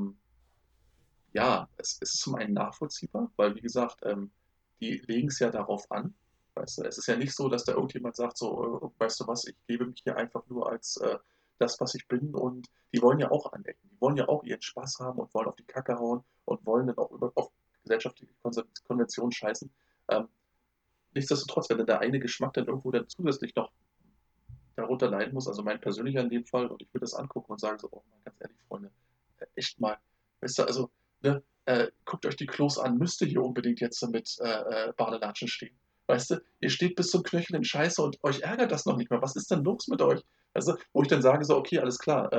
ja, es ist zum einen nachvollziehbar, weil wie gesagt, die legen es ja darauf an. Weißt du, es ist ja nicht so, dass da irgendjemand sagt, so, weißt du was, ich gebe mich hier einfach nur als das, was ich bin und die wollen ja auch anecken. Die wollen ja auch ihren Spaß haben und wollen auf die Kacke hauen und wollen dann auch auf gesellschaftliche Konventionen scheißen. Ähm, Nichtsdestotrotz, wenn dann der eigene Geschmack dann irgendwo dann zusätzlich noch darunter leiden muss, also mein persönlicher in dem Fall, und ich würde das angucken und sagen so, oh mal ganz ehrlich, Freunde, echt mal, weißt du, also, ne, guckt euch die Klos an, müsst ihr hier unbedingt jetzt mit Badelatschen stehen. Weißt du, ihr steht bis zum Knöchel in Scheiße und euch ärgert das noch nicht mal. Was ist denn los mit euch? Weißt du, wo ich dann sage so, okay, alles klar,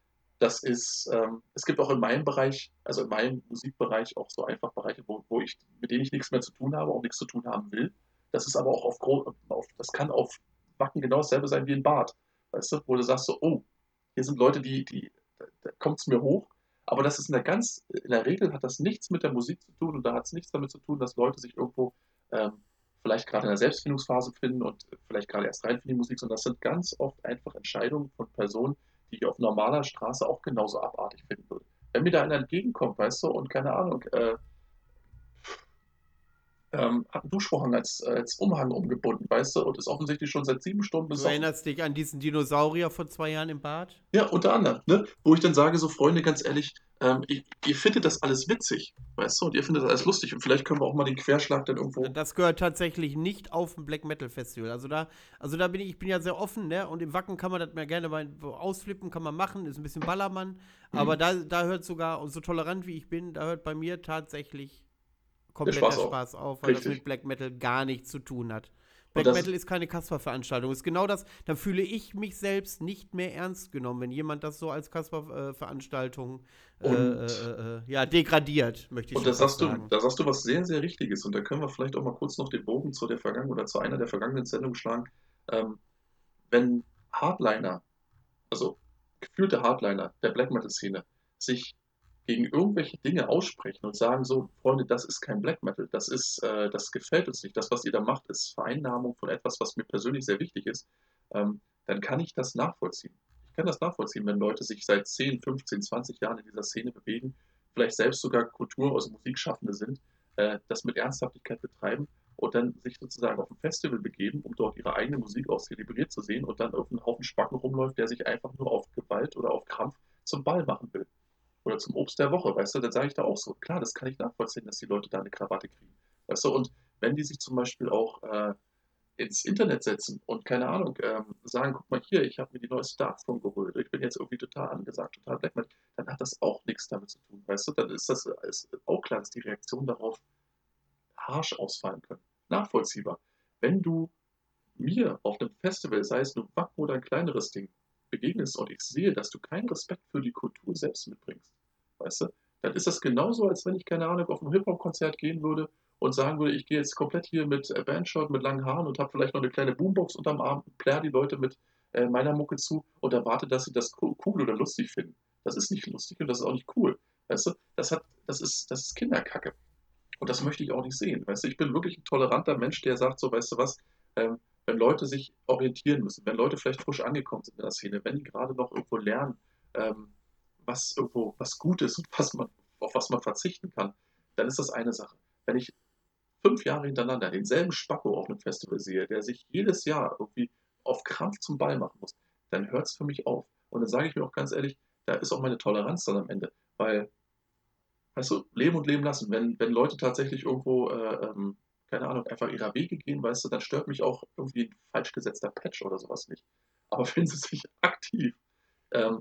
es gibt auch in meinem Bereich, also in meinem Musikbereich auch so einfach Bereiche, mit denen ich nichts mehr zu tun habe, auch nichts zu tun haben will. Das ist aber auch das kann auf Wacken genau dasselbe sein wie ein Bad. Weißt du, wo du sagst so, oh, hier sind Leute, da kommt es mir hoch. Aber das ist in der Regel hat das nichts mit der Musik zu tun und da hat es nichts damit zu tun, dass Leute sich irgendwo ähm, vielleicht gerade in der Selbstfindungsphase finden und vielleicht gerade erst reinfinden in die Musik, sondern das sind ganz oft einfach Entscheidungen von Personen, die ich auf normaler Straße auch genauso abartig finden würde. Wenn mir da einer entgegenkommt, weißt du, und keine Ahnung, hat einen Duschvorhang als Umhang umgebunden, weißt du, und ist offensichtlich schon seit 7 Stunden Du besoffen. erinnerst dich an diesen Dinosaurier vor 2 Jahren im Bad? Ja, unter anderem, ne? Wo ich dann sage, so Freunde, ganz ehrlich, ihr findet das alles witzig, weißt du, und ihr findet das alles lustig und vielleicht können wir auch mal den Querschlag dann irgendwo. Das gehört tatsächlich nicht auf ein Black Metal Festival. Also da ich bin ja sehr offen, ne? Und im Wacken kann man das mal gerne mal ausflippen, kann man machen, ist ein bisschen Ballermann. Mhm. Aber da hört sogar, so tolerant wie ich bin, da hört bei mir tatsächlich Der komplett Spaß der auch. Spaß auf, weil das Richtig. mit Black Metal gar nichts zu tun hat. Und Black das, Metal ist keine Kasper-Veranstaltung. Ist genau das, dann fühle ich mich selbst nicht mehr ernst genommen, wenn jemand das so als Kasper-Veranstaltung und ja, degradiert, möchte ich Und schon fast sagen. da sagst du was sehr, sehr Richtiges. Und da können wir vielleicht auch mal kurz noch den Bogen zu der vergangenen oder zu einer der vergangenen Sendungen schlagen. Ähm, Wenn Hardliner, also gefühlte Hardliner der Black Metal-Szene, sich gegen irgendwelche Dinge aussprechen und sagen so, Freunde, das ist kein Black Metal, das gefällt uns nicht, das, was ihr da macht, ist Vereinnahmung von etwas, was mir persönlich sehr wichtig ist, dann kann ich das nachvollziehen. Ich kann das nachvollziehen, wenn Leute sich seit 10, 15, 20 Jahren in dieser Szene bewegen, vielleicht selbst sogar Kultur- aus Musikschaffende sind, das mit Ernsthaftigkeit betreiben und dann sich sozusagen auf ein Festival begeben, um dort ihre eigene Musik auch zelebriert zu sehen und dann auf einen Haufen Spacken rumläuft, der sich einfach nur auf Gewalt oder auf Krampf zum Ball machen will. Oder zum Obst der Woche, weißt du, dann sage ich da auch so, klar, das kann ich nachvollziehen, dass die Leute da eine Krawatte kriegen. Weißt du, und wenn die sich zum Beispiel auch ins Internet setzen und keine Ahnung, sagen, guck mal hier, ich habe mir die neueste Darkthrone geholt, ich bin jetzt irgendwie total angesagt, total Black Metal, dann hat das auch nichts damit zu tun, weißt du, dann ist auch klar, dass die Reaktionen darauf harsch ausfallen können. Nachvollziehbar. Wenn du mir auf einem Festival, sei es nur Wacken oder ein kleineres Ding, begegnest und ich sehe, dass du keinen Respekt für die Kultur selbst mitbringst, weißt du, dann ist das genauso, als wenn ich, keine Ahnung, auf ein Hip-Hop-Konzert gehen würde und sagen würde, ich gehe jetzt komplett hier mit Bandshirt, mit langen Haaren und habe vielleicht noch eine kleine Boombox unterm Arm, plär die Leute mit meiner Mucke zu und erwarte, dass sie das cool oder lustig finden. Das ist nicht lustig und das ist auch nicht cool. Weißt du, das ist Kinderkacke. Und das möchte ich auch nicht sehen. Weißt du, ich bin wirklich ein toleranter Mensch, der sagt so, weißt du was, wenn Leute sich orientieren müssen, wenn Leute vielleicht frisch angekommen sind in der Szene, wenn die gerade noch irgendwo lernen, ähm, was irgendwo was gut ist und auf was man verzichten kann, dann ist das eine Sache. Wenn ich 5 Jahre hintereinander denselben Spacko auf einem Festival sehe, der sich jedes Jahr irgendwie auf Krampf zum Ball machen muss, dann hört es für mich auf. Und dann sage ich mir auch ganz ehrlich, da ist auch meine Toleranz dann am Ende. Weil, weißt du, leben und leben lassen. Wenn Leute tatsächlich irgendwo, keine Ahnung, einfach ihrer Wege gehen, weißt du, dann stört mich auch irgendwie ein falsch gesetzter Patch oder sowas nicht. Aber wenn sie sich aktiv, ähm,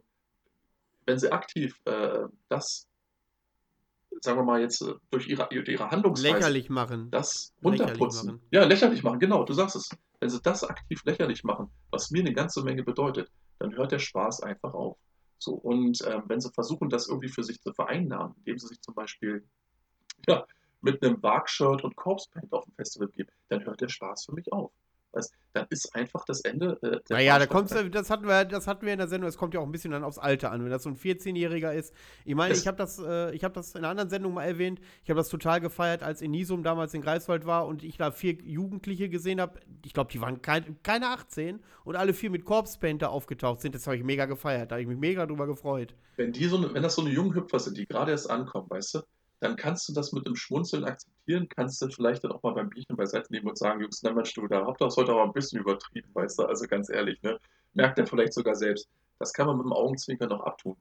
wenn sie aktiv das, sagen wir mal jetzt, durch ihre Handlungsweise Lächerlich machen. das Lächerlich runterputzen, machen. ja, lächerlich machen, genau, du sagst es. Wenn sie das aktiv lächerlich machen, was mir eine ganze Menge bedeutet, dann hört der Spaß einfach auf. So, und wenn sie versuchen, das irgendwie für sich zu vereinnahmen, indem sie sich zum Beispiel ja, mit einem Bark-Shirt und Corpse Paint auf dem Festival geben, dann hört der Spaß für mich auf. Weißt, dann ist einfach das Ende der Naja, da kommst Veranstaltung. du, das hatten wir in der Sendung, es kommt ja auch ein bisschen dann aufs Alter an. Wenn das so ein 14-Jähriger ist, ich meine, Es, ich habe das in einer anderen Sendung mal erwähnt, ich habe das total gefeiert, als Inisum damals in Greifswald war und ich da 4 Jugendliche gesehen habe, ich glaube, die waren keine 18 und alle 4 mit Corpse Paint da aufgetaucht sind, das habe ich mega gefeiert, da habe ich mich mega drüber gefreut. wenn das so eine jungen Hüpfer sind, die gerade erst ankommen, weißt du, dann kannst du das mit einem Schmunzeln akzeptieren, kannst du vielleicht dann auch mal beim Bierchen beiseite nehmen und sagen, Jungs, na Mensch, du, da habt ihr das heute aber ein bisschen übertrieben, weißt du, also ganz ehrlich, ne? Merkt er vielleicht sogar selbst. Das kann man mit dem Augenzwinkern noch abtun.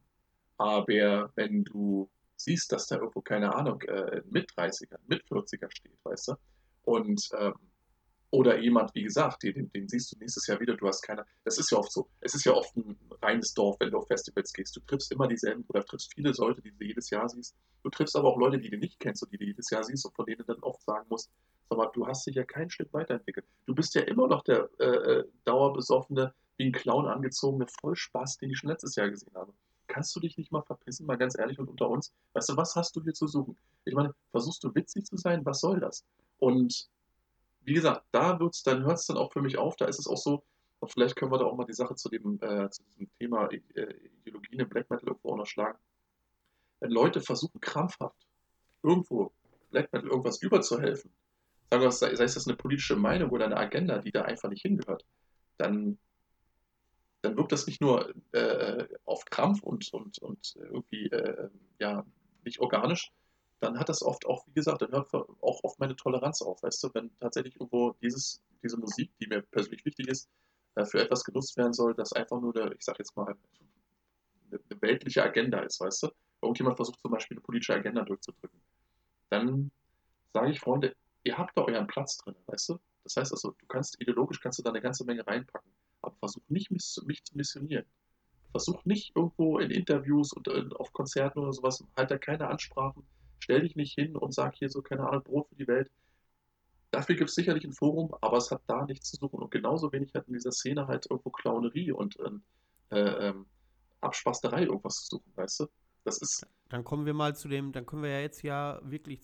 Aber wenn du siehst, dass da irgendwo, keine Ahnung, ein Mit-30er, ein Mit-40er steht, weißt du, und oder jemand, wie gesagt, den siehst du nächstes Jahr wieder, du hast keine. Das ist ja oft so. Es ist ja oft ein reines Dorf, wenn du auf Festivals gehst. Du triffst immer dieselben oder triffst viele Leute, die du jedes Jahr siehst. Du triffst aber auch Leute, die du nicht kennst und die du jedes Jahr siehst und von denen du dann oft sagen musst, sag mal, du hast dich ja kein Stück weiterentwickelt. Du bist ja immer noch der dauerbesoffene, wie ein Clown angezogene Vollspaß, den ich schon letztes Jahr gesehen habe. Kannst du dich nicht mal verpissen, mal ganz ehrlich und unter uns? Weißt du, was hast du hier zu suchen? Ich meine, versuchst du witzig zu sein? Was soll das? Und wie gesagt, dann hört es dann auch für mich auf. Da ist es auch so, und vielleicht können wir da auch mal die Sache zu diesem Thema Ideologien im Black Metal irgendwo auch noch schlagen. Wenn Leute versuchen, krampfhaft irgendwo Black Metal irgendwas überzuhelfen, sagen wir, sei es das eine politische Meinung oder eine Agenda, die da einfach nicht hingehört, dann, dann wirkt das nicht nur auf Krampf und irgendwie ja, nicht organisch, dann hat das oft auch, wie gesagt, dann hört auch oft meine Toleranz auf, weißt du, wenn tatsächlich irgendwo diese Musik, die mir persönlich wichtig ist, für etwas genutzt werden soll, das einfach nur eine, ich sag jetzt mal, eine weltliche Agenda ist, weißt du? Irgendjemand versucht zum Beispiel eine politische Agenda durchzudrücken. Dann sage ich, Freunde, ihr habt da euren Platz drin, weißt du? Das heißt also, ideologisch kannst du da eine ganze Menge reinpacken, aber versuch nicht, mich zu missionieren. Versuch nicht irgendwo in Interviews und auf Konzerten oder sowas, halt da keine Ansprachen, stell dich nicht hin und sag hier so, keine Ahnung, Brot für die Welt. Dafür gibt es sicherlich ein Forum, aber es hat da nichts zu suchen. Und genauso wenig hat in dieser Szene halt irgendwo Clownerie und Abspaßerei irgendwas zu suchen, weißt du? Das ist, Dann kommen wir mal dann können wir ja jetzt ja wirklich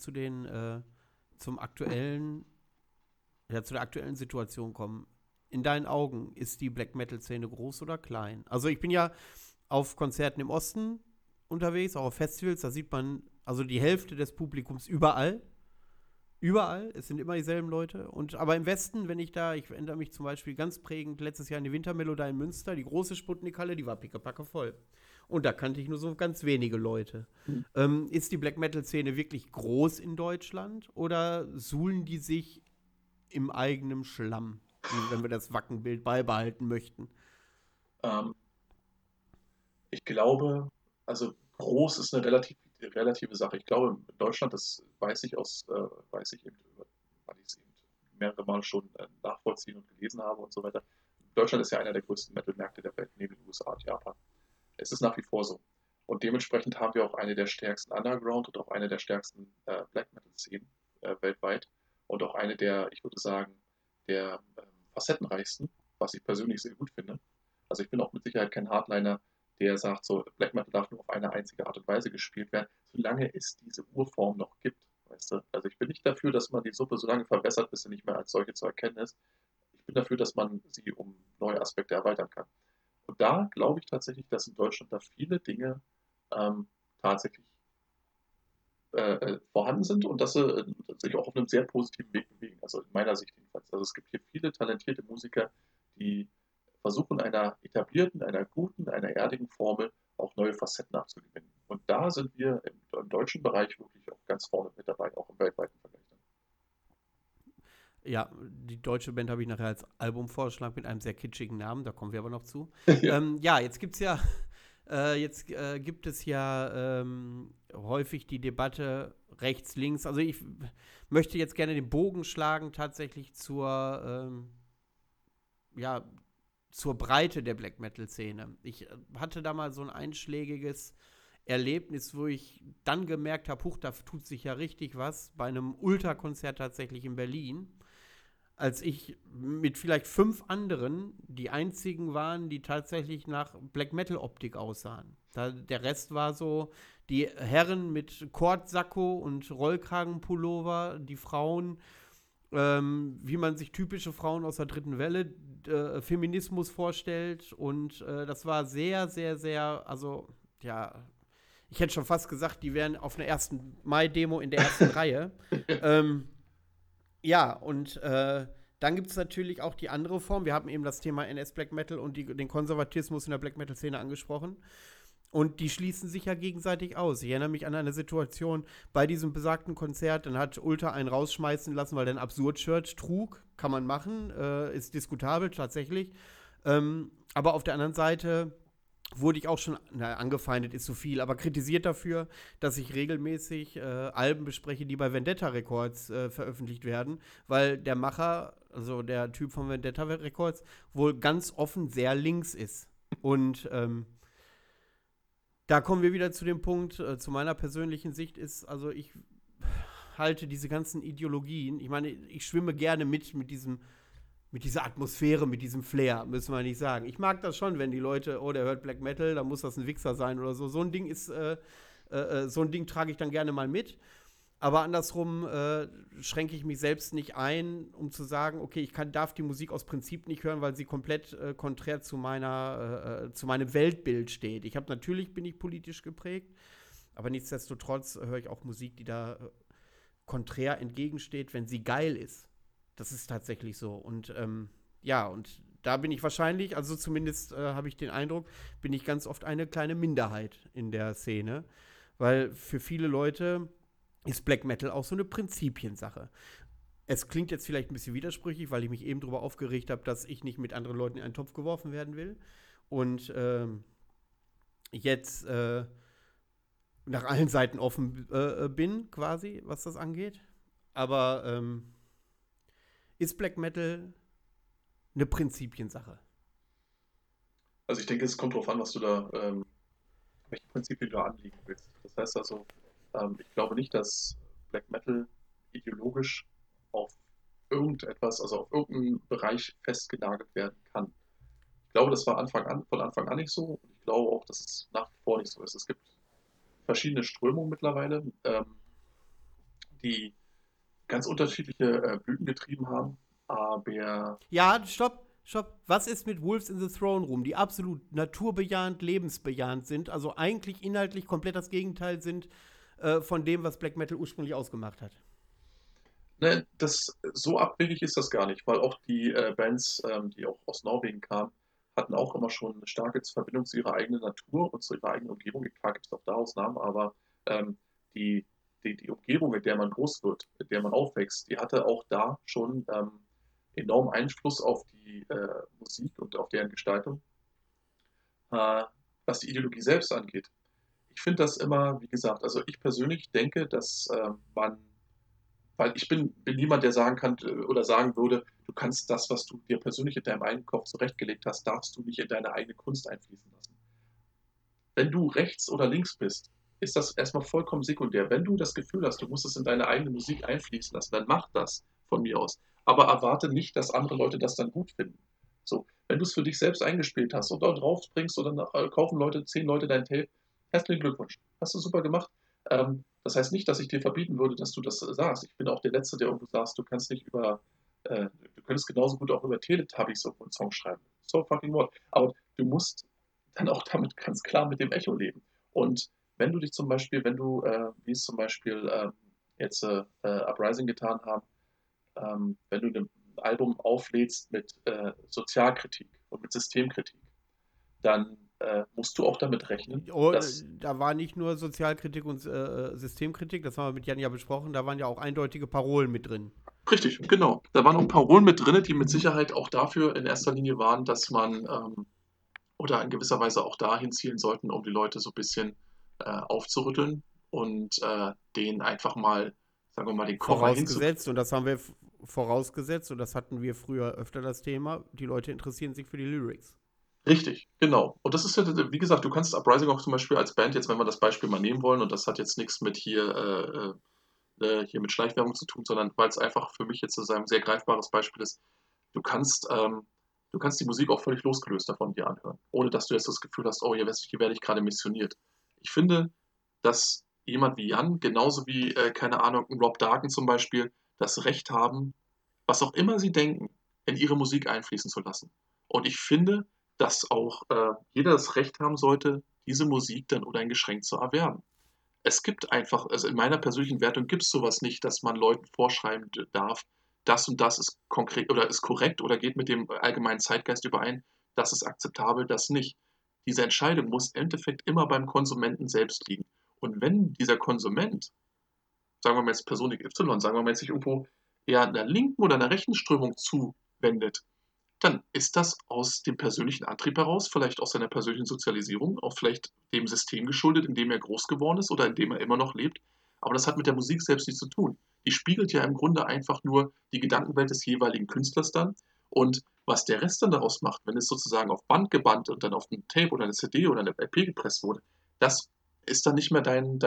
zum aktuellen, ja, zu der aktuellen Situation kommen. In deinen Augen, ist die Black Metal-Szene groß oder klein? Also ich bin ja auf Konzerten im Osten unterwegs, auch auf Festivals, da sieht man also die Hälfte des Publikums überall. Überall, es sind immer dieselben Leute. Aber im Westen, ich erinnere mich zum Beispiel ganz prägend letztes Jahr an die Wintermelodie in Münster, die große Sputnik-Halle, die war pickepacke voll. Und da kannte ich nur so ganz wenige Leute. Ist die Black Metal-Szene wirklich groß in Deutschland oder suhlen die sich im eigenen Schlamm, wenn wir das Wackenbild beibehalten möchten? Ähm, Ich glaube, also groß ist eine relative Sache. Ich glaube, in Deutschland, das weiß ich eben, weil ich es eben mehrere Mal schon nachvollziehen und gelesen habe und so weiter. Deutschland ist ja einer der größten Metal-Märkte der Welt, neben den USA und Japan. Es ist nach wie vor so. Und dementsprechend haben wir auch eine der stärksten Underground und auch eine der stärksten Black Metal-Szenen weltweit und auch eine der, ich würde sagen, der facettenreichsten, was ich persönlich sehr gut finde. Also ich bin auch mit Sicherheit kein Hardliner, der sagt, so Black Metal darf nur auf eine einzige Art und Weise gespielt werden, solange es diese Urform noch gibt. Weißt du? Also ich bin nicht dafür, dass man die Suppe so lange verbessert, bis sie nicht mehr als solche zu erkennen ist. Ich bin dafür, dass man sie um neue Aspekte erweitern kann. Und da glaube ich tatsächlich, dass in Deutschland da viele Dinge tatsächlich vorhanden sind und dass sie sich auch auf einem sehr positiven Weg bewegen. Also in meiner Sicht jedenfalls. Also es gibt hier viele talentierte Musiker, die versuchen, einer etablierten, einer guten, einer erdigen Formel auch neue Facetten abzugewinnen. Und da sind wir im deutschen Bereich wirklich auch ganz vorne mit dabei, auch im weltweiten Vergleich. Ja, die deutsche Band habe ich nachher als Albumvorschlag mit einem sehr kitschigen Namen, da kommen wir aber noch zu. Ja. Ja, jetzt gibt es ja häufig die Debatte rechts, links. Also ich möchte jetzt gerne den Bogen schlagen tatsächlich ja, zur Breite der Black Metal-Szene. Ich hatte da mal so ein einschlägiges Erlebnis, wo ich dann gemerkt habe, huch, da tut sich ja richtig was, bei einem Ultra-Konzert tatsächlich in Berlin, als ich mit vielleicht 5 anderen die einzigen waren, die tatsächlich nach Black Metal Optik aussahen. Der Rest war so, die Herren mit Kordsacko und Rollkragenpullover, die Frauen, wie man sich typische Frauen aus der dritten Welle, Feminismus vorstellt. Und das war sehr, sehr, sehr, also ja, ich hätte schon fast gesagt, die wären auf einer 1. Mai-Demo in der ersten Reihe. Ähm, ja, und dann gibt es natürlich auch die andere Form. Wir haben eben das Thema NS Black Metal und den Konservatismus in der Black Metal-Szene angesprochen. Und die schließen sich ja gegenseitig aus. Ich erinnere mich an eine Situation bei diesem besagten Konzert, dann hat Ultra einen rausschmeißen lassen, weil der ein Absurd-Shirt trug. Kann man machen, ist diskutabel tatsächlich. Aber auf der anderen Seite wurde ich auch schon, angefeindet ist zu viel, aber kritisiert dafür, dass ich regelmäßig Alben bespreche, die bei Vendetta Records veröffentlicht werden, weil der Macher, also der Typ von Vendetta Records, wohl ganz offen sehr links ist. Und da kommen wir wieder zu dem Punkt, zu meiner persönlichen Sicht ist, also ich halte diese ganzen Ideologien, ich meine, ich schwimme gerne mit dieser Atmosphäre, mit diesem Flair, müssen wir nicht sagen. Ich mag das schon, wenn die Leute, oh, der hört Black Metal, da muss das ein Wichser sein oder so. So ein Ding trage ich dann gerne mal mit. Aber andersrum schränke ich mich selbst nicht ein, um zu sagen, okay, darf die Musik aus Prinzip nicht hören, weil sie komplett konträr zu meinem Weltbild steht. Natürlich bin ich politisch geprägt, aber nichtsdestotrotz höre ich auch Musik, die da konträr entgegensteht, wenn sie geil ist. Das ist tatsächlich so. Und ja, und da bin ich wahrscheinlich, also zumindest habe ich den Eindruck, bin ich ganz oft eine kleine Minderheit in der Szene. Weil für viele Leute ist Black Metal auch so eine Prinzipiensache. Es klingt jetzt vielleicht ein bisschen widersprüchlich, weil ich mich eben darüber aufgeregt habe, dass ich nicht mit anderen Leuten in einen Topf geworfen werden will. Und jetzt nach allen Seiten offen bin, quasi, was das angeht. Aber ist Black Metal eine Prinzipiensache? Also ich denke, es kommt darauf an, welche Prinzipien du anlegen willst. Das heißt also, ich glaube nicht, dass Black Metal ideologisch auf irgendetwas, also auf irgendeinen Bereich festgenagelt werden kann. Ich glaube, das war von Anfang an nicht so und ich glaube auch, dass es nach wie vor nicht so ist. Es gibt verschiedene Strömungen mittlerweile, die ganz unterschiedliche Blüten getrieben haben, aber Ja, stopp. Was ist mit Wolves in the Throne Room, die absolut naturbejahend, lebensbejahend sind, also eigentlich inhaltlich komplett das Gegenteil sind von dem, was Black Metal ursprünglich ausgemacht hat? ne, so abwegig ist das gar nicht, weil auch die Bands, die auch aus Norwegen kamen, hatten auch immer schon eine starke Verbindung zu ihrer eigenen Natur und zu ihrer eigenen Umgebung. Klar gibt es auch da Ausnahmen, aber ähm, die die Umgebung, in der man groß wird, in der man aufwächst, die hatte auch da schon enormen Einfluss auf die Musik und auf deren Gestaltung, äh, was die Ideologie selbst angeht. Ich finde das immer, wie gesagt, also ich persönlich denke, dass man, weil ich bin niemand, der sagen kann oder sagen würde, du kannst das, was du dir persönlich in deinem eigenen Kopf zurechtgelegt hast, darfst du nicht in deine eigene Kunst einfließen lassen. Wenn du rechts oder links bist, ist das erstmal vollkommen sekundär. Wenn du das Gefühl hast, du musst es in deine eigene Musik einfließen lassen, dann mach das von mir aus. Aber erwarte nicht, dass andere Leute das dann gut finden. So, wenn du es für dich selbst eingespielt hast und dort drauf bringst oder kaufen Leute, 10 Leute dein Tape, herzlichen Glückwunsch. Hast du super gemacht. Das heißt nicht, dass ich dir verbieten würde, dass du das sagst. Ich bin auch der Letzte, der irgendwo sagst, du kannst nicht du könntest genauso gut auch über Teletubbies irgendwo einen Song schreiben. So fucking what. Aber du musst dann auch damit ganz klar mit dem Echo leben. Und wenn du dich zum Beispiel, wie es zum Beispiel jetzt Uprising getan haben, wenn du ein Album auflädst mit Sozialkritik und mit Systemkritik, dann musst du auch damit rechnen, Oh, dass da war nicht nur Sozialkritik und Systemkritik, das haben wir mit Jan ja besprochen, da waren ja auch eindeutige Parolen mit drin. richtig, genau. Da waren auch Parolen mit drin, die mit Sicherheit auch dafür in erster Linie waren, dass man oder in gewisser Weise auch dahin zielen sollten, um die Leute so ein bisschen aufzurütteln und denen einfach mal, sagen wir mal, den Koffer hinzukriegen. Vorausgesetzt, und das haben wir vorausgesetzt, und das hatten wir früher öfter das Thema, die Leute interessieren sich für die Lyrics. Richtig, genau. Und das ist ja, wie gesagt, du kannst Uprising auch zum Beispiel als Band, jetzt wenn wir das Beispiel mal nehmen wollen, und das hat jetzt nichts mit hier mit Schleichwerbung zu tun, sondern weil es einfach für mich jetzt so ein sehr greifbares Beispiel ist. Du kannst, ähm, du kannst die Musik auch völlig losgelöst davon dir anhören, ohne dass du jetzt das Gefühl hast, oh, hier werde ich gerade missioniert. Ich finde, dass jemand wie Jan, genauso wie, keine Ahnung, ein Rob Darken zum Beispiel, das Recht haben, was auch immer sie denken, in ihre Musik einfließen zu lassen. Und ich finde, dass auch jeder das Recht haben sollte, diese Musik dann uneingeschränkt zu erwerben. Es gibt einfach, also in meiner persönlichen Wertung gibt es sowas nicht, dass man Leuten vorschreiben darf, das und das ist konkret oder ist korrekt oder geht mit dem allgemeinen Zeitgeist überein, das ist akzeptabel, das nicht. Diese Entscheidung muss im Endeffekt immer beim Konsumenten selbst liegen. Und wenn dieser Konsument, sagen wir mal jetzt Person XY, sagen wir mal jetzt sich irgendwo eher einer linken oder einer rechten Strömung zuwendet, dann ist das aus dem persönlichen Antrieb heraus, vielleicht aus seiner persönlichen Sozialisierung, auch vielleicht dem System geschuldet, in dem er groß geworden ist oder in dem er immer noch lebt. Aber das hat mit der Musik selbst nichts zu tun. Die spiegelt ja im Grunde einfach nur die Gedankenwelt des jeweiligen Künstlers dann. Und was der Rest dann daraus macht, wenn es sozusagen auf Band gebannt und dann auf ein Tape oder eine CD oder eine LP gepresst wurde, das ist dann nicht mehr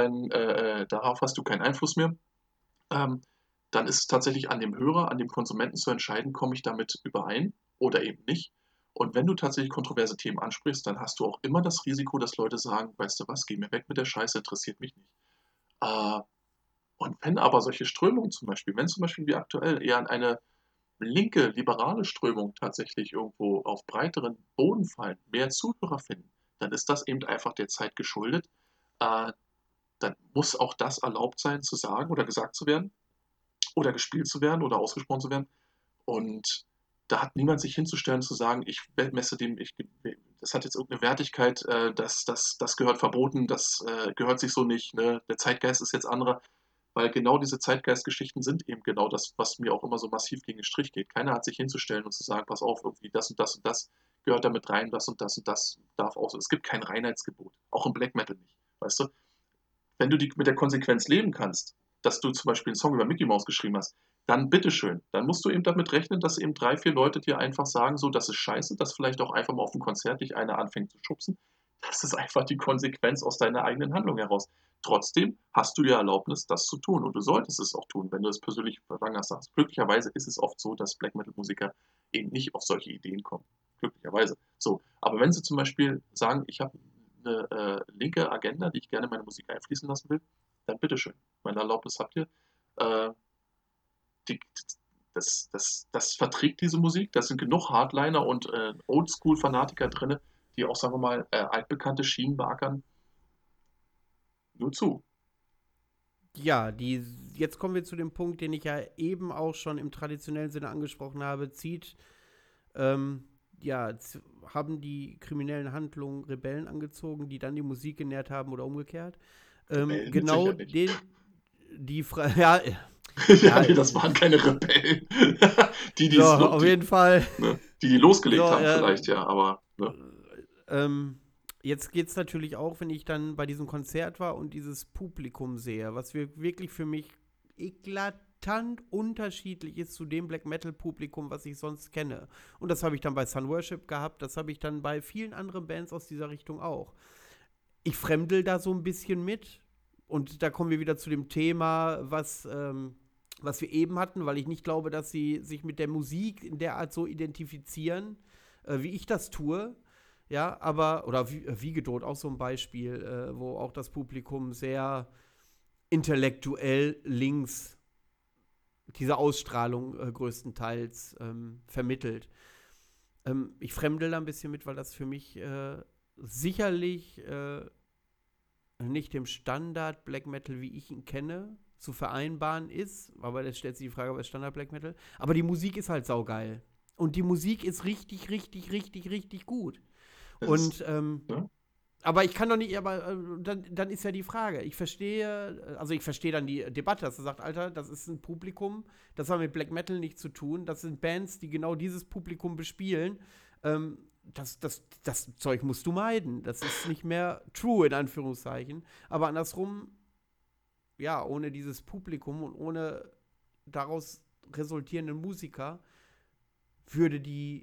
darauf hast du keinen Einfluss mehr. Ähm, Dann ist es tatsächlich an dem Hörer, an dem Konsumenten zu entscheiden, komme ich damit überein oder eben nicht. Und wenn du tatsächlich kontroverse Themen ansprichst, dann hast du auch immer das Risiko, dass Leute sagen, weißt du was, geh mir weg mit der Scheiße, interessiert mich nicht. Äh, und wenn aber solche Strömungen zum Beispiel, wenn zum Beispiel wie aktuell eher an eine linke, liberale Strömung tatsächlich irgendwo auf breiteren Boden fallen, mehr Zuhörer finden, dann ist das eben einfach der Zeit geschuldet. Äh, Dann muss auch das erlaubt sein zu sagen oder gesagt zu werden oder gespielt zu werden oder ausgesprochen zu werden. Und da hat niemand sich hinzustellen und zu sagen, ich messe dem, das hat jetzt irgendeine Wertigkeit, das gehört verboten, das gehört sich so nicht, ne? Der Zeitgeist ist jetzt anderer, weil genau diese Zeitgeistgeschichten sind eben genau das, was mir auch immer so massiv gegen den Strich geht. Keiner hat sich hinzustellen und zu sagen, pass auf, irgendwie das und das und das gehört damit rein, das und das darf auch so. Es gibt kein Reinheitsgebot, auch im Black Metal nicht, weißt du? Wenn du mit der Konsequenz leben kannst, dass du zum Beispiel einen Song über Mickey Mouse geschrieben hast, dann bitteschön. Dann musst du eben damit rechnen, dass eben 3, 4 Leute dir einfach sagen, so, das ist scheiße, dass vielleicht auch einfach mal auf dem Konzert dich einer anfängt zu schubsen. Das ist einfach die Konsequenz aus deiner eigenen Handlung heraus. Trotzdem hast du die Erlaubnis, das zu tun. Und du solltest es auch tun, wenn du es persönlich verlangt hast. Glücklicherweise ist es oft so, dass Black Metal-Musiker eben nicht auf solche Ideen kommen. Glücklicherweise. So, aber wenn sie zum Beispiel sagen, ich habe eine linke Agenda, die ich gerne in meine Musik einfließen lassen will, dann bitteschön. Meine Erlaubnis habt ihr. Äh, die, das verträgt diese Musik. Da sind genug Hardliner und Oldschool-Fanatiker drin, die auch, sagen wir mal, altbekannte Schienen beackern. Nur zu. Ja, jetzt kommen wir zu dem Punkt, den ich ja eben auch schon im traditionellen Sinne angesprochen habe. Ähm, haben die kriminellen Handlungen Rebellen angezogen, die dann die Musik genährt haben oder umgekehrt. Rebellen mit Genau sicher nicht. den Ja, Ja, nee, das waren keine Rebellen. Die so, es auf jeden Fall. ne, die losgelegt So, haben vielleicht, ja, aber ne? Jetzt geht es natürlich auch, wenn ich dann bei diesem Konzert war und dieses Publikum sehe, was wirklich für mich eklatant unterschiedlich ist zu dem Black Metal Publikum, was ich sonst kenne. Und das habe ich dann bei Sun Worship gehabt, das habe ich dann bei vielen anderen Bands aus dieser Richtung auch. Ich fremdel da so ein bisschen mit. Und da kommen wir wieder zu dem Thema, was wir eben hatten, weil ich nicht glaube, dass sie sich mit der Musik in der Art so identifizieren, wie ich das tue. Ja, aber, oder Wiegedot, auch so ein Beispiel, wo auch das Publikum sehr intellektuell links diese Ausstrahlung größtenteils vermittelt. Ich fremdel da ein bisschen mit, weil das für mich sicherlich nicht dem Standard Black Metal, wie ich ihn kenne, zu vereinbaren ist. Aber da stellt sich die Frage, was ist Standard Black Metal? Aber die Musik ist halt saugeil. Und die Musik ist richtig, richtig, richtig, richtig gut. Und, ja. aber ich kann doch nicht, aber dann ist ja die Frage, ich verstehe dann die Debatte, dass er sagt, Alter, das ist ein Publikum, das hat mit Black Metal nichts zu tun, das sind Bands, die genau dieses Publikum bespielen, das Zeug musst du meiden, das ist nicht mehr true, in Anführungszeichen, aber andersrum, ja, ohne dieses Publikum und ohne daraus resultierenden Musiker würde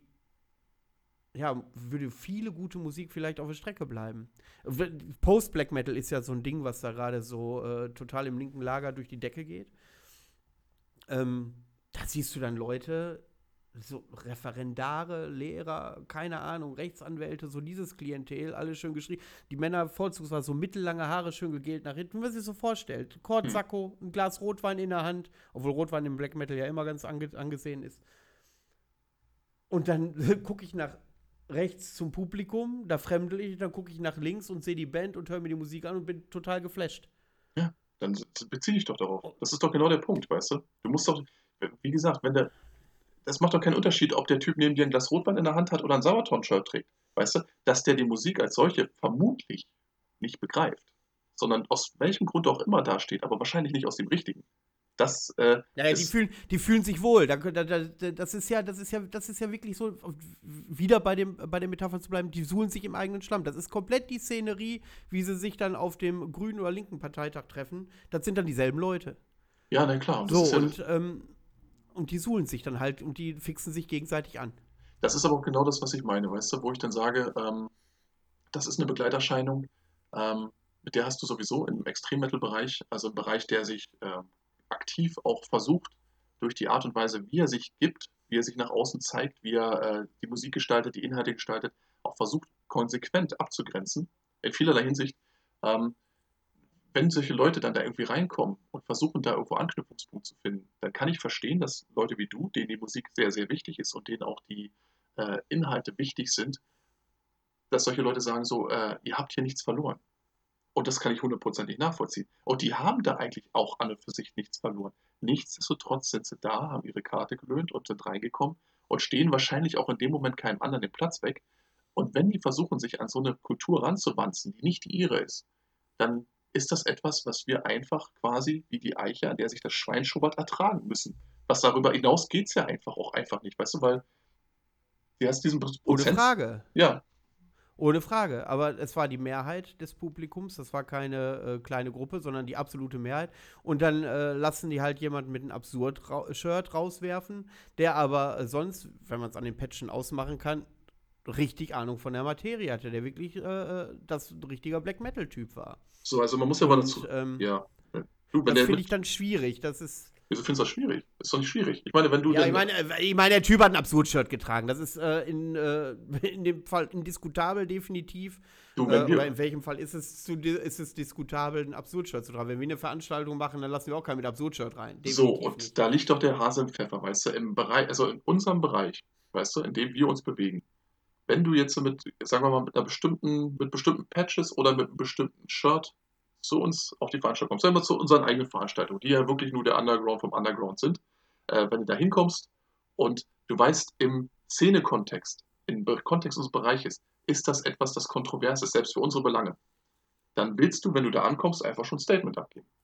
viele gute Musik vielleicht auf der Strecke bleiben. Post-Black Metal ist ja so ein Ding, was da gerade so total im linken Lager durch die Decke geht. Da siehst du dann Leute, so Referendare, Lehrer, keine Ahnung, Rechtsanwälte, so dieses Klientel, alles schön geschrieben. Die Männer vorzugsweise so mittellange Haare, schön gegelt nach hinten, wie man sich so vorstellt. Kordsacko, ein Glas Rotwein in der Hand, obwohl Rotwein im Black Metal ja immer ganz angesehen ist. Und dann gucke ich nach rechts zum Publikum, da fremdel ich, dann gucke ich nach links und sehe die Band und höre mir die Musik an und bin total geflasht. Ja, dann beziehe ich doch darauf. Das ist doch genau der Punkt, weißt du? Du musst doch, wie gesagt, das macht doch keinen Unterschied, ob der Typ neben dir ein Glas Rotwein in der Hand hat oder ein Sauerton-Shirt trägt. Weißt du, dass der die Musik als solche vermutlich nicht begreift, sondern aus welchem Grund auch immer dasteht, aber wahrscheinlich nicht aus dem richtigen. Das Die fühlen sich wohl. Das ist ja wirklich so, wieder bei der Metapher zu bleiben, die suhlen sich im eigenen Schlamm. Das ist komplett die Szenerie, wie sie sich dann auf dem grünen oder linken Parteitag treffen. Das sind dann dieselben Leute. Ja, na klar. So, und die suhlen sich dann halt und die fixen sich gegenseitig an. Das ist aber auch genau das, was ich meine, weißt du, wo ich dann sage, das ist eine Begleiterscheinung, mit der hast du sowieso im Extrem-Metal-Bereich, also im Bereich, der sich aktiv auch versucht, durch die Art und Weise, wie er sich gibt, wie er sich nach außen zeigt, wie er die Musik gestaltet, die Inhalte gestaltet, auch versucht, konsequent abzugrenzen, in vielerlei Hinsicht. Wenn solche Leute dann da irgendwie reinkommen und versuchen, da irgendwo Anknüpfungspunkt zu finden, dann kann ich verstehen, dass Leute wie du, denen die Musik sehr, sehr wichtig ist und denen auch die Inhalte wichtig sind, dass solche Leute sagen so, ihr habt hier nichts verloren. Und das kann ich hundertprozentig nachvollziehen. Und die haben da eigentlich auch an und für sich nichts verloren. Nichtsdestotrotz sind sie da, haben ihre Karte gelöhnt und sind reingekommen und stehen wahrscheinlich auch in dem Moment keinem anderen den Platz weg. Und wenn die versuchen, sich an so eine Kultur ranzuwanzen, die nicht die ihre ist, dann ist das etwas, was wir einfach quasi wie die Eiche, an der sich das Schwein schubbert, ertragen müssen. Was darüber hinaus geht es ja auch einfach nicht, weißt du, weil du hast diesen Prozent. Ohne Frage. Ja. Ohne Frage, aber es war die Mehrheit des Publikums, das war keine kleine Gruppe, sondern die absolute Mehrheit. Und dann lassen die halt jemanden mit einem Absurd-Shirt rauswerfen, der aber sonst, wenn man es an den Patchen ausmachen kann, richtig Ahnung von der Materie hatte, der wirklich das ein richtiger Black-Metal-Typ war. So, also man muss ja mal dazu. Ja. Das finde ich dann schwierig, das ist. Wieso findest du das schwierig? Das ist doch nicht schwierig. Ich meine, wenn du. Ja, ich meine, der Typ hat ein Absurd-Shirt getragen. Das ist in dem Fall indiskutabel, definitiv. Oder in welchem Fall ist es diskutabel, ein Absurd-Shirt zu tragen? Wenn wir eine Veranstaltung machen, dann lassen wir auch keinen mit Absurd-Shirt rein. Definitiv so, und nicht. Da liegt doch der Hase im Pfeffer, weißt du, im Bereich, also in unserem Bereich, weißt du, in dem wir uns bewegen. Wenn du jetzt sagen wir mal, mit bestimmten Patches oder mit einem bestimmten Shirt zu uns auf die Veranstaltung kommst, sagen wir zu unseren eigenen Veranstaltungen, die ja wirklich nur der Underground vom Underground sind, wenn du da hinkommst und du weißt, im Szene-Kontext, im Kontext unseres Bereiches, ist das etwas, das kontrovers ist, selbst für unsere Belange, dann willst du, wenn du da ankommst, einfach schon ein Statement abgeben.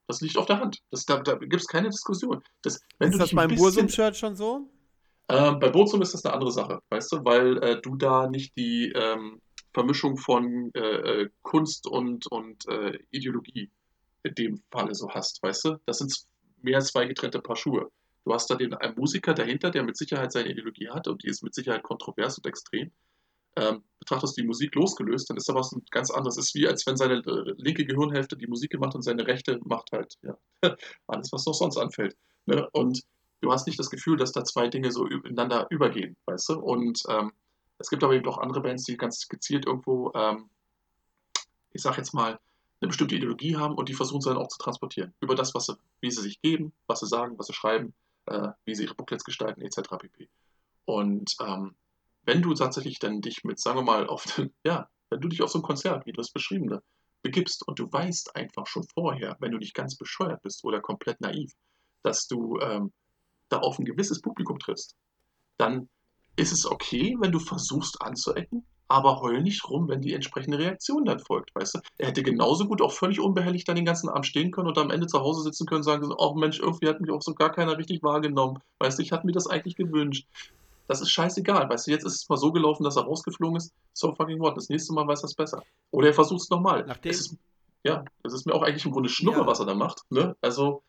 Das liegt auf der Hand. Da gibt es keine Diskussion. Wenn Ist du das dich ein beim bisschen Bursum-Shirt schon so? bei Burzum ist das eine andere Sache, weißt du, weil du da nicht die Vermischung von Kunst und Ideologie in dem Falle so hast, weißt du? Das sind mehr zwei getrennte Paar Schuhe. Du hast da einen Musiker dahinter, der mit Sicherheit seine Ideologie hat und die ist mit Sicherheit kontrovers und extrem. Betrachtest du die Musik losgelöst, dann ist da was ganz anderes. Es ist wie, als wenn seine linke Gehirnhälfte die Musik gemacht und seine rechte macht halt ja, alles, was noch sonst anfällt. Ne? Und du hast nicht das Gefühl, dass da zwei Dinge so ineinander übergehen, weißt du? Und es gibt aber eben auch andere Bands, die ganz gezielt irgendwo, ich sag jetzt mal, eine bestimmte Ideologie haben und die versuchen sie dann auch zu transportieren. Über das, wie sie sich geben, was sie sagen, was sie schreiben, wie sie ihre Booklets gestalten, etc. pp. Und wenn du tatsächlich dann dich mit, sagen wir mal, ja, wenn du dich auf so ein Konzert, wie du es beschrieben begibst und du weißt einfach schon vorher, wenn du nicht ganz bescheuert bist oder komplett naiv, dass du da auf ein gewisses Publikum triffst, dann ist es okay, wenn du versuchst anzuecken, aber heul nicht rum, wenn die entsprechende Reaktion dann folgt, weißt du? Er hätte genauso gut auch völlig unbehelligt dann den ganzen Abend stehen können und am Ende zu Hause sitzen können und sagen, oh Mensch, irgendwie hat mich auch so gar keiner richtig wahrgenommen, weißt du, ich hatte mir das eigentlich gewünscht. Das ist scheißegal, weißt du, jetzt ist es mal so gelaufen, dass er rausgeflogen ist, so fucking what, das nächste Mal weiß er es besser. Oder er versucht es nochmal. Nachdem, Ja, es ist mir auch eigentlich im Grunde Schnuppe, ja, was er da macht, ne? Also,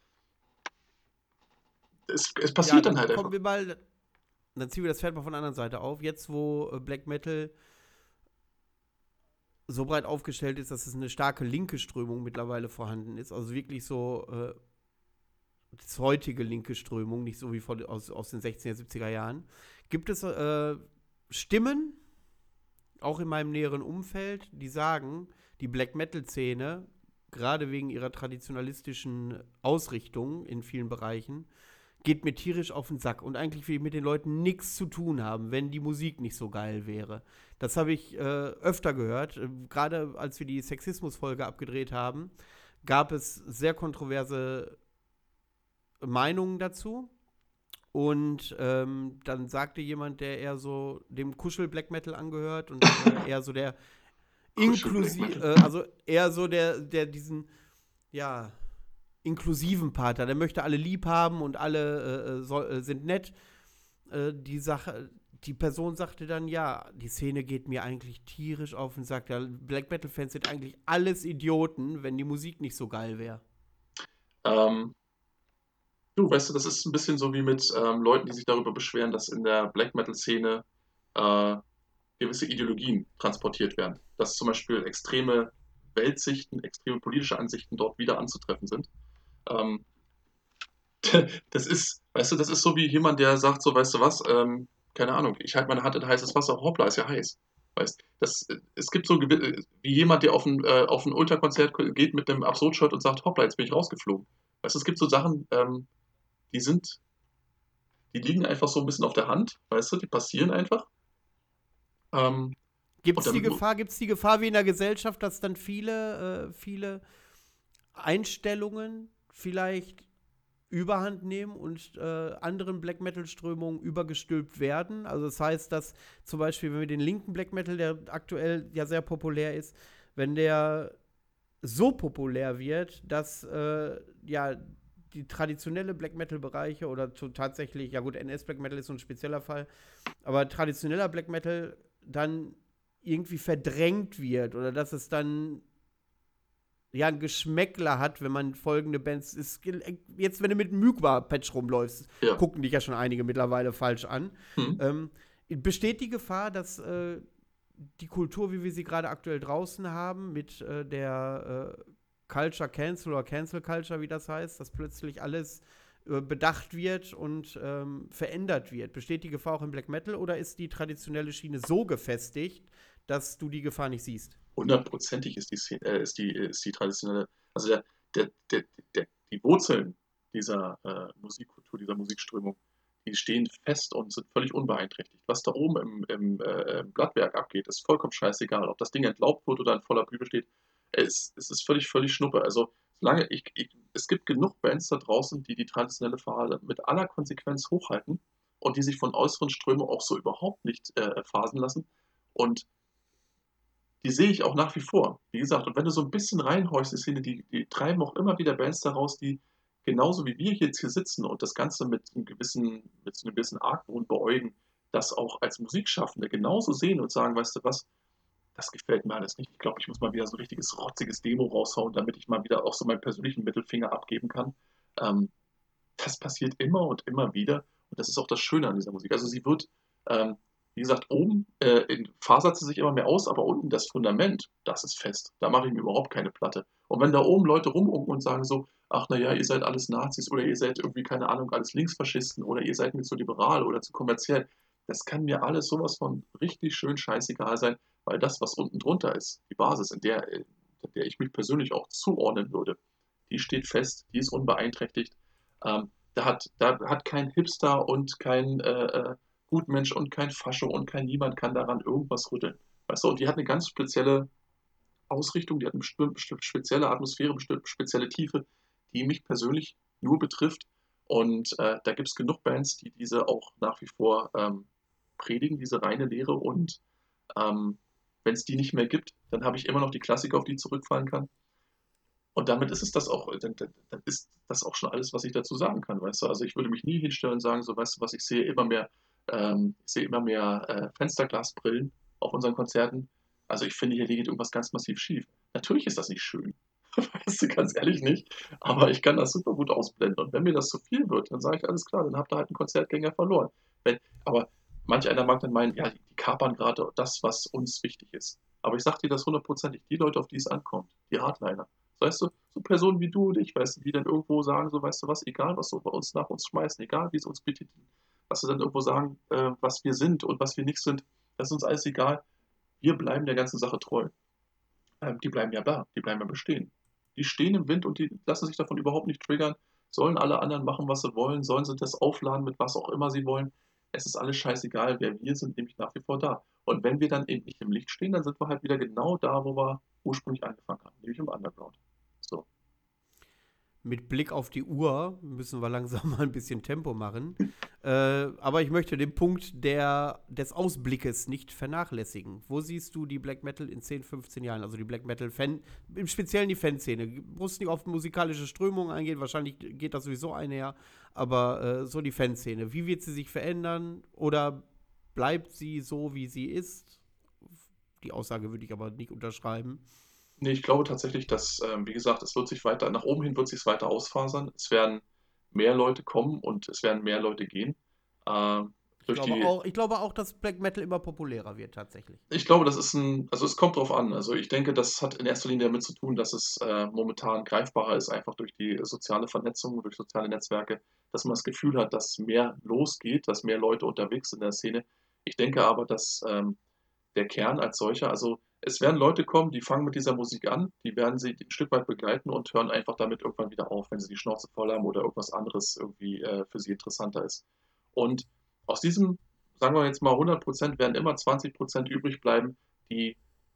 es ja, passiert dann halt dann einfach. kommen wir mal, dann ziehen wir das Pferd mal von der anderen Seite auf. Jetzt, wo Black Metal so breit aufgestellt ist, dass es eine starke linke Strömung mittlerweile vorhanden ist, also wirklich so das heutige linke Strömung, nicht so wie aus den 60er, 70er Jahren, gibt es Stimmen, auch in meinem näheren Umfeld, die sagen, die Black Metal-Szene, gerade wegen ihrer traditionalistischen Ausrichtung in vielen Bereichen, geht mir tierisch auf den Sack und eigentlich will ich mit den Leuten nichts zu tun haben, wenn die Musik nicht so geil wäre. Das habe ich öfter gehört. Gerade als wir die Sexismus-Folge abgedreht haben, gab es sehr kontroverse Meinungen dazu. Und dann sagte jemand, der eher so dem Kuschel-Black Metal angehört und eher so der Kuschel Black Metal. also eher so der diesen, ja, inklusiven Part, der möchte alle lieb haben und alle sind nett. Die Person sagte dann, ja, die Szene geht mir eigentlich tierisch auf den Sack. Black Metal-Fans sind eigentlich alles Idioten, wenn die Musik nicht so geil wäre. Ähm, Du, weißt du, das ist ein bisschen so wie mit Leuten, die sich darüber beschweren, dass in der Black Metal-Szene äh, gewisse Ideologien transportiert werden. Dass zum Beispiel extreme Weltsichten, extreme politische Ansichten dort wieder anzutreffen sind. Ähm, das ist, weißt du, das ist so wie jemand, der sagt, so, weißt du was, keine Ahnung, ich halte meine Hand in heißes Wasser, hoppla, ist ja heiß. Weißt, es gibt so wie jemand, der auf ein Ultrakonzert geht mit einem Absurd-Shirt und sagt, hoppla, jetzt bin ich rausgeflogen. Weißt du, es gibt so Sachen, die sind die liegen einfach so ein bisschen auf der Hand, weißt du, die passieren einfach. Ähm, und damit, Gibt's die Gefahr wie in der Gesellschaft, dass dann viele Einstellungen vielleicht Überhand nehmen und anderen Black Metal-Strömungen übergestülpt werden? Also das heißt, dass zum Beispiel, wenn wir den linken Black Metal, der aktuell ja sehr populär ist, wenn der so populär wird, dass ja die traditionelle Black Metal-Bereiche oder tatsächlich, ja gut, NS Black Metal ist so ein spezieller Fall, aber traditioneller Black Metal dann irgendwie verdrängt wird oder dass es dann ja ein Geschmäckler hat, wenn man folgende Bands jetzt, wenn du mit Mykwa-Patch rumläufst, ja, gucken dich ja schon einige mittlerweile falsch an. hm, Besteht die Gefahr, dass die Kultur, wie wir sie gerade aktuell draußen haben, mit der Culture Cancel oder Cancel Culture, wie das heißt, dass plötzlich alles bedacht wird und verändert wird? Besteht die Gefahr auch im Black Metal oder ist die traditionelle Schiene so gefestigt, dass du die Gefahr nicht siehst? hundertprozentig ist die traditionelle, also der, der, die Wurzeln dieser Musikkultur, dieser Musikströmung, die stehen fest und sind völlig unbeeinträchtigt. Was da oben im Blattwerk abgeht, ist vollkommen scheißegal. Ob das Ding entlaubt wird oder in voller Blüte steht, es ist völlig Schnuppe. Also es gibt genug Bands da draußen, die die traditionelle Pfade mit aller Konsequenz hochhalten und die sich von äußeren Strömungen auch so überhaupt nicht phasen lassen. Und die sehe ich auch nach wie vor. Wie gesagt, und wenn du so ein bisschen reinhorchst, die Szene, die treiben auch immer wieder Bands daraus, die genauso wie wir jetzt hier sitzen und das Ganze mit so einem gewissen Argwohn beäugen, das auch als Musikschaffende genauso sehen und sagen, weißt du was, das gefällt mir alles nicht. Ich glaube, ich muss mal wieder so ein richtiges rotziges Demo raushauen, damit ich mal wieder auch so meinen persönlichen Mittelfinger abgeben kann. Ähm, Das passiert immer und immer wieder. Und das ist auch das Schöne an dieser Musik. Also sie wird, ähm, wie gesagt, oben fasert sie sich immer mehr aus, aber unten das Fundament, das ist fest. Da mache ich mir überhaupt keine Platte. Und wenn da oben Leute rumunken und sagen so, ach naja, ihr seid alles Nazis oder ihr seid irgendwie, keine Ahnung, alles Linksfaschisten oder ihr seid mir zu liberal oder zu kommerziell, das kann mir alles sowas von richtig schön scheißegal sein, weil das, was unten drunter ist, die Basis, in der ich mich persönlich auch zuordnen würde, die steht fest, die ist unbeeinträchtigt. Da hat kein Hipster und kein Gutmensch und kein Fascho und kein Niemand kann daran irgendwas rütteln. Weißt du, und die hat eine ganz spezielle Ausrichtung, die hat eine spezielle Atmosphäre, spezielle Tiefe, die mich persönlich nur betrifft. Und da gibt es genug Bands, die diese auch nach wie vor predigen, diese reine Lehre. Und ähm, wenn es die nicht mehr gibt, dann habe ich immer noch die Klassiker, auf die ich zurückfallen kann. Und damit ist es das auch, dann ist das auch schon alles, was ich dazu sagen kann, weißt du? Also ich würde mich nie hinstellen und sagen, so, weißt du was, ich sehe immer mehr Fensterglasbrillen auf unseren Konzerten. Also ich finde, hier liegt irgendwas ganz massiv schief. Natürlich ist das nicht schön. Weißt du, ganz ehrlich nicht. Aber ich kann das super gut ausblenden. Und wenn mir das zu viel wird, dann sage ich, alles klar, dann habt ihr halt einen Konzertgänger verloren. Aber manch einer mag dann meinen, ja, die kapern gerade das, was uns wichtig ist. Aber ich sage dir das hundertprozentig, die Leute, auf die es ankommt, die Hardliner, weißt du, so Personen wie du und ich, weißt du, die dann irgendwo sagen, so, weißt du was, egal was so bei uns nach uns schmeißen, egal wie sie uns betiteln, was sie dann irgendwo sagen, was wir sind und was wir nicht sind, das ist uns alles egal. Wir bleiben der ganzen Sache treu. Die bleiben ja da, die bleiben ja bestehen. Die stehen im Wind und die lassen sich davon überhaupt nicht triggern, sollen alle anderen machen, was sie wollen, sollen sie das aufladen mit was auch immer sie wollen. Es ist alles scheißegal, wer wir sind, nämlich nach wie vor da. Und wenn wir dann eben nicht im Licht stehen, dann sind wir halt wieder genau da, wo wir ursprünglich angefangen haben, nämlich im Underground. So. Mit Blick auf die Uhr müssen wir langsam mal ein bisschen Tempo machen. Aber ich möchte den Punkt des Ausblickes nicht vernachlässigen. Wo siehst du die Black Metal in 10, 15 Jahren? Also die Black Metal-Fan, im Speziellen die Fanszene. Muss nicht auf musikalische Strömungen eingehen, wahrscheinlich geht das sowieso einher. Aber so die Fanszene. Wie wird sie sich verändern? Oder bleibt sie so, wie sie ist? Die Aussage würde ich aber nicht unterschreiben. Nee, ich glaube tatsächlich, dass, wie gesagt, es wird sich weiter, nach oben hin wird sich weiter ausfasern. Es werden mehr Leute kommen und es werden mehr Leute gehen. Ähm, durch die Ich glaube auch, dass Black Metal immer populärer wird, tatsächlich. Ich glaube, also es kommt drauf an. Also ich denke, das hat in erster Linie damit zu tun, dass es momentan greifbarer ist, einfach durch die soziale Vernetzung, durch soziale Netzwerke, dass man das Gefühl hat, dass mehr losgeht, dass mehr Leute unterwegs sind in der Szene. Ich denke aber, dass der Kern als solcher, also es werden Leute kommen, die fangen mit dieser Musik an, die werden sie ein Stück weit begleiten und hören einfach damit irgendwann wieder auf, wenn sie die Schnauze voll haben oder irgendwas anderes irgendwie für sie interessanter ist. Und aus diesem, sagen wir jetzt mal 100%, werden immer 20% übrig bleiben, die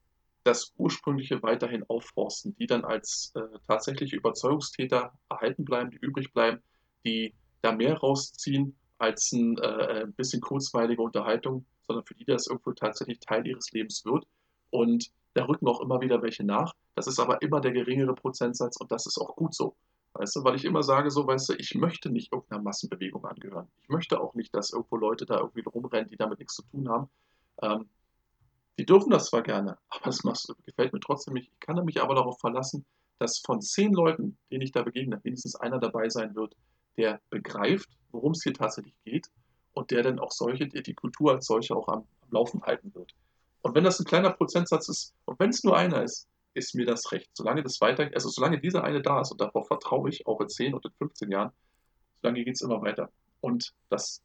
das Ursprüngliche weiterhin aufforsten, die dann als tatsächliche Überzeugungstäter erhalten bleiben, die übrig bleiben, die da mehr rausziehen als ein bisschen kurzweilige Unterhaltung, sondern für die das irgendwo tatsächlich Teil ihres Lebens wird. Und da rücken auch immer wieder welche nach. Das ist aber immer der geringere Prozentsatz und das ist auch gut so. Weißt du, weil ich immer sage, so, weißt du, ich möchte nicht irgendeiner Massenbewegung angehören. Ich möchte auch nicht, dass irgendwo Leute da irgendwie rumrennen, die damit nichts zu tun haben. Ähm, Die dürfen das zwar gerne, aber gefällt mir trotzdem nicht. Ich kann mich aber darauf verlassen, dass von 10 Leuten, denen ich da begegne, mindestens einer dabei sein wird, der begreift, worum es hier tatsächlich geht und der dann auch die Kultur als solche auch am Laufen halten wird. Und wenn das ein kleiner Prozentsatz ist und wenn es nur einer ist mir das recht. Solange dieser eine da ist und darauf vertraue ich, auch in 10 und in 15 Jahren, solange geht es immer weiter. Und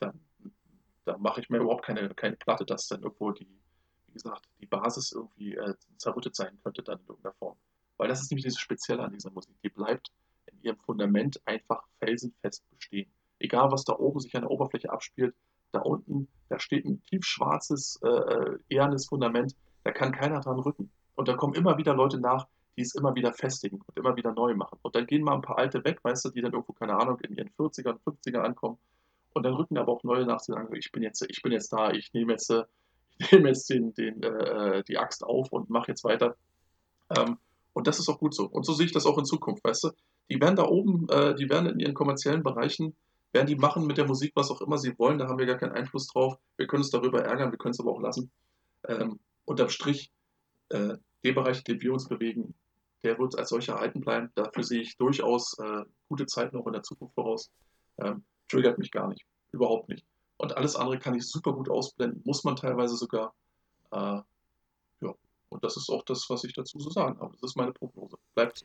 da mache ich mir überhaupt keine Platte, dass dann irgendwo wie gesagt, die Basis irgendwie zerrüttet sein könnte dann in irgendeiner Form. Weil das ist nämlich das Spezielle an dieser Musik. Die bleibt in ihrem Fundament einfach felsenfest bestehen. Egal, was da oben sich an der Oberfläche abspielt, da unten, da steht ein tiefschwarzes, ehernes Fundament, da kann keiner dran rücken. Und da kommen immer wieder Leute nach, die es immer wieder festigen und immer wieder neu machen. Und dann gehen mal ein paar alte weg, weißt du, die dann irgendwo, keine Ahnung, in ihren 40ern, 50ern ankommen. Und dann rücken aber auch neue nach, die sagen, ich bin jetzt da, nehme jetzt die Axt auf und mache jetzt weiter. Und das ist auch gut so. Und so sehe ich das auch in Zukunft, weißt du? Die werden da oben, die werden in ihren kommerziellen Bereichen, werden die machen mit der Musik, was auch immer sie wollen, da haben wir gar keinen Einfluss drauf. Wir können uns darüber ärgern, wir können es aber auch lassen. Unterm Strich, der Bereich, in dem wir uns bewegen, der wird als solcher erhalten bleiben. Dafür sehe ich durchaus gute Zeiten auch in der Zukunft voraus. Triggert mich gar nicht. Überhaupt nicht. Und alles andere kann ich super gut ausblenden, muss man teilweise sogar. Äh, ja, und das ist auch das, was ich dazu so sagen habe. Das ist meine Prognose. Bleibt so.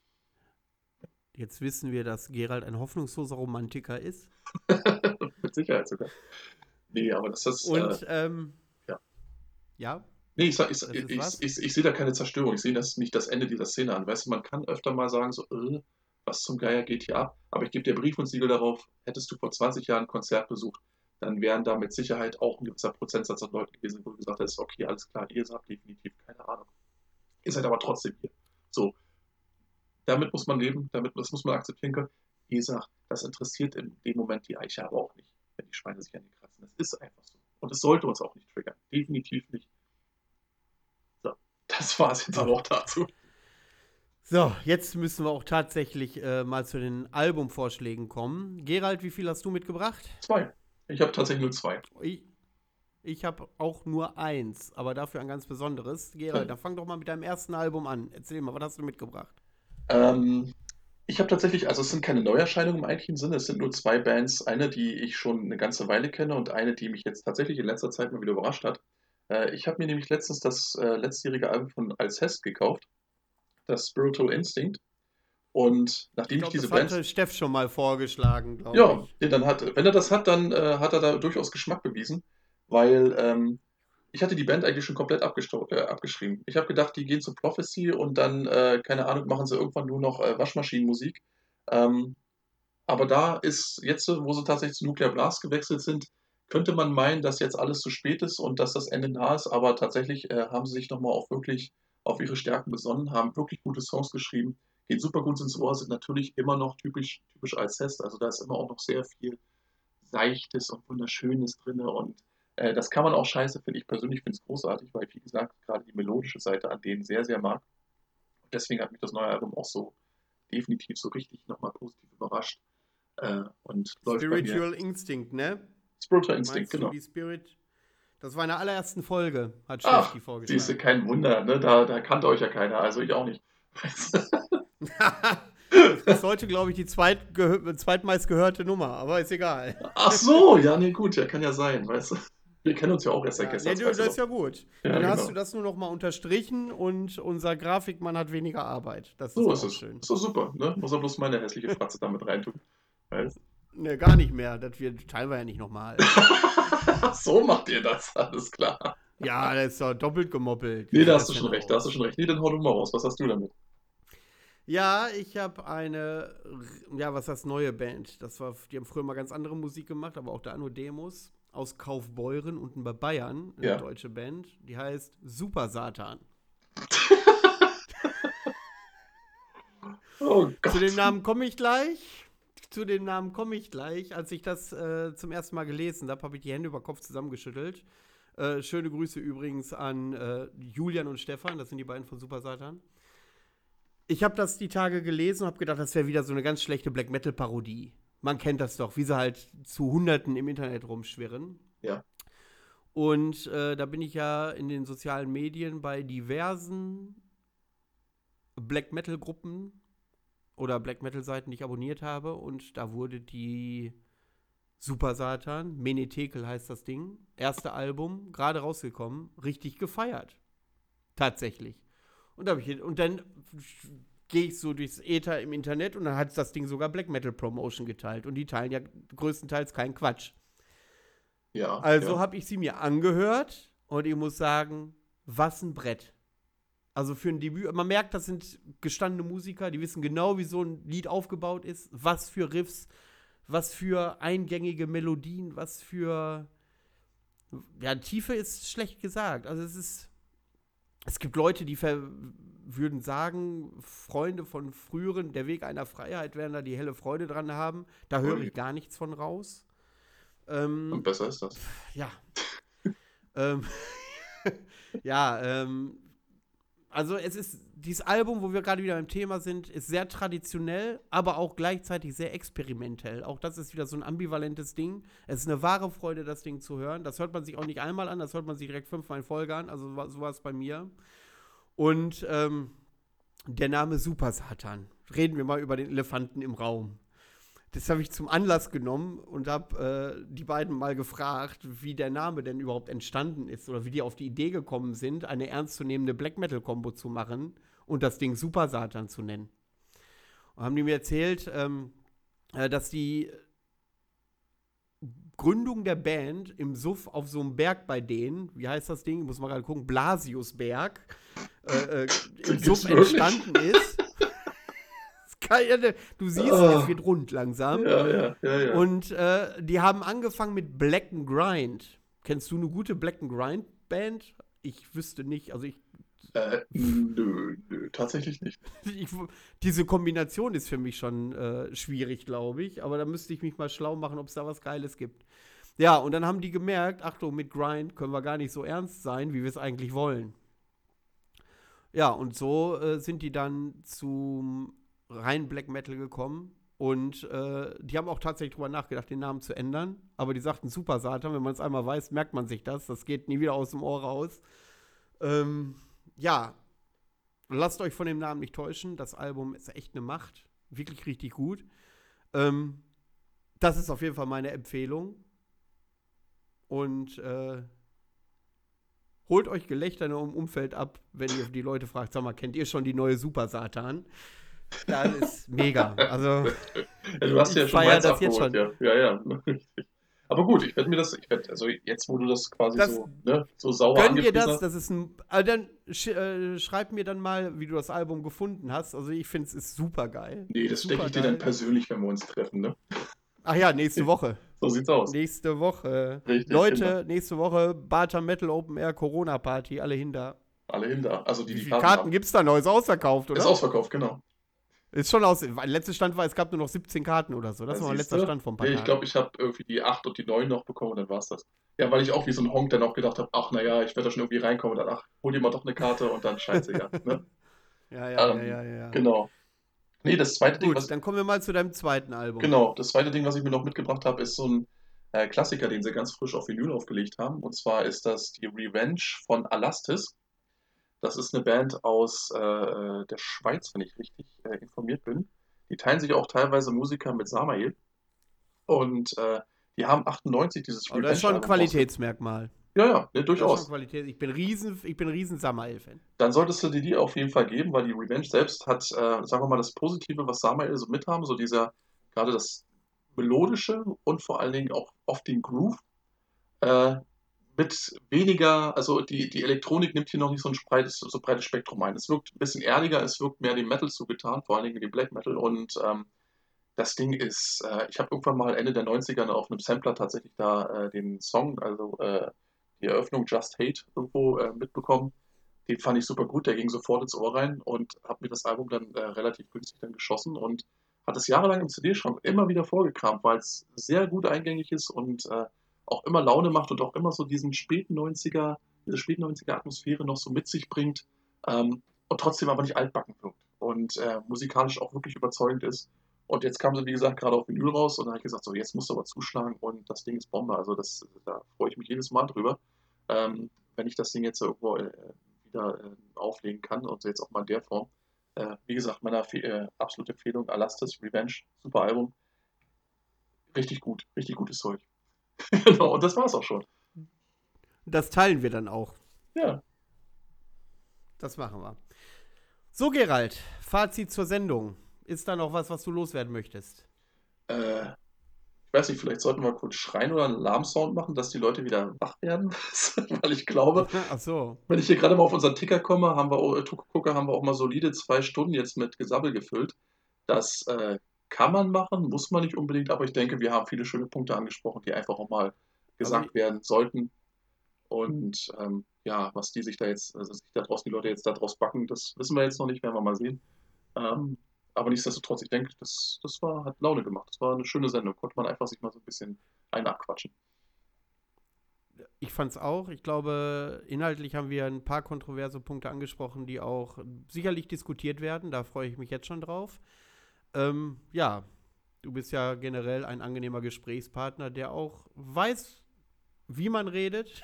Jetzt wissen wir, dass Gerald ein hoffnungsloser Romantiker ist. Mit Sicherheit sogar. Nee, aber das ist. Und, Ja. ja, Nee, das ist was? ich sehe da keine Zerstörung. Ich sehe das nicht das Ende dieser Szene an. Weißt du, man kann öfter mal sagen, so, was zum Geier geht hier ab? Aber ich gebe dir Brief und Siegel darauf, hättest du vor 20 Jahren ein Konzert besucht, dann wären da mit Sicherheit auch ein gewisser Prozentsatz an Leuten gewesen, wo du gesagt hast, okay, alles klar, ihr habt definitiv keine Ahnung. Ihr seid aber trotzdem hier. So, damit muss man leben, das muss man akzeptieren können. Wie gesagt, das interessiert in dem Moment die Eiche aber auch nicht, wenn die Schweine sich an die kratzen. Das ist einfach so. Und es sollte uns auch nicht triggern. Definitiv nicht. So, das war es jetzt aber auch dazu. So, jetzt müssen wir auch tatsächlich mal zu den Albumvorschlägen kommen. Gerald, wie viel hast du mitgebracht? 2. Ich habe tatsächlich nur 2. Ich habe auch nur 1, aber dafür ein ganz besonderes. Gerald, dann fang doch mal mit deinem ersten Album an. Erzähl mal, was hast du mitgebracht? Ich habe tatsächlich, also es sind keine Neuerscheinungen im eigentlichen Sinne, es sind nur 2 Bands. Eine, die ich schon eine ganze Weile kenne und eine, die mich jetzt tatsächlich in letzter Zeit mal wieder überrascht hat. Ich habe mir nämlich letztens das letztjährige Album von Alcest gekauft, das Spiritual Instinct. Und nachdem ich diese das Band. hatte Steff schon mal vorgeschlagen, glaube Ja, ich. wenn er das hat, dann hat er da durchaus Geschmack bewiesen, weil ich hatte die Band eigentlich schon komplett abgeschrieben. Ich habe gedacht, die gehen zu Prophecy und dann, keine Ahnung, machen sie irgendwann nur noch Waschmaschinenmusik. Ähm, aber da ist jetzt, wo sie tatsächlich zu Nuclear Blast gewechselt sind, könnte man meinen, dass jetzt alles zu spät ist und dass das Ende nah ist, aber tatsächlich haben sie sich nochmal auf ihre Stärken besonnen, haben wirklich gute Songs geschrieben, gehen super gut ins Ohr, sind natürlich immer noch typisch Alcest, also da ist immer auch noch sehr viel Seichtes und Wunderschönes drin und das kann man auch scheiße finden. Ich persönlich finde es großartig, weil, wie gesagt, gerade die melodische Seite an denen sehr, sehr mag. Und deswegen hat mich das neue Album auch so definitiv so richtig nochmal positiv überrascht. Und läuft bei mir. Spiritual Instinct, ne? Spiritual Instinct, Meinst du genau. die Spirit? Das war in der allerersten Folge, hat Steff die vorgeschlagen. Siehst du, kein Wunder, ne? Da kannte euch ja keiner, also ich auch nicht. Das ist heute, glaube ich, die zweitmeist gehörte Nummer, aber ist egal. Ach so, ja, nee, gut, ja, kann ja sein, weißt du. Wir kennen uns ja auch erst seit gestern. Nee, das ist ja gut. Ja, Dann genau. hast du das nur noch mal unterstrichen und unser Grafikmann hat weniger Arbeit. Das So ist ist auch es. schön. Ist doch super, ne? Muss er bloß meine hässliche Fratze damit reintun. Weißt? Ne, gar nicht mehr. Das teilen wir ja nicht nochmal. So macht ihr das, alles klar. Ja, das ist doch doppelt gemoppelt. Nee, da hast du schon recht, Nee, dann hau du mal raus. Was hast du damit? Ja, ich habe was heißt neue Band? Die haben früher mal ganz andere Musik gemacht, aber auch da nur Demos. Aus Kaufbeuren unten bei Bayern, eine deutsche Band. Die heißt Super Satan. Oh Gott. Zu dem Namen komme ich gleich. Als ich das zum ersten Mal gelesen habe, habe ich die Hände über Kopf zusammengeschüttelt. Schöne Grüße übrigens an Julian und Stefan, das sind die beiden von Super Satan. Ich habe das die Tage gelesen und habe gedacht, das wäre wieder so eine ganz schlechte Black-Metal-Parodie. Man kennt das doch, wie sie halt zu Hunderten im Internet rumschwirren. Ja. Und da bin ich ja in den sozialen Medien bei diversen Black-Metal-Gruppen oder Black-Metal-Seiten, die ich abonniert habe. Und da wurde die Super Satan, Menetekel heißt das Ding, erste Album, gerade rausgekommen, richtig gefeiert. Tatsächlich. Und dann gehe ich so durchs Äther im Internet und dann hat das Ding sogar Black Metal Promotion geteilt. Und die teilen ja größtenteils keinen Quatsch. Ja. Also habe ich sie mir angehört und ich muss sagen, was ein Brett. Also für ein Debüt, man merkt, das sind gestandene Musiker, die wissen genau, wie so ein Lied aufgebaut ist, was für Riffs, was für eingängige Melodien, was für, ja, Tiefe ist schlecht gesagt. Also es gibt Leute, die würden sagen, Freunde von früheren, der Weg einer Freiheit, werden da die helle Freude dran haben. Da höre ich gar nichts von raus. Und besser ist das. Ja. Ja, also es ist, dieses Album, wo wir gerade wieder im Thema sind, ist sehr traditionell, aber auch gleichzeitig sehr experimentell. Auch das ist wieder so ein ambivalentes Ding. Es ist eine wahre Freude, das Ding zu hören. Das hört man sich auch nicht einmal an, das hört man sich direkt 5-mal in Folge an. Also so war es bei mir. Und der Name Super Satan. Reden wir mal über den Elefanten im Raum. Das habe ich zum Anlass genommen und habe die beiden mal gefragt, wie der Name denn überhaupt entstanden ist oder wie die auf die Idee gekommen sind, eine ernstzunehmende Black Metal Combo zu machen und das Ding Super Satan zu nennen. Und haben die mir erzählt, dass die Gründung der Band im Suff auf so einem Berg bei denen, wie heißt das Ding? Muss man gerade gucken, Blasiusberg, im Suff entstanden ist. Du siehst, es wird rund langsam. Ja. Und die haben angefangen mit Black and Grind. Kennst du eine gute Black and Grind Band? Ich wüsste nicht. Also Nö, tatsächlich nicht. diese Kombination ist für mich schon schwierig, glaube ich. Aber da müsste ich mich mal schlau machen, ob es da was Geiles gibt. Ja, und dann haben die gemerkt, Achtung, mit Grind können wir gar nicht so ernst sein, wie wir es eigentlich wollen. Ja, und so sind die dann zum rein Black Metal gekommen. Und die haben auch tatsächlich drüber nachgedacht, den Namen zu ändern. Aber die sagten Super Satan, wenn man es einmal weiß, merkt man sich das. Das geht nie wieder aus dem Ohr raus. Ja, lasst euch von dem Namen nicht täuschen. Das Album ist echt eine Macht. Wirklich richtig gut. Das ist auf jeden Fall meine Empfehlung. Und holt euch Gelächter in eurem Umfeld ab, wenn ihr die Leute fragt, sag mal, kennt ihr schon die neue Super Satan? Ja, das ist mega. Also, du hast ja ich schon feier meins das jetzt abgeholt, schon. ja. Aber gut, also jetzt, wo du das quasi Das, so, ne, so sauber gönn dir angepriesen das, hast. das ist ein. Dann schreib mir dann mal, wie du das Album gefunden hast. Also, ich finde, es ist super geil. Nee, das stecke Super ich dir dann geil. persönlich, wenn wir uns treffen, ne? Ach ja, nächste Woche. So sieht's aus. Nächste Woche. Richtig, genau. Leute, nächste Woche Barter Metal Open Air Corona Party, alle hin da. Alle hin da. Also Wie die viele Karten Karten haben. gibt's da noch? Ist ausverkauft, Ist oder? ausverkauft, genau. Ist schon aus. Letzter Stand war, es gab nur noch 17 Karten oder so. Das war mein Siehst letzter du? Stand vor ein paar Nee, ich Tagen. glaube, ich habe irgendwie die 8 und die 9 noch bekommen und dann war's das. Ja, weil ich auch wie so ein Honk dann auch gedacht habe, ach naja, ich werde da schon irgendwie reinkommen und dann, ach, hol dir mal doch eine Karte und dann scheiße, ja. Ne? Ja. Genau. Nee, das zweite Ding, Gut, dann kommen wir mal zu deinem zweiten Album. genau, das zweite Ding, was ich mir noch mitgebracht habe, ist so ein Klassiker, den sie ganz frisch auf Vinyl aufgelegt haben. Und zwar ist das die Revenge von Alastis. Das ist eine Band aus der Schweiz, wenn ich richtig informiert bin. Die teilen sich auch teilweise Musiker mit Samael. Und die haben 98 dieses Aber das ist schon ein Revenge-Album rausgebracht. Qualitätsmerkmal. Ja, ne, Das ist schon durchaus. Qualität. Ich bin riesen Samael-Fan. Dann solltest du dir die auf jeden Fall geben, weil die Revenge selbst hat, sagen wir mal, das Positive, was Samael so mithaben, so dieser, gerade das Melodische und vor allen Dingen auch oft den Groove, äh, mit weniger, also die Elektronik nimmt hier noch nicht so breites Spektrum ein. Es wirkt ein bisschen erdiger, es wirkt mehr dem Metal zugetan, vor allen Dingen dem Black Metal und das Ding ist, ich habe irgendwann mal Ende der 90er auf einem Sampler tatsächlich da den Song, also die Eröffnung Just Hate irgendwo mitbekommen. Den fand ich super gut, der ging sofort ins Ohr rein und habe mir das Album dann relativ günstig dann geschossen und hat es jahrelang im CD-Schrank immer wieder vorgekramt, weil es sehr gut eingängig ist und auch immer Laune macht und auch immer so diese späten 90er Atmosphäre noch so mit sich bringt und trotzdem aber nicht altbacken wirkt und musikalisch auch wirklich überzeugend ist. Und jetzt kam sie, wie gesagt, gerade auf Vinyl raus und dann habe ich gesagt, so jetzt musst du aber zuschlagen und das Ding ist Bombe. Also da freue ich mich jedes Mal drüber, wenn ich das Ding jetzt irgendwo wieder auflegen kann und jetzt auch mal in der Form. Wie gesagt, meine absolute Empfehlung, Alastis Revenge, super Album. Richtig gutes Zeug. Genau, und das war's auch schon. Das teilen wir dann auch. Ja. Das machen wir. So, Gerald, Fazit zur Sendung. Ist da noch was du loswerden möchtest? Ich weiß nicht, vielleicht sollten wir kurz schreien oder einen Alarmsound machen, dass die Leute wieder wach werden. Weil ich glaube, Ach so. wenn ich hier gerade mal auf unseren Ticker komme, haben wir auch mal solide 2 Stunden jetzt mit Gesabbel gefüllt. Das kann man machen, muss man nicht unbedingt, aber ich denke, wir haben viele schöne Punkte angesprochen, die einfach auch mal Also, gesagt werden sollten. Und ja, was die sich da jetzt, also sich da draußen, die Leute jetzt da draus backen, das wissen wir jetzt noch nicht, werden wir mal sehen. Ähm, aber nichtsdestotrotz, ich denke, hat Laune gemacht. Das war eine schöne Sendung. Konnte man einfach sich mal so ein bisschen abquatschen. Ich fand's auch. Ich glaube, inhaltlich haben wir ein paar kontroverse Punkte angesprochen, die auch sicherlich diskutiert werden. Da freue ich mich jetzt schon drauf. Ja, du bist ja generell ein angenehmer Gesprächspartner, der auch weiß, wie man redet.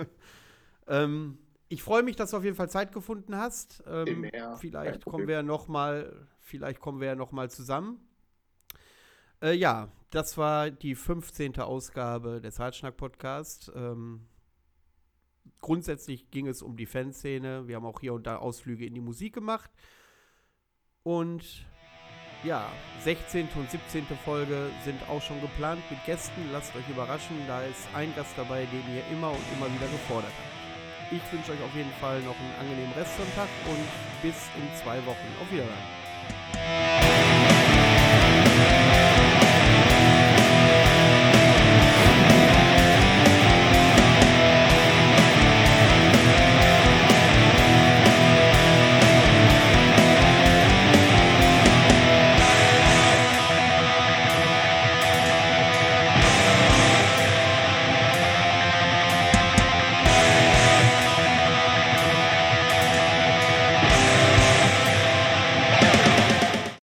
Ich freue mich, dass du auf jeden Fall Zeit gefunden hast. Vielleicht kommen wir ja noch mal zusammen. Ja, das war die 15. Ausgabe des Hartschnack-Podcasts. Grundsätzlich ging es um die Fanszene. Wir haben auch hier und da Ausflüge in die Musik gemacht. Und ja, 16. und 17. Folge sind auch schon geplant mit Gästen. Lasst euch überraschen. Da ist ein Gast dabei, den ihr immer und immer wieder gefordert habt. Ich wünsche euch auf jeden Fall noch einen angenehmen Restsonntag und bis in 2 Wochen. Auf Wiedersehen.